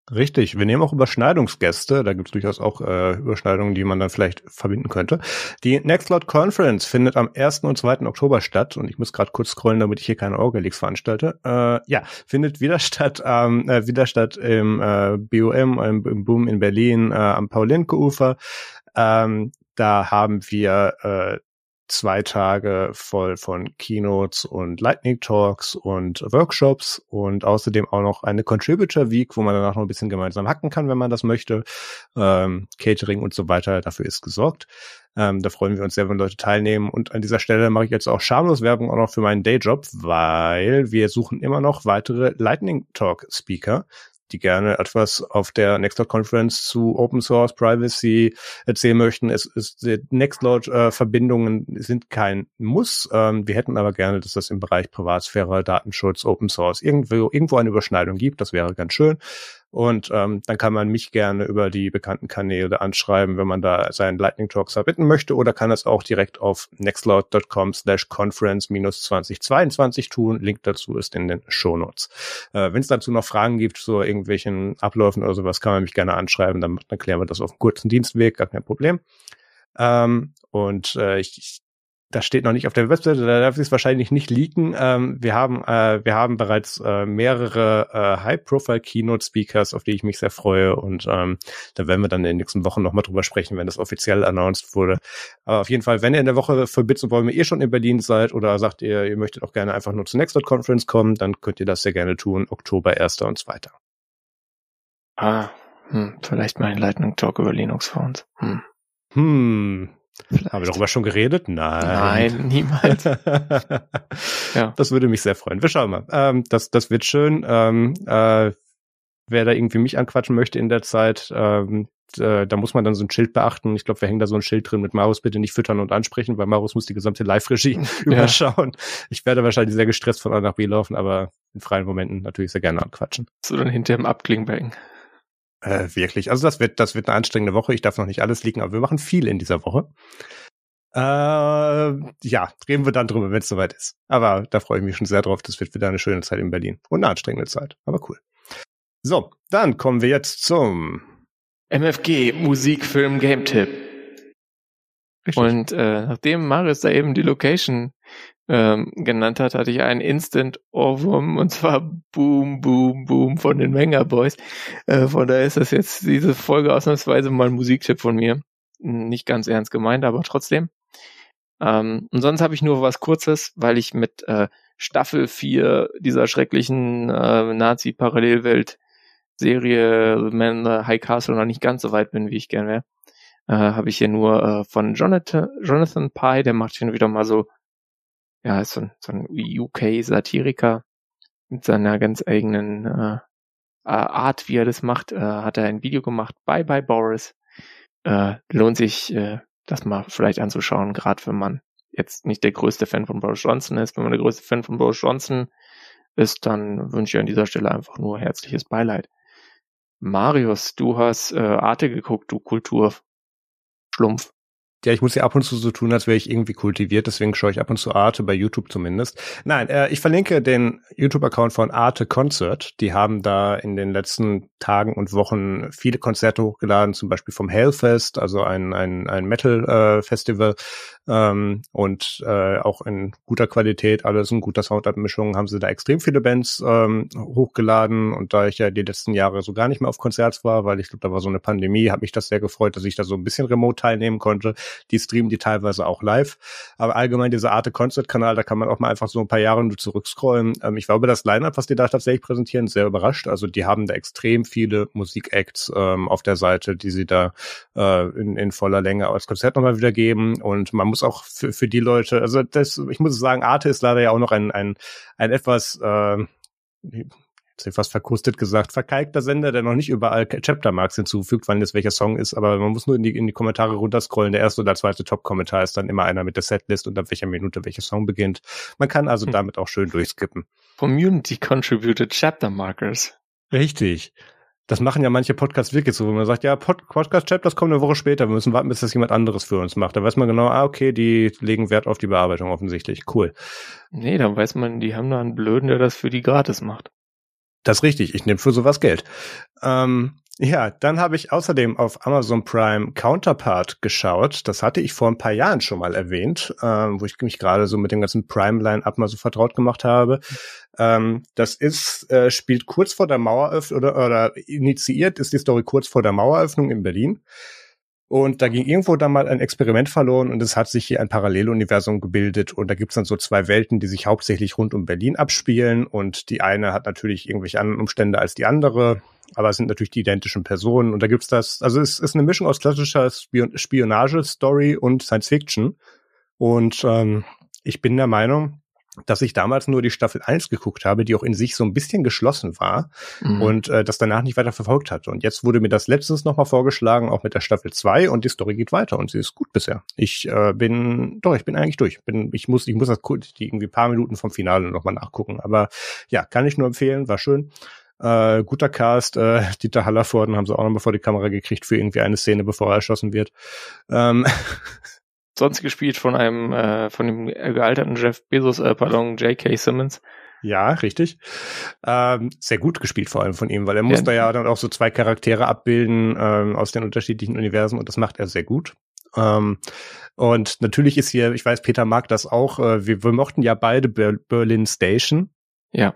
[SPEAKER 1] Richtig, wir nehmen auch Überschneidungsgäste, da gibt es durchaus auch äh, Überschneidungen, die man dann vielleicht verbinden könnte. Die Nextcloud Conference findet am ersten und zweiten Oktober statt und ich muss gerade kurz scrollen, damit ich hier keine Orga-Leaks veranstalte. Äh, ja, findet wieder statt, ähm, äh, wieder statt im äh, B O M, im, im Boom in Berlin äh, am Paul-Lincke-Ufer. Ähm, da haben wir äh, zwei Tage voll von Keynotes und Lightning Talks und Workshops und außerdem auch noch eine Contributor Week, wo man danach noch ein bisschen gemeinsam hacken kann, wenn man das möchte. Ähm, Catering und so weiter, dafür ist gesorgt. Ähm, da freuen wir uns sehr, wenn Leute teilnehmen. Und an dieser Stelle mache ich jetzt auch schamlos Werbung auch noch für meinen Dayjob, weil wir suchen immer noch weitere Lightning Talk Speaker, die gerne etwas auf der Nextcloud Conference zu Open Source, Privacy erzählen möchten. Es ist, Nextcloud äh, Verbindungen sind kein Muss. Ähm, wir hätten aber gerne, dass das im Bereich Privatsphäre, Datenschutz, Open Source irgendwo, irgendwo eine Überschneidung gibt. Das wäre ganz schön. Und ähm, dann kann man mich gerne über die bekannten Kanäle anschreiben, wenn man da seinen Lightning Talk submitten möchte, oder kann das auch direkt auf nextcloud.com slash conference minus zwanzig zweiundzwanzig tun. Link dazu ist in den Shownotes. Äh, wenn es dazu noch Fragen gibt, so irgendwelchen Abläufen oder sowas, kann man mich gerne anschreiben, dann, dann klären wir das auf einem kurzen Dienstweg, gar kein Problem. Ähm, und äh, ich, ich das steht noch nicht auf der Webseite, da darf ich es wahrscheinlich nicht leaken. Ähm, wir haben äh, wir haben bereits äh, mehrere äh, High-Profile-Keynote-Speakers, auf die ich mich sehr freue, und ähm, da werden wir dann in den nächsten Wochen nochmal drüber sprechen, wenn das offiziell announced wurde. Aber auf jeden Fall, wenn ihr in der Woche für Bits und Bäume eh schon in Berlin seid oder sagt ihr, ihr möchtet auch gerne einfach nur zur Nextcloud Conference kommen, dann könnt ihr das sehr gerne tun, Oktober erster und zweiter
[SPEAKER 2] Ah, hm, vielleicht mal ein Lightning Talk über Linux für uns. Hm.
[SPEAKER 1] Hm.
[SPEAKER 2] Vielleicht.
[SPEAKER 1] Haben wir darüber schon geredet? Nein.
[SPEAKER 2] Nein, niemals. Ja.
[SPEAKER 1] Das würde mich sehr freuen. Wir schauen mal. Ähm, das, das wird schön. Ähm, äh, wer da irgendwie mich anquatschen möchte in der Zeit, ähm, äh, da muss man dann so ein Schild beachten. Ich glaube, wir hängen da so ein Schild drin mit Marus bitte nicht füttern und ansprechen, weil Marus muss die gesamte Live-Regie überschauen. Ich werde wahrscheinlich sehr gestresst von A nach B laufen, aber in freien Momenten natürlich sehr gerne anquatschen.
[SPEAKER 2] So dann hinter dem Abklingbecken.
[SPEAKER 1] Äh, wirklich. Also das wird, das wird eine anstrengende Woche. Ich darf noch nicht alles leaken, aber wir machen viel in dieser Woche. Äh, ja, reden wir dann drüber, wenn es soweit ist. Aber da freue ich mich schon sehr drauf. Das wird wieder eine schöne Zeit in Berlin. Und eine anstrengende Zeit. Aber cool. So, dann kommen wir jetzt zum
[SPEAKER 2] M F G, Musik, Film, Game-Tipp.
[SPEAKER 1] Richtig.
[SPEAKER 2] Und äh, nachdem Marius da eben die Location ähm, genannt hat, hatte ich einen Instant-Ohrwurm, und zwar Boom, Boom, Boom von den Venga Boys. Äh, von daher ist das jetzt diese Folge ausnahmsweise mal ein Musiktipp von mir. Nicht ganz ernst gemeint, aber trotzdem. Ähm, und sonst habe ich nur was Kurzes, weil ich mit äh, Staffel vier dieser schrecklichen äh, Nazi-Parallelwelt-Serie Man in the High Castle noch nicht ganz so weit bin, wie ich gern wäre. Äh, habe ich hier nur äh, von Jonathan, Jonathan Pye, der macht hier wieder mal so, ja, ist so ein, so ein U K-Satiriker mit seiner ganz eigenen äh, Art, wie er das macht. Äh, hat er ein Video gemacht, Bye Bye Boris. Äh, lohnt sich, äh, das mal vielleicht anzuschauen, gerade wenn man jetzt nicht der größte Fan von Boris Johnson ist. Wenn man der größte Fan von Boris Johnson ist, dann wünsche ich an dieser Stelle einfach nur herzliches Beileid. Marius, du hast äh, Arte geguckt, du Kulturschlumpf.
[SPEAKER 1] Ja, ich muss ja ab und zu so tun, als wäre ich irgendwie kultiviert, deswegen schaue ich ab und zu Arte, bei YouTube zumindest. Nein, äh, ich verlinke den YouTube-Account von Arte Concert. Die haben da in den letzten Tagen und Wochen viele Konzerte hochgeladen, zum Beispiel vom Hellfest, also ein ein ein Metal-Festival, ähm, und äh, auch in guter Qualität, alles in guter Soundabmischung, haben sie da extrem viele Bands ähm, hochgeladen. Und da ich ja die letzten Jahre so gar nicht mehr auf Konzerts war, weil ich glaube, da war so eine Pandemie, hat mich das sehr gefreut, dass ich da so ein bisschen remote teilnehmen konnte. Die streamen die teilweise auch live. Aber allgemein dieser Arte-Concert-Kanal, da kann man auch mal einfach so ein paar Jahre nur zurückscrollen. Ähm, ich war über das Line-Up, was die da tatsächlich präsentieren, sehr überrascht. Also die haben da extrem viele Musik-Acts ähm, auf der Seite, die sie da äh, in, in voller Länge als Konzert nochmal wieder geben. Und man muss auch für, für die Leute, also das, ich muss sagen, Arte ist leider ja auch noch ein, ein, ein etwas, äh, fast verkrustet gesagt, verkalkter Sender, der noch nicht überall Chaptermarks hinzufügt, wann jetzt welcher Song ist, aber man muss nur in die, in die Kommentare runterscrollen. Der erste oder zweite Top-Kommentar ist dann immer einer mit der Setlist und ab welcher Minute welcher Song beginnt. Man kann also hm. damit auch schön durchskippen.
[SPEAKER 2] Community-contributed Chapter-Markers.
[SPEAKER 1] Richtig. Das machen ja manche Podcasts wirklich so, wo man sagt, ja, Pod- Podcast-Chapters kommen eine Woche später, wir müssen warten, bis das jemand anderes für uns macht. Da weiß man genau, ah, okay, die legen Wert auf die Bearbeitung offensichtlich. Cool.
[SPEAKER 2] Nee, dann weiß man, die haben da einen Blöden, der das für die gratis macht.
[SPEAKER 1] Das ist richtig, ich nehme für sowas Geld. Ähm, ja, dann habe ich außerdem auf Amazon Prime Counterpart geschaut. Das hatte ich vor ein paar Jahren schon mal erwähnt, ähm, wo ich mich gerade so mit dem ganzen Prime-Line-Up mal so vertraut gemacht habe. Ähm, das ist, äh, spielt kurz vor der Maueröffnung oder, oder initiiert ist die Story kurz vor der Maueröffnung in Berlin. Und da ging irgendwo dann mal ein Experiment verloren und es hat sich hier ein Paralleluniversum gebildet und da gibt's dann so zwei Welten, die sich hauptsächlich rund um Berlin abspielen und die eine hat natürlich irgendwelche anderen Umstände als die andere, aber es sind natürlich die identischen Personen und da gibt's das, also es ist eine Mischung aus klassischer Spion- Spionage-Story und Science-Fiction und ähm, ich bin der Meinung, dass ich damals nur die Staffel eins geguckt habe, die auch in sich so ein bisschen geschlossen war mhm. und äh, das danach nicht weiter verfolgt hatte. Und jetzt wurde mir das letztens nochmal vorgeschlagen, auch mit der Staffel zwei und die Story geht weiter und sie ist gut bisher. Ich äh, bin, doch, ich bin eigentlich durch. Bin, ich muss, ich muss das die irgendwie paar Minuten vom Finale nochmal nachgucken. Aber ja, kann ich nur empfehlen, war schön. Äh, guter Cast, äh, Dieter Hallervorden haben sie auch nochmal vor die Kamera gekriegt für irgendwie eine Szene, bevor er erschossen wird. Ähm,
[SPEAKER 2] Sonst gespielt von einem, äh, von dem gealterten Jeff Bezos, äh, pardon, J K. Simmons.
[SPEAKER 1] Ja, richtig. Ähm, sehr gut gespielt vor allem von ihm, weil er muss ja. da ja dann auch so zwei Charaktere abbilden ähm, aus den unterschiedlichen Universen und das macht er sehr gut. Ähm, und natürlich ist hier, ich weiß, Peter mag das auch, äh, wir, wir mochten ja beide Ber- Berlin Station.
[SPEAKER 2] Ja.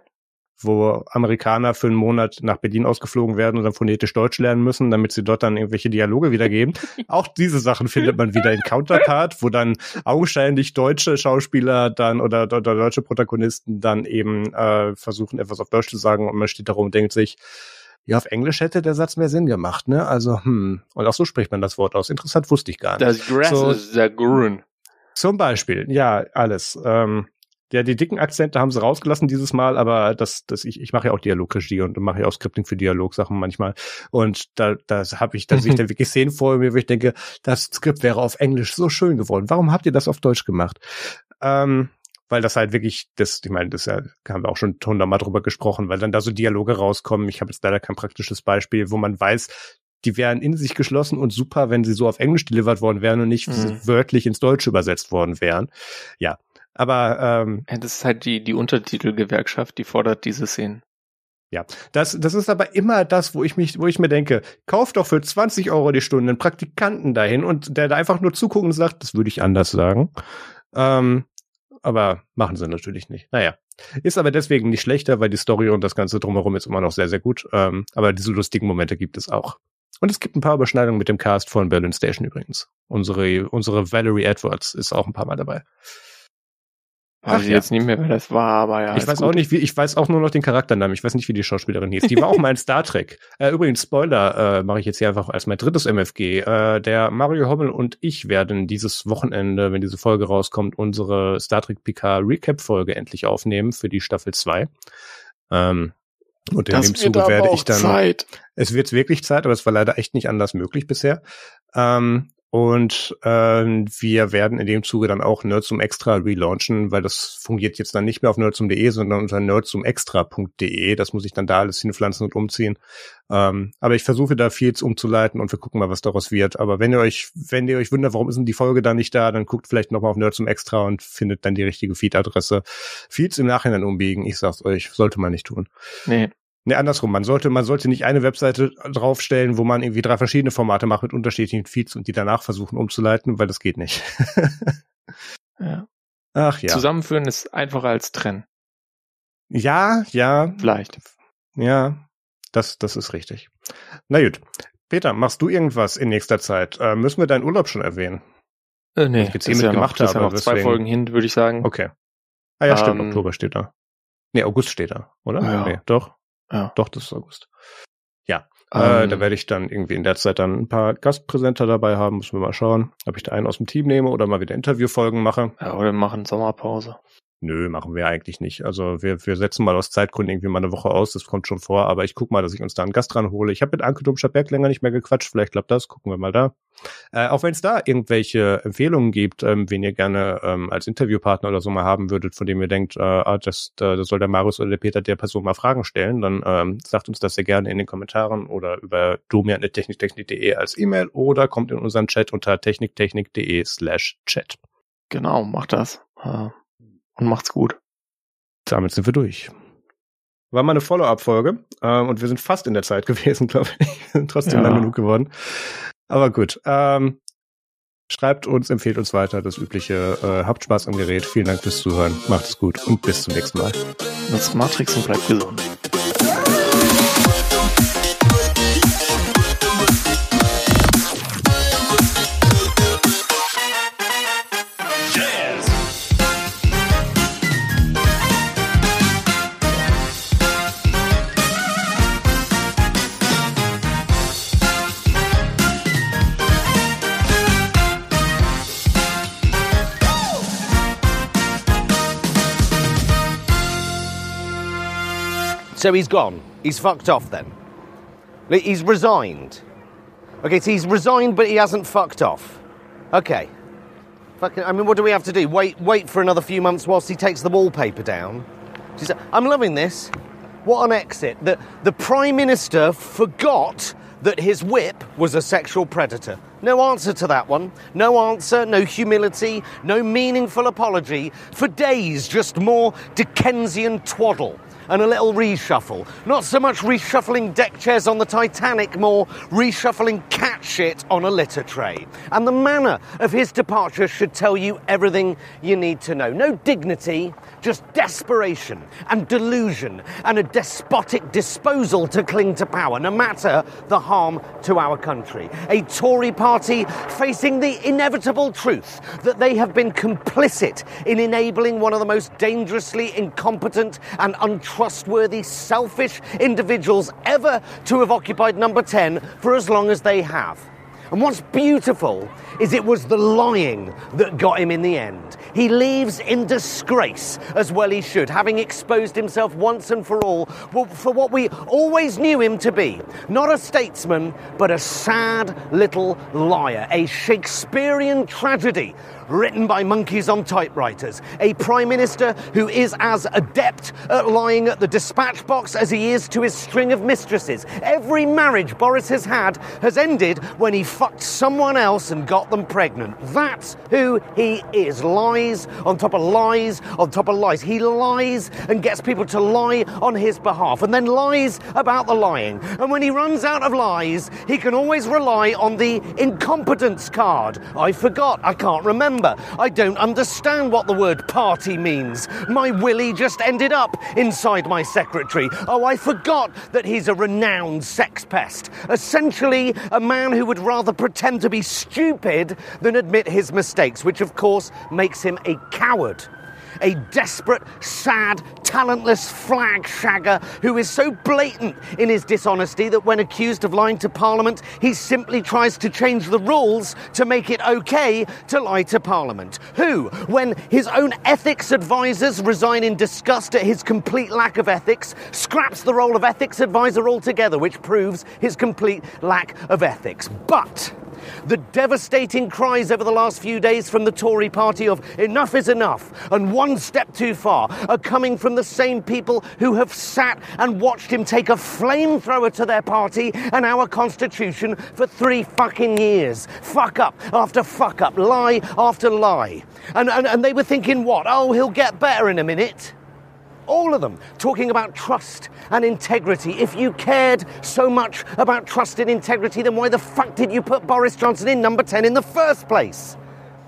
[SPEAKER 1] Wo Amerikaner für einen Monat nach Berlin ausgeflogen werden und dann phonetisch Deutsch lernen müssen, damit sie dort dann irgendwelche Dialoge wiedergeben. Auch diese Sachen findet man wieder in Counterpart, wo dann augenscheinlich deutsche Schauspieler dann oder, oder deutsche Protagonisten dann eben äh, versuchen, etwas auf Deutsch zu sagen und man steht darum und denkt sich, ja, auf Englisch hätte der Satz mehr Sinn gemacht, ne? Also, hm. Und auch so spricht man das Wort aus. Interessant, wusste ich gar nicht.
[SPEAKER 2] Das Grass
[SPEAKER 1] so,
[SPEAKER 2] ist sehr grün.
[SPEAKER 1] Zum Beispiel, ja, alles. Ähm, Ja, die dicken Akzente haben sie rausgelassen dieses Mal, aber das, das ich, ich mache ja auch Dialogregie und mache ja auch Scripting für Dialogsachen manchmal. Und da, das habe ich, da sehe ich dann wirklich Szenen vor mir, wo ich denke, das Skript wäre auf Englisch so schön geworden. Warum habt ihr das auf Deutsch gemacht? Ähm, weil das halt wirklich, das, ich meine, das ja, haben wir auch schon hundertmal drüber gesprochen, weil dann da so Dialoge rauskommen. Ich habe jetzt leider kein praktisches Beispiel, wo man weiß, die wären in sich geschlossen und super, wenn sie so auf Englisch delivered worden wären und nicht mhm. wörtlich ins Deutsche übersetzt worden wären. Ja. Aber ähm,
[SPEAKER 2] ja, das ist halt die die Untertitelgewerkschaft, die fordert diese Szenen.
[SPEAKER 1] Ja, das das ist aber immer das, wo ich mich, wo ich mir denke, kauf doch für zwanzig Euro die Stunde einen Praktikanten dahin und der da einfach nur zugucken und sagt, das würde ich anders sagen. Ähm, aber machen sie natürlich nicht. Naja, ist aber deswegen nicht schlechter, weil die Story und das Ganze drumherum ist immer noch sehr, sehr gut. Ähm, aber diese lustigen Momente gibt es auch. Und es gibt ein paar Überschneidungen mit dem Cast von Berlin Station übrigens. Unsere unsere Valerie Edwards ist auch ein paar Mal dabei.
[SPEAKER 2] Ach, ich ja. jetzt nicht mehr, wer das war, aber ja.
[SPEAKER 1] Ich weiß
[SPEAKER 2] gut.
[SPEAKER 1] auch nicht, wie, ich weiß auch nur noch den Charakternamen. Ich weiß nicht, wie die Schauspielerin hieß. Die war auch mal in Star Trek. Äh, übrigens, Spoiler, äh, mache ich jetzt hier einfach als mein drittes M F G. Äh, der Mario Hommel und ich werden dieses Wochenende, wenn diese Folge rauskommt, unsere Star Trek Picard Recap-Folge endlich aufnehmen für die Staffel zwei. Ähm, und in
[SPEAKER 2] das
[SPEAKER 1] dem Zuge werde ich dann.
[SPEAKER 2] Zeit.
[SPEAKER 1] Es wird wirklich Zeit, aber es war leider echt nicht anders möglich bisher. Ähm, Und ähm, wir werden in dem Zuge dann auch Nerdsum Extra relaunchen, weil das fungiert jetzt dann nicht mehr auf nerdsum punkt de, sondern unter nerdsumextra punkt de. Das muss ich dann da alles hinpflanzen und umziehen. Ähm, aber ich versuche da viel umzuleiten und wir gucken mal, was daraus wird. Aber wenn ihr euch, wenn ihr euch wundert, warum ist denn die Folge da nicht da, dann guckt vielleicht nochmal auf Nerdsum Extra und findet dann die richtige Feed-Adresse. Feeds im Nachhinein umbiegen, ich sag's euch, sollte man nicht tun.
[SPEAKER 2] Nee.
[SPEAKER 1] Ne, andersrum. Man sollte, man sollte nicht eine Webseite draufstellen, wo man irgendwie drei verschiedene Formate macht mit unterschiedlichen Feeds und die danach versuchen umzuleiten, weil das geht nicht.
[SPEAKER 2] Ja.
[SPEAKER 1] Ach ja.
[SPEAKER 2] Zusammenführen ist einfacher als trennen.
[SPEAKER 1] Ja, ja.
[SPEAKER 2] Vielleicht.
[SPEAKER 1] Ja, das, das ist richtig. Na gut. Peter, machst du irgendwas in nächster Zeit? Äh, müssen wir deinen Urlaub schon erwähnen?
[SPEAKER 2] Äh, nee,
[SPEAKER 1] das ist ja noch,
[SPEAKER 2] das ist ja noch zwei Folgen hin, würde ich sagen.
[SPEAKER 1] Okay. Ah ja, stimmt,
[SPEAKER 2] ähm,
[SPEAKER 1] Oktober steht da. Nee, August steht da, oder?
[SPEAKER 2] Ja.
[SPEAKER 1] Nee, doch.
[SPEAKER 2] Ja.
[SPEAKER 1] Doch, das ist August. Ja,
[SPEAKER 2] ähm,
[SPEAKER 1] äh, da werde ich dann irgendwie in der Zeit dann ein paar Gastpräsenter dabei haben. Müssen wir mal schauen, ob ich da einen aus dem Team nehme oder mal wieder Interviewfolgen mache.
[SPEAKER 2] Ja, oder machen Sommerpause.
[SPEAKER 1] Nö, machen wir eigentlich nicht. Also wir wir setzen mal aus Zeitgründen irgendwie mal eine Woche aus, das kommt schon vor, aber ich guck mal, dass ich uns da einen Gast ranhole. Ich habe mit Anke Domscheit-Berg länger nicht mehr gequatscht, vielleicht klappt das, gucken wir mal da. Äh, auch wenn es da irgendwelche Empfehlungen gibt, ähm, wen ihr gerne ähm, als Interviewpartner oder so mal haben würdet, von dem ihr denkt, äh, ah, das, da, das soll der Marius oder der Peter der Person mal Fragen stellen, dann ähm, sagt uns das sehr gerne in den Kommentaren oder über domian at techniktechnik punkt de als E-Mail oder kommt in unseren Chat unter techniktechnik punkt de slash chat.
[SPEAKER 2] Genau, macht das. Äh, und macht's gut.
[SPEAKER 1] Damit sind wir durch. War mal eine Follow-up-Folge ähm, und wir sind fast in der Zeit gewesen, glaube ich. Sind trotzdem
[SPEAKER 2] Ja.
[SPEAKER 1] lang genug geworden. Aber gut. Ähm, schreibt uns, empfehlt uns weiter. Das übliche. Äh, habt Spaß am Gerät. Vielen Dank fürs Zuhören. Macht es gut und bis zum nächsten Mal.
[SPEAKER 2] Nutzt Matrix und bleibt gesund.
[SPEAKER 4] So he's gone. He's fucked off then. He's resigned. Okay, so he's resigned, but he hasn't fucked off. Okay. Fucking, I mean, what do we have to do? Wait, wait for another few months whilst he takes the wallpaper down? She's, I'm loving this. What an exit. The, the Prime Minister forgot that his whip was a sexual predator. No answer to that one. No answer, no humility, no meaningful apology. For days, just more Dickensian twaddle. And a little reshuffle. Not so much reshuffling deck chairs on the Titanic, more reshuffling cat shit on a litter tray. And the manner of his departure should tell you everything you need to know. No dignity, just desperation and delusion and a despotic disposal to cling to power, no matter the harm to our country. A Tory party facing the inevitable truth that they have been complicit in enabling one of the most dangerously incompetent and untrustworthy, selfish individuals ever to have occupied number ten for as long as they have. And what's beautiful is it was the lying that got him in the end. He leaves in disgrace, as well he should, having exposed himself once and for all for what we always knew him to be. Not a statesman, but a sad little liar. A Shakespearean tragedy written by monkeys on typewriters. A Prime Minister who is as adept at lying at the dispatch box as he is to his string of mistresses. Every marriage Boris has had has ended when he fucked someone else and got them pregnant. That's who he is. Lies on top of lies on top of lies. He lies and gets people to lie on his behalf and then lies about the lying. And when he runs out of lies, he can always rely on the incompetence card. I forgot. I can't remember. I don't understand what the word party means. My willy just ended up inside my secretary. Oh, I forgot that he's a renowned sex pest. Essentially, a man who would rather pretend to be stupid than admit his mistakes, which of course makes him a coward. A desperate, sad, talentless flag shagger who is so blatant in his dishonesty that when accused of lying to Parliament, he simply tries to change the rules to make it okay to lie to Parliament. Who, when his own ethics advisors resign in disgust at his complete lack of ethics, scraps the role of ethics advisor altogether, which proves his complete lack of ethics. But the devastating cries over the last few days from the Tory party of enough is enough and one step too far are coming from the same people who have sat and watched him take a flamethrower to their party and our constitution for three fucking years. Fuck up after fuck up, lie after lie. And, and, and they were thinking what? Oh, he'll get better in a minute. All of them talking about trust and integrity. If you cared so much about trust and integrity, then why the fuck did you put Boris Johnson in number ten in the first place?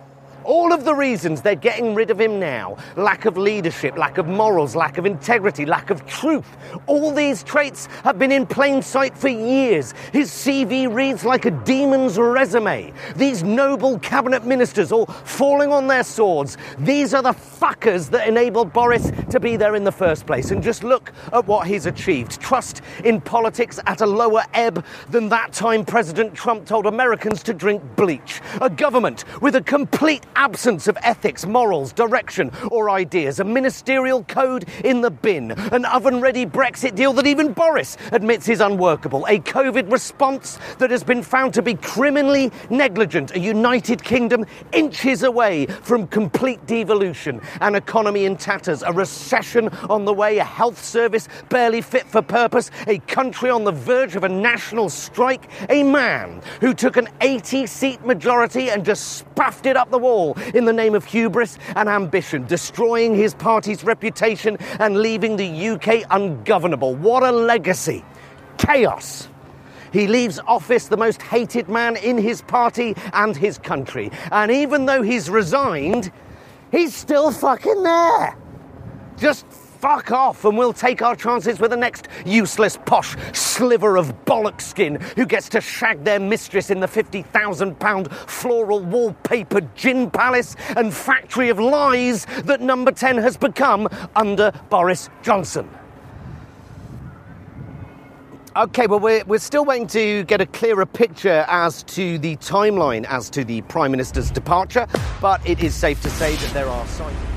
[SPEAKER 4] All of the reasons they're getting rid of him now. Lack of leadership, lack of morals, lack of integrity, lack of truth. All these traits have been in plain sight for years. His C V reads like a demon's resume. These noble cabinet ministers all falling on their swords. These are the fuckers that enabled Boris to be there in the first place. And just look at what he's achieved. Trust in politics at a lower ebb than that time President Trump told Americans to drink bleach. A government with a complete absence of ethics, morals, direction or ideas, a ministerial code in the bin, an oven-ready Brexit deal that even Boris admits is unworkable, a COVID response that has been found to be criminally negligent, a United Kingdom inches away from complete devolution, an economy in tatters, a recession on the way, a health service barely fit for purpose, a country on the verge of a national strike, a man who took an eighty-seat majority and just spaffed it up the wall all in the name of hubris and ambition, destroying his party's reputation and leaving the U K ungovernable. What a legacy. Chaos. He leaves office the most hated man in his party and his country. And even though he's resigned, he's still fucking there. Just fuck off and we'll take our chances with the next useless posh sliver of bollock skin who gets to shag their mistress in the fifty thousand pound floral wallpapered gin palace and factory of lies that Number ten has become under Boris Johnson. Okay, well, we're, we're still waiting to get a clearer picture as to the timeline as to the Prime Minister's departure, but it is safe to say that there are signs...